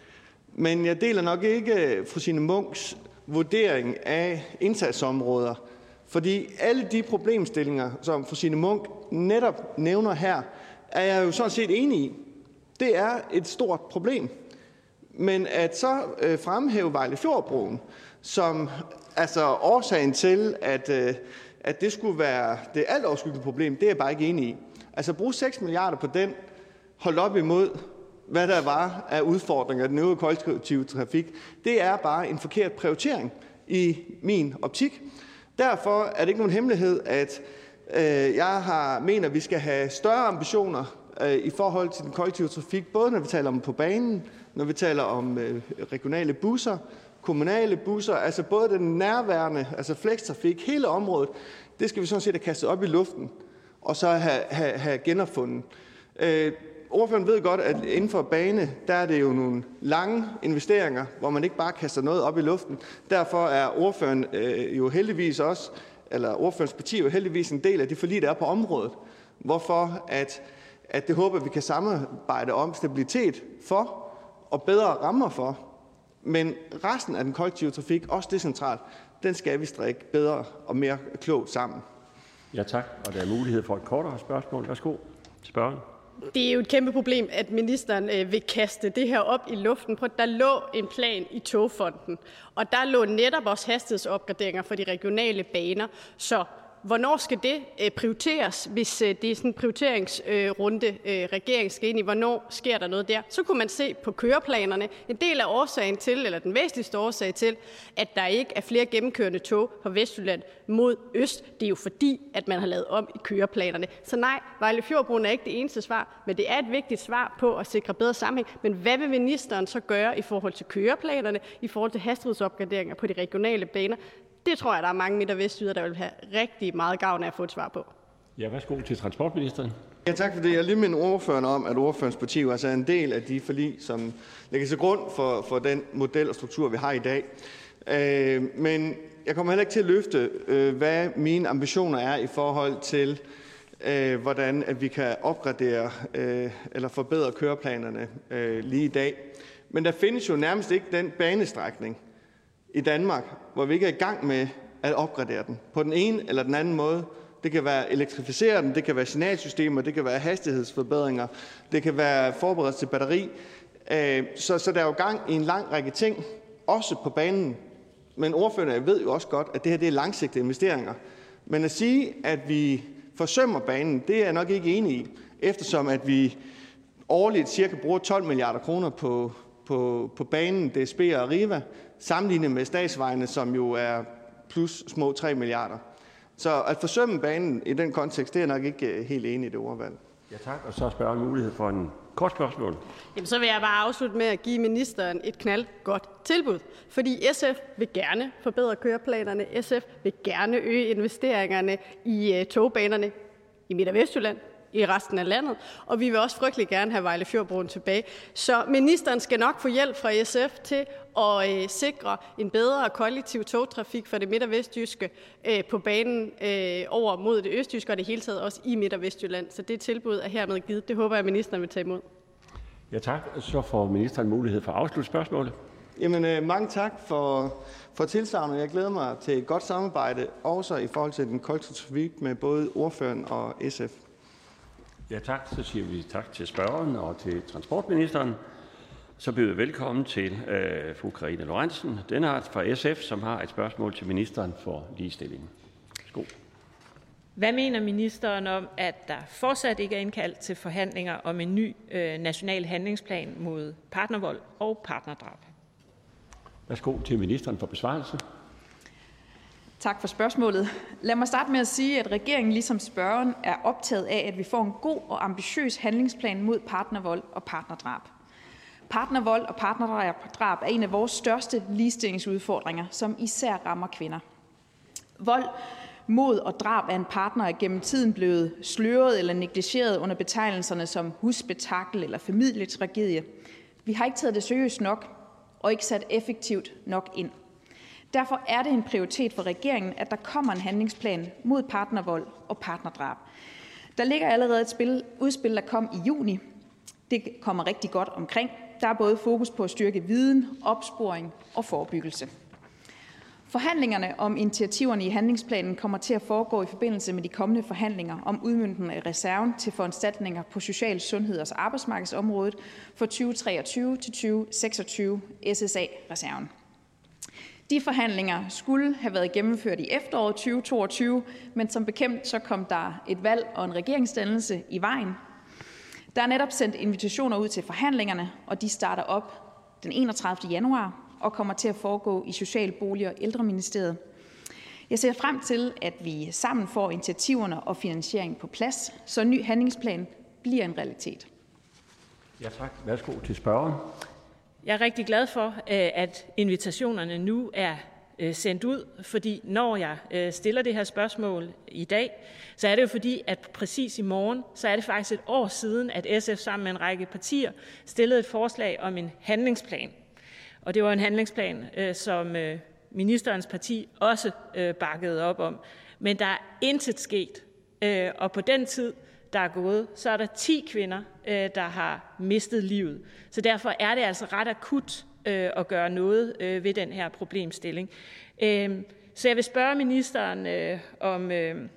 Men jeg deler nok ikke fru Signe Munks vurdering af indsatsområder, fordi alle de problemstillinger, som fru Signe Munk netop nævner her, er jeg jo sådan set enig i. Det er et stort problem. Men at så øh, fremhæve Vejle-Fjordbroen som altså årsagen til, at, øh, at det skulle være det altoverskyggende problem, det er jeg bare ikke enig i. Altså bruge seks milliarder på den, holdt op imod, hvad der var af udfordringer i den øvrige kollektive trafik, det er bare en forkert prioritering i min optik. Derfor er det ikke nogen hemmelighed, at øh, jeg har mener, at vi skal have større ambitioner øh, i forhold til den kollektive trafik, både når vi taler om på banen, når vi taler om øh, regionale busser, kommunale busser, altså både den nærværende, altså flextrafik, hele området, det skal vi sådan set have kastet op i luften, og så have, have, have genopfundet. Øh, ordføreren ved godt, at inden for bane, der er det jo nogle lange investeringer, hvor man ikke bare kaster noget op i luften. Derfor er ordføreren øh, jo heldigvis også, eller ordførens parti jo heldigvis en del af de forlig, der er på området. Hvorfor? At, at det håber, vi kan samarbejde om stabilitet for, og bedre rammer for. Men resten af den kollektive trafik, også decentralt, den skal vi strikke bedre og mere klogt sammen. Ja, tak. Og der er mulighed for et kortere spørgsmål. Værsgo, spørgeren. Det er jo et kæmpe problem, at ministeren øh, vil kaste det her op i luften. På, der lå en plan i Togfonden, og der lå netop også hastighedsopgraderinger for de regionale baner. Så hvornår skal det øh, prioriteres, hvis øh, det er sådan en prioriteringsrunde, øh, regeringen skal ind i? Hvornår sker der noget der? Så kunne man se på køreplanerne. En del af årsagen til, eller den væsentligste årsag til, at der ikke er flere gennemkørende tog fra Vestjylland mod øst, det er jo fordi, at man har lavet om i køreplanerne. Så nej, Vejle-Fjordbroen er ikke det eneste svar, men det er et vigtigt svar på at sikre bedre sammenhæng. Men hvad vil ministeren så gøre i forhold til køreplanerne, i forhold til hastighedsopgraderinger på de regionale baner? Det tror jeg, der er mange midt- og vestjyder, der vil have rigtig meget gavn af at få et svar på. Ja, værsgo til transportministeren. Ja, tak for det. Jeg lige minder ordføreren om, at ordførens parti jo altså er en del af de forlig, som lægger til grund for, for den model og struktur, vi har i dag. Øh, men jeg kommer heller ikke til at løfte, øh, hvad mine ambitioner er i forhold til, øh, hvordan at vi kan opgradere øh, eller forbedre køreplanerne øh, lige i dag. Men der findes jo nærmest ikke den banestrækning i Danmark, hvor vi ikke er i gang med at opgradere den på den ene eller den anden måde. Det kan være elektrificere den, det kan være signalsystemer, det kan være hastighedsforbedringer, det kan være forberedelse til batteri. Så, så der er jo gang i en lang række ting, også på banen. Men ordførerne ved jo også godt, at det her det er langsigtede investeringer. Men at sige, at vi forsømmer banen, det er jeg nok ikke enig i, eftersom at vi årligt cirka bruger tolv milliarder kroner på, på, på banen, D S B og Arriva, sammenlignet med statsvejene, som jo er plus små tre milliarder. Så at forsømme banen i den kontekst, det er jeg nok ikke helt enig i det ordvalg. Ja, tak. Og så spørger mulighed for en kort spørgsmål. Jamen, så vil jeg bare afslutte med at give ministeren et knald godt tilbud. Fordi S F vil gerne forbedre køreplanerne. S F vil gerne øge investeringerne i uh, togbanerne i Midt- og Vestjylland, i resten af landet. Og vi vil også frygtelig gerne have Vejle-Fjordbroen tilbage. Så ministeren skal nok få hjælp fra S F til at øh, sikre en bedre kollektiv togtrafik for det midt- og vestjyske øh, på banen øh, over mod det østjyske, og det hele taget også i Midt- og Vestjylland. Så det tilbud er hermed givet. Det håber jeg, at ministeren vil tage imod. Ja, tak. Så får ministeren mulighed for at afslutte spørgsmålet. Jamen, øh, mange tak for, for tilsagnet. Jeg glæder mig til et godt samarbejde, også i forhold til den kollektive trafik med både ordføreren og S F. Ja, tak. Så siger vi tak til spørgeren og til transportministeren. Så byder vi velkommen til øh, fru Karina Lorentzen Dehnhardt fra S F, som har et spørgsmål til ministeren for ligestilling. Værsgo. Hvad mener ministeren om, at der fortsat ikke er indkaldt til forhandlinger om en ny øh, national handlingsplan mod partnervold og partnerdrab? Værsgo til ministeren for besvarelse. Tak for spørgsmålet. Lad mig starte med at sige, at regeringen ligesom spørgeren er optaget af, at vi får en god og ambitiøs handlingsplan mod partnervold og partnerdrab. Partnervold og partnerdrab er en af vores største ligestillingsudfordringer, som især rammer kvinder. Vold mod og drab af en partner er gennem tiden blevet sløret eller negligeret under betegnelserne som husspektakel eller familietragedie. Vi har ikke taget det seriøst nok og ikke sat effektivt nok ind. Derfor er det en prioritet for regeringen, at der kommer en handlingsplan mod partnervold og partnerdrab. Der ligger allerede et spil, udspil, der kom i juni. Det kommer rigtig godt omkring. Der er både fokus på at styrke viden, opsporing og forebyggelse. Forhandlingerne om initiativerne i handlingsplanen kommer til at foregå i forbindelse med de kommende forhandlinger om udmøntningen af reserven til foranstaltninger på social-, sundheds- og arbejdsmarkedsområdet for tyve treogtyve til tyve seksogtyve, S S A-reserven. De forhandlinger skulle have været gennemført i efteråret tyve toogtyve, men som bekendt så kom der et valg og en regeringsdannelse i vejen. Der er netop sendt invitationer ud til forhandlingerne, og de starter op den enogtredivte januar og kommer til at foregå i Social-, Bolig- og Ældreministeriet. Jeg ser frem til, at vi sammen får initiativerne og finansiering på plads, så en ny handlingsplan bliver en realitet. Ja, tak. Værsgo til spørgeren. Jeg er rigtig glad for, at invitationerne nu er sendt ud, fordi når jeg stiller det her spørgsmål i dag, så er det jo fordi, at præcis i morgen, så er det faktisk et år siden, at S F sammen med en række partier stillede et forslag om en handlingsplan. Og det var en handlingsplan, som ministerens parti også bakkede op om. Men der er intet sket, og på den tid, der er gået, så er der ti kvinder, der har mistet livet. Så derfor er det altså ret akut at gøre noget ved den her problemstilling. Så jeg vil spørge ministeren, om,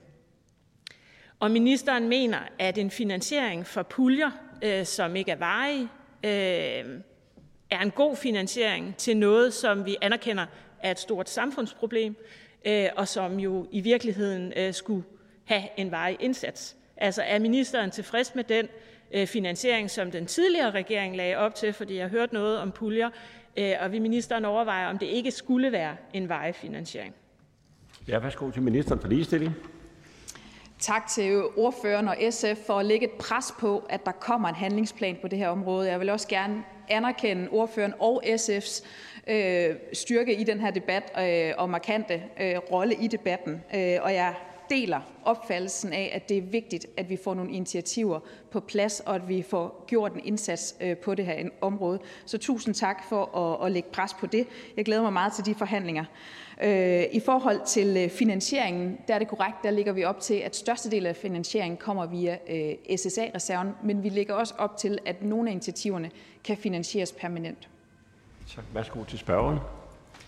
om ministeren mener, at en finansiering for puljer, som ikke er varige, er en god finansiering til noget, som vi anerkender er et stort samfundsproblem, og som jo i virkeligheden skulle have en varig indsats. Altså er ministeren tilfreds med den øh, finansiering, som den tidligere regering lagde op til, fordi jeg har hørt noget om puljer, øh, og vil ministeren overveje, om det ikke skulle være en varig finansiering? Ja, værsgo til ministeren for ligestilling. Tak til ordføreren og S F for at lægge et pres på, at der kommer en handlingsplan på det her område. Jeg vil også gerne anerkende ordføreren og S F's øh, styrke i den her debat øh, og markante øh, rolle i debatten. Øh, og jeg deler opfattelsen af, at det er vigtigt, at vi får nogle initiativer på plads, og at vi får gjort en indsats på det her område. Så tusind tak for at, at lægge pres på det. Jeg glæder mig meget til de forhandlinger. I forhold til finansieringen, der er det korrekt, der ligger vi op til, at størstedelen af finansieringen kommer via S S A-reserven, men vi lægger også op til, at nogle af initiativerne kan finansieres permanent. Så værsgo til spørgeren.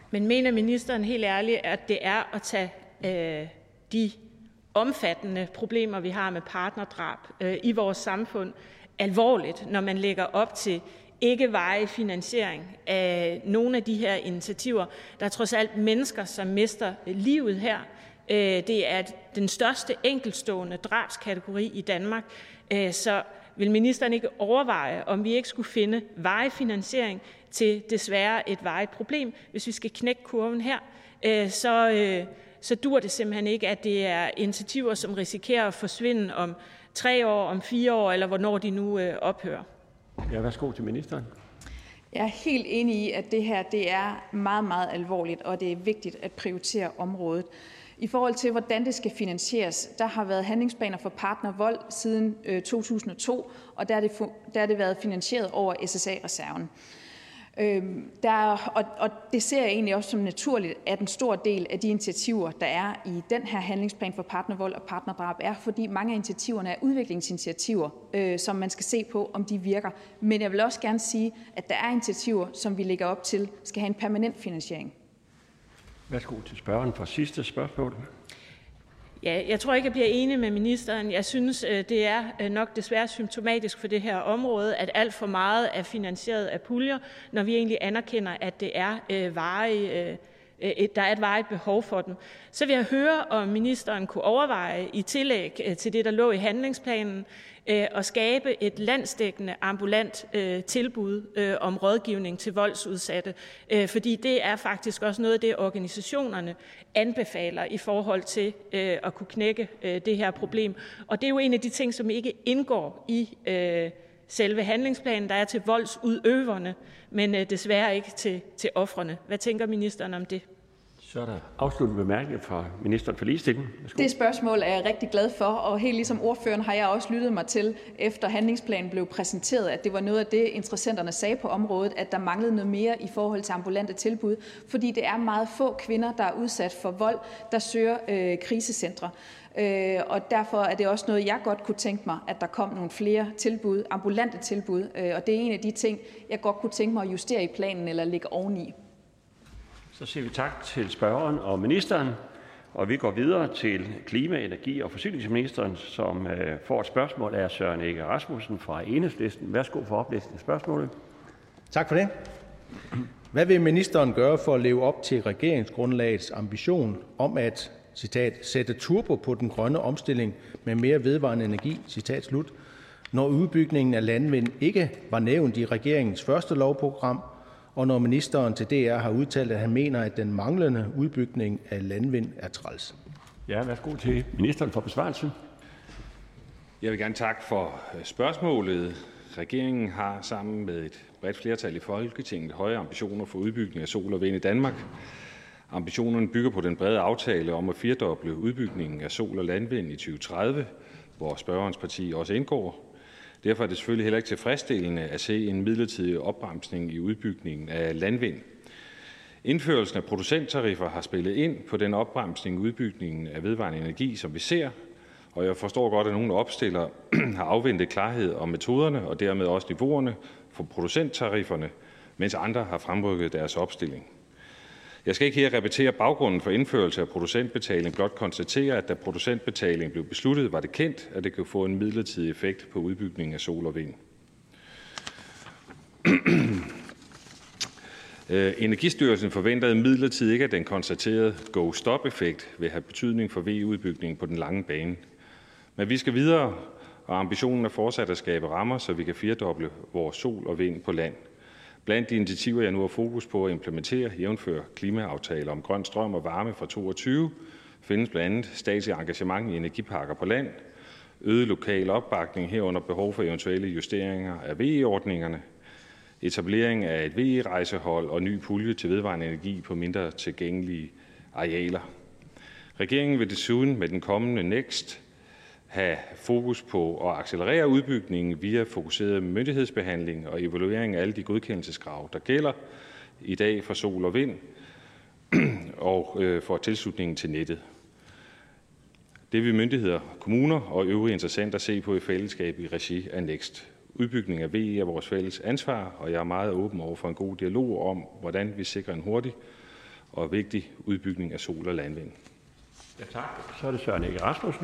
Men mener ministeren helt ærligt, at det er at tage øh, de omfattende problemer, vi har med partnerdrab øh, i vores samfund, alvorligt, når man lægger op til ikke varig finansiering af nogle af de her initiativer? Der er trods alt mennesker, som mister livet her. Øh, det er den største enkeltstående drabskategori i Danmark. Øh, så vil ministeren ikke overveje, om vi ikke skulle finde varig finansiering til desværre et varigt problem? Hvis vi skal knække kurven her, øh, så... Øh, så dur det simpelthen ikke, at det er initiativer, som risikerer at forsvinde om tre år, om fire år, eller hvornår de nu øh, ophører. Ja, værsgo til ministeren. Jeg er helt enig i, at det her det er meget, meget alvorligt, og det er vigtigt at prioritere området. I forhold til, hvordan det skal finansieres, der har været handlingsplaner for partnervold siden øh, to tusind og to, og der har det, der har det været finansieret over S S A-reserven. Øhm, der, og, og det ser jeg egentlig også som naturligt, at en stor del af de initiativer, der er i den her handlingsplan for partnervold og partnerdrab, er, fordi mange af initiativerne er udviklingsinitiativer, øh, som man skal se på, om de virker. Men jeg vil også gerne sige, at der er initiativer, som vi lægger op til, skal have en permanent finansiering. Værsgo til spørgeren for sidste spørgsmål. Ja, jeg tror ikke, jeg bliver enig med ministeren. Jeg synes, det er nok desværre symptomatisk for det her område, at alt for meget er finansieret af puljer, når vi egentlig anerkender, at det er øh, varige, øh, der er et varigt behov for dem. Så vil jeg høre, om ministeren kunne overveje i tillæg til det, der lå i handlingsplanen, øh, at skabe et landsdækkende ambulant øh, tilbud øh, om rådgivning til voldsudsatte. Øh, fordi det er faktisk også noget af det, organisationerne anbefaler i forhold til øh, at kunne knække øh, det her problem. Og det er jo en af de ting, som ikke indgår i øh, selve handlingsplanen, der er til voldsudøverne, men øh, desværre ikke til, til ofrene. Hvad tænker ministeren om det? Så er der afsluttende bemærkning fra ministeren for ligestilling. Værsgo. Det spørgsmål er jeg rigtig glad for, og helt ligesom ordføreren har jeg også lyttet mig til, efter handlingsplanen blev præsenteret, at det var noget af det, interessenterne sagde på området, at der manglede noget mere i forhold til ambulante tilbud, fordi det er meget få kvinder, der er udsat for vold, der søger øh, krisecentre. Øh, og derfor er det også noget, jeg godt kunne tænke mig, at der kom nogle flere tilbud, ambulante tilbud, øh, og det er en af de ting, jeg godt kunne tænke mig at justere i planen eller lægge oveni. Så siger vi tak til spørgeren og ministeren, og vi går videre til klima-, energi- og forsyningsministeren, som øh, får et spørgsmål af Søren Egge Rasmussen fra Enhedslisten. Værsgo for oplæsning af spørgsmålet. Tak for det. Hvad vil ministeren gøre for at leve op til regeringsgrundlagets ambition om at, citat, sætte turbo på den grønne omstilling med mere vedvarende energi, citat slut, når udbygningen af landvind ikke var nævnt i regeringens første lovprogram, og når ministeren til D R har udtalt, at han mener, at den manglende udbygning af landvind er træls? Ja, værsgo til ministeren for besvarelsen. Jeg vil gerne takke for spørgsmålet. Regeringen har sammen med et bredt flertal i Folketinget høje ambitioner for udbygning af sol og vind i Danmark. Ambitionerne bygger på den brede aftale om at firdoble udbygningen af sol- og landvind i tyve tredive, hvor spørgerens parti også indgår. Derfor er det selvfølgelig heller ikke tilfredsstillende at se en midlertidig opbremsning i udbygningen af landvind. Indførelsen af producenttariffer har spillet ind på den opbremsning i udbygningen af vedvarende energi, som vi ser, og jeg forstår godt, at nogle opstillere har afventet klarhed om metoderne og dermed også niveauerne for producenttarifferne, mens andre har fremrykket deres opstilling. Jeg skal ikke her repetere baggrunden for indførelse af producentbetaling, blot konstatere, at da producentbetaling blev besluttet, var det kendt, at det kunne få en midlertidig effekt på udbygningen af sol og vind. Energistyrelsen forventer imidlertid ikke, at den konstaterede go-stop-effekt vil have betydning for V E-udbygningen på den lange bane. Men vi skal videre, og ambitionen er fortsat at skabe rammer, så vi kan firdoble vores sol og vind på land. Blandt de initiativer, jeg nu har fokus på at implementere, jævnfør klimaaftaler om grøn strøm og varme fra toogtyve, findes blandt andet statslig engagement i energiparker på land, øget lokal opbakning herunder behov for eventuelle justeringer af V E-ordningerne, etablering af et V E-rejsehold og ny pulje til vedvarende energi på mindre tilgængelige arealer. Regeringen vil desuden med den kommende NEKST have fokus på at accelerere udbygningen via fokuseret myndighedsbehandling og evaluering af alle de godkendelseskrav, der gælder i dag for sol og vind og for tilslutningen til nettet. Det vil myndigheder, kommuner og øvrige interessenter se på i fællesskab i regi af NEKST. Udbygning af V E er vores fælles ansvar, og jeg er meget åben over for en god dialog om, hvordan vi sikrer en hurtig og vigtig udbygning af sol- og landvind. Ja, tak. Så er det Søren Egge Rasmussen.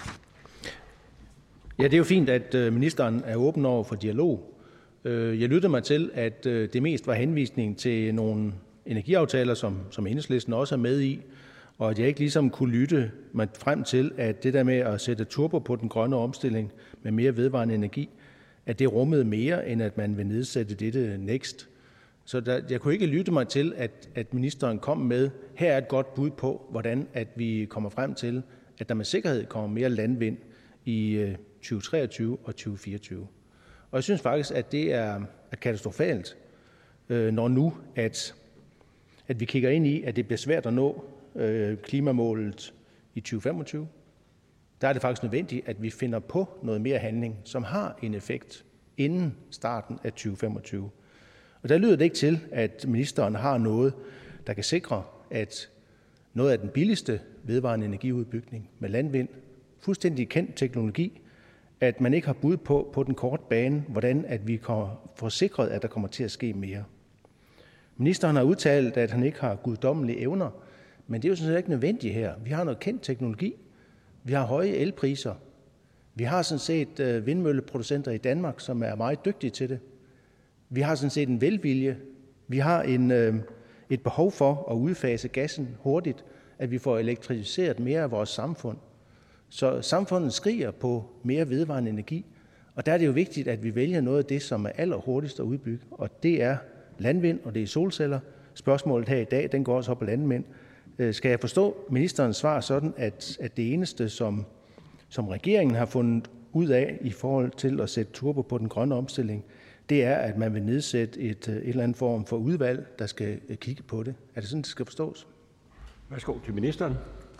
Ja, det er jo fint, at ministeren er åben over for dialog. Jeg lyttede mig til, at det mest var henvisning til nogle energiaftaler, som, som Enhedslisten også er med i, og at jeg ikke ligesom kunne lytte mig frem til, at det der med at sætte turbo på den grønne omstilling med mere vedvarende energi, at det rummede mere, end at man vil nedsætte dette Next. Så der, jeg kunne ikke lytte mig til, at, at ministeren kom med, her er et godt bud på, hvordan at vi kommer frem til, at der med sikkerhed kommer mere landvind i tyve treogtyve og tyve fireogtyve. Og jeg synes faktisk, at det er, er katastrofalt, øh, når nu, at, at vi kigger ind i, at det bliver svært at nå øh, klimamålet i tyve femogtyve. Der er det faktisk nødvendigt, at vi finder på noget mere handling, som har en effekt inden starten af tyve femogtyve. Og der lyder det ikke til, at ministeren har noget, der kan sikre, at noget af den billigste vedvarende energiudbygning med landvind, fuldstændig kendt teknologi, at man ikke har bud på på den korte bane, hvordan at vi får sikret, at der kommer til at ske mere. Ministeren har udtalt, at han ikke har guddommelige evner, men det er jo sådan set ikke nødvendigt her. Vi har noget kendt teknologi. Vi har høje elpriser. Vi har sådan set vindmølleproducenter i Danmark, som er meget dygtige til det. Vi har sådan set en velvilje. Vi har en, et behov for at udfase gassen hurtigt, at vi får elektrificeret mere af vores samfund. Så samfundet skriger på mere vedvarende energi, og der er det jo vigtigt, at vi vælger noget af det, som er allerhurtigst at udbygge, og det er landvind, og det er solceller. Spørgsmålet her i dag, den går også op på landmænd. Skal jeg forstå ministerens svar sådan, at, at det eneste, som, som regeringen har fundet ud af i forhold til at sætte turbo på den grønne omstilling, det er, at man vil nedsætte et, et eller andet form for udvalg, der skal kigge på det? Er det sådan, det skal forstås? Værsgo til ministeren.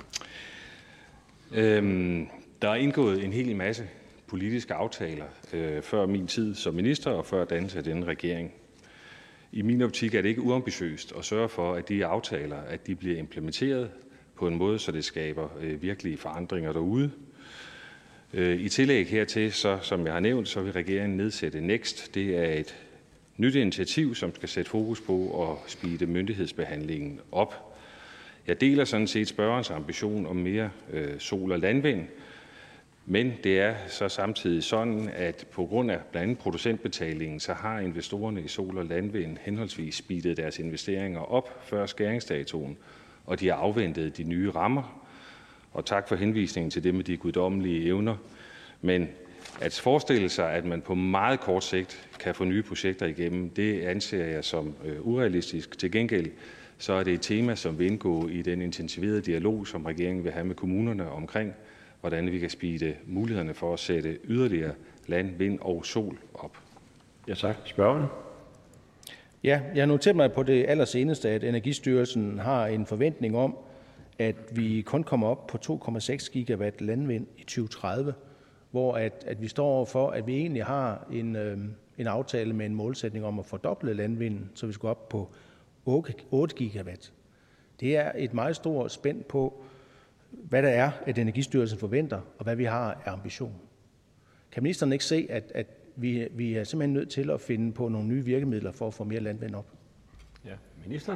Øhm, der er indgået en hel masse politiske aftaler øh, før min tid som minister og før dannelse af denne regering. I min optik er det ikke uambitiøst at sørge for, at de aftaler at de bliver implementeret på en måde, så det skaber øh, virkelige forandringer derude. Øh, I tillæg hertil, så, som jeg har nævnt, så vil regeringen nedsætte Next. Det er et nyt initiativ, som skal sætte fokus på at speede myndighedsbehandlingen op. Jeg deler sådan set spørgerens ambition om mere øh, sol- og landvind, men det er så samtidig sådan, at på grund af blandt andet producentbetalingen, så har investorerne i sol- og landvind henholdsvis speedet deres investeringer op før skæringsdatoen, og de har afventet de nye rammer. Og tak for henvisningen til det med de guddommelige evner. Men at forestille sig, at man på meget kort sigt kan få nye projekter igennem, det anser jeg som øh, urealistisk. Til gengæld så er det et tema, som vil indgå i den intensiverede dialog, som regeringen vil have med kommunerne omkring, hvordan vi kan speede mulighederne for at sætte yderligere land, vind og sol op. Ja, tak. Spørgeren. Ja, jeg noterer mig på det allerseneste, at Energistyrelsen har en forventning om, at vi kun kommer op på to komma seks gigawatt landvind i tyve tredive, hvor at, at vi står overfor, at vi egentlig har en, øh, en aftale med en målsætning om at fordoble landvinden, så vi skal op på otte gigawatt. Det er et meget stort spænd på, hvad der er, at Energistyrelsen forventer, og hvad vi har af ambition. Kan ministeren ikke se, at, at vi, vi er simpelthen nødt til at finde på nogle nye virkemidler for at få mere landvind op? Ja, ministeren.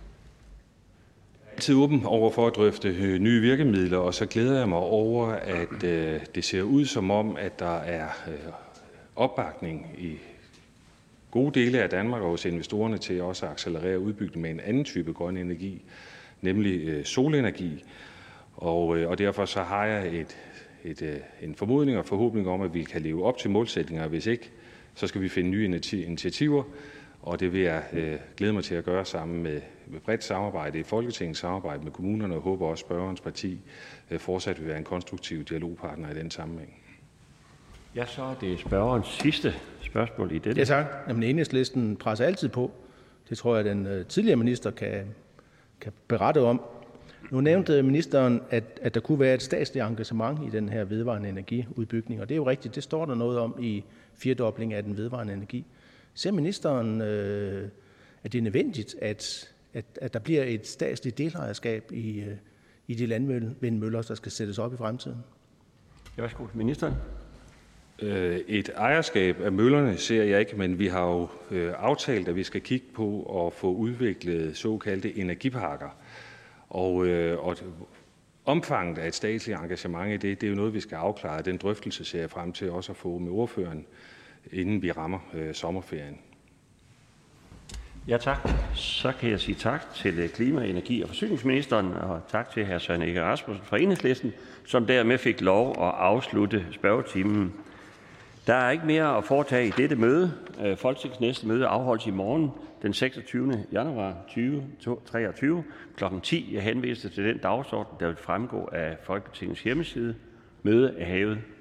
Jeg er altid åben over for at drøfte nye virkemidler, og så glæder jeg mig over, at øh, det ser ud som om, at der er øh, opbakning i gode dele af Danmark og hos investorerne til også at accelerere udbygningen med en anden type grøn energi, nemlig øh, solenergi. Og, øh, og derfor så har jeg et, et, øh, en formodning og forhåbning om, at vi kan leve op til målsætninger. Hvis ikke, så skal vi finde nye initiativer, og det vil jeg øh, glæde mig til at gøre sammen med, med bredt samarbejde i Folketingets samarbejde med kommunerne, og håber også, at spørgerens parti øh, fortsat vil være en konstruktiv dialogpartner i den sammenhæng. Ja, så er det spørgerens sidste spørgsmål i dette. Ja, tak. Jamen, Enhedslisten presser altid på. Det tror jeg, den øh, tidligere minister kan, kan berette om. Nu nævnte ministeren, at, at der kunne være et statsligt engagement i den her vedvarende energiudbygning, og det er jo rigtigt. Det står der noget om i firedobling af den vedvarende energi. Ser ministeren, øh, at det er nødvendigt, at, at, at der bliver et statsligt delejerskab i, øh, i de landvindmøller, der skal sættes op i fremtiden? Ja, værsgo til ministeren. Øh, Et ejerskab af møllerne ser jeg ikke, men vi har jo øh, aftalt, at vi skal kigge på at få udviklet såkaldte energiparker. Og, øh, og omfanget af et statsligt engagement i det, det er jo noget, vi skal afklare. Den drøftelse ser jeg frem til også at få med ordføreren, inden vi rammer øh, sommerferien. Ja, tak. Så kan jeg sige tak til klima-, energi- og forsyningsministeren, og tak til hr. Søren Egge Rasmussen fra Enhedslisten, som dermed fik lov at afslutte spørgetimen. Der er ikke mere at foretage i dette møde. Folketingets næste møde afholdes i morgen, den seksogtyvende januar tyve treogtyve klokken ti. Jeg henviser til den dagsorden, der vil fremgå af Folketingets hjemmeside. Mødet er hævet.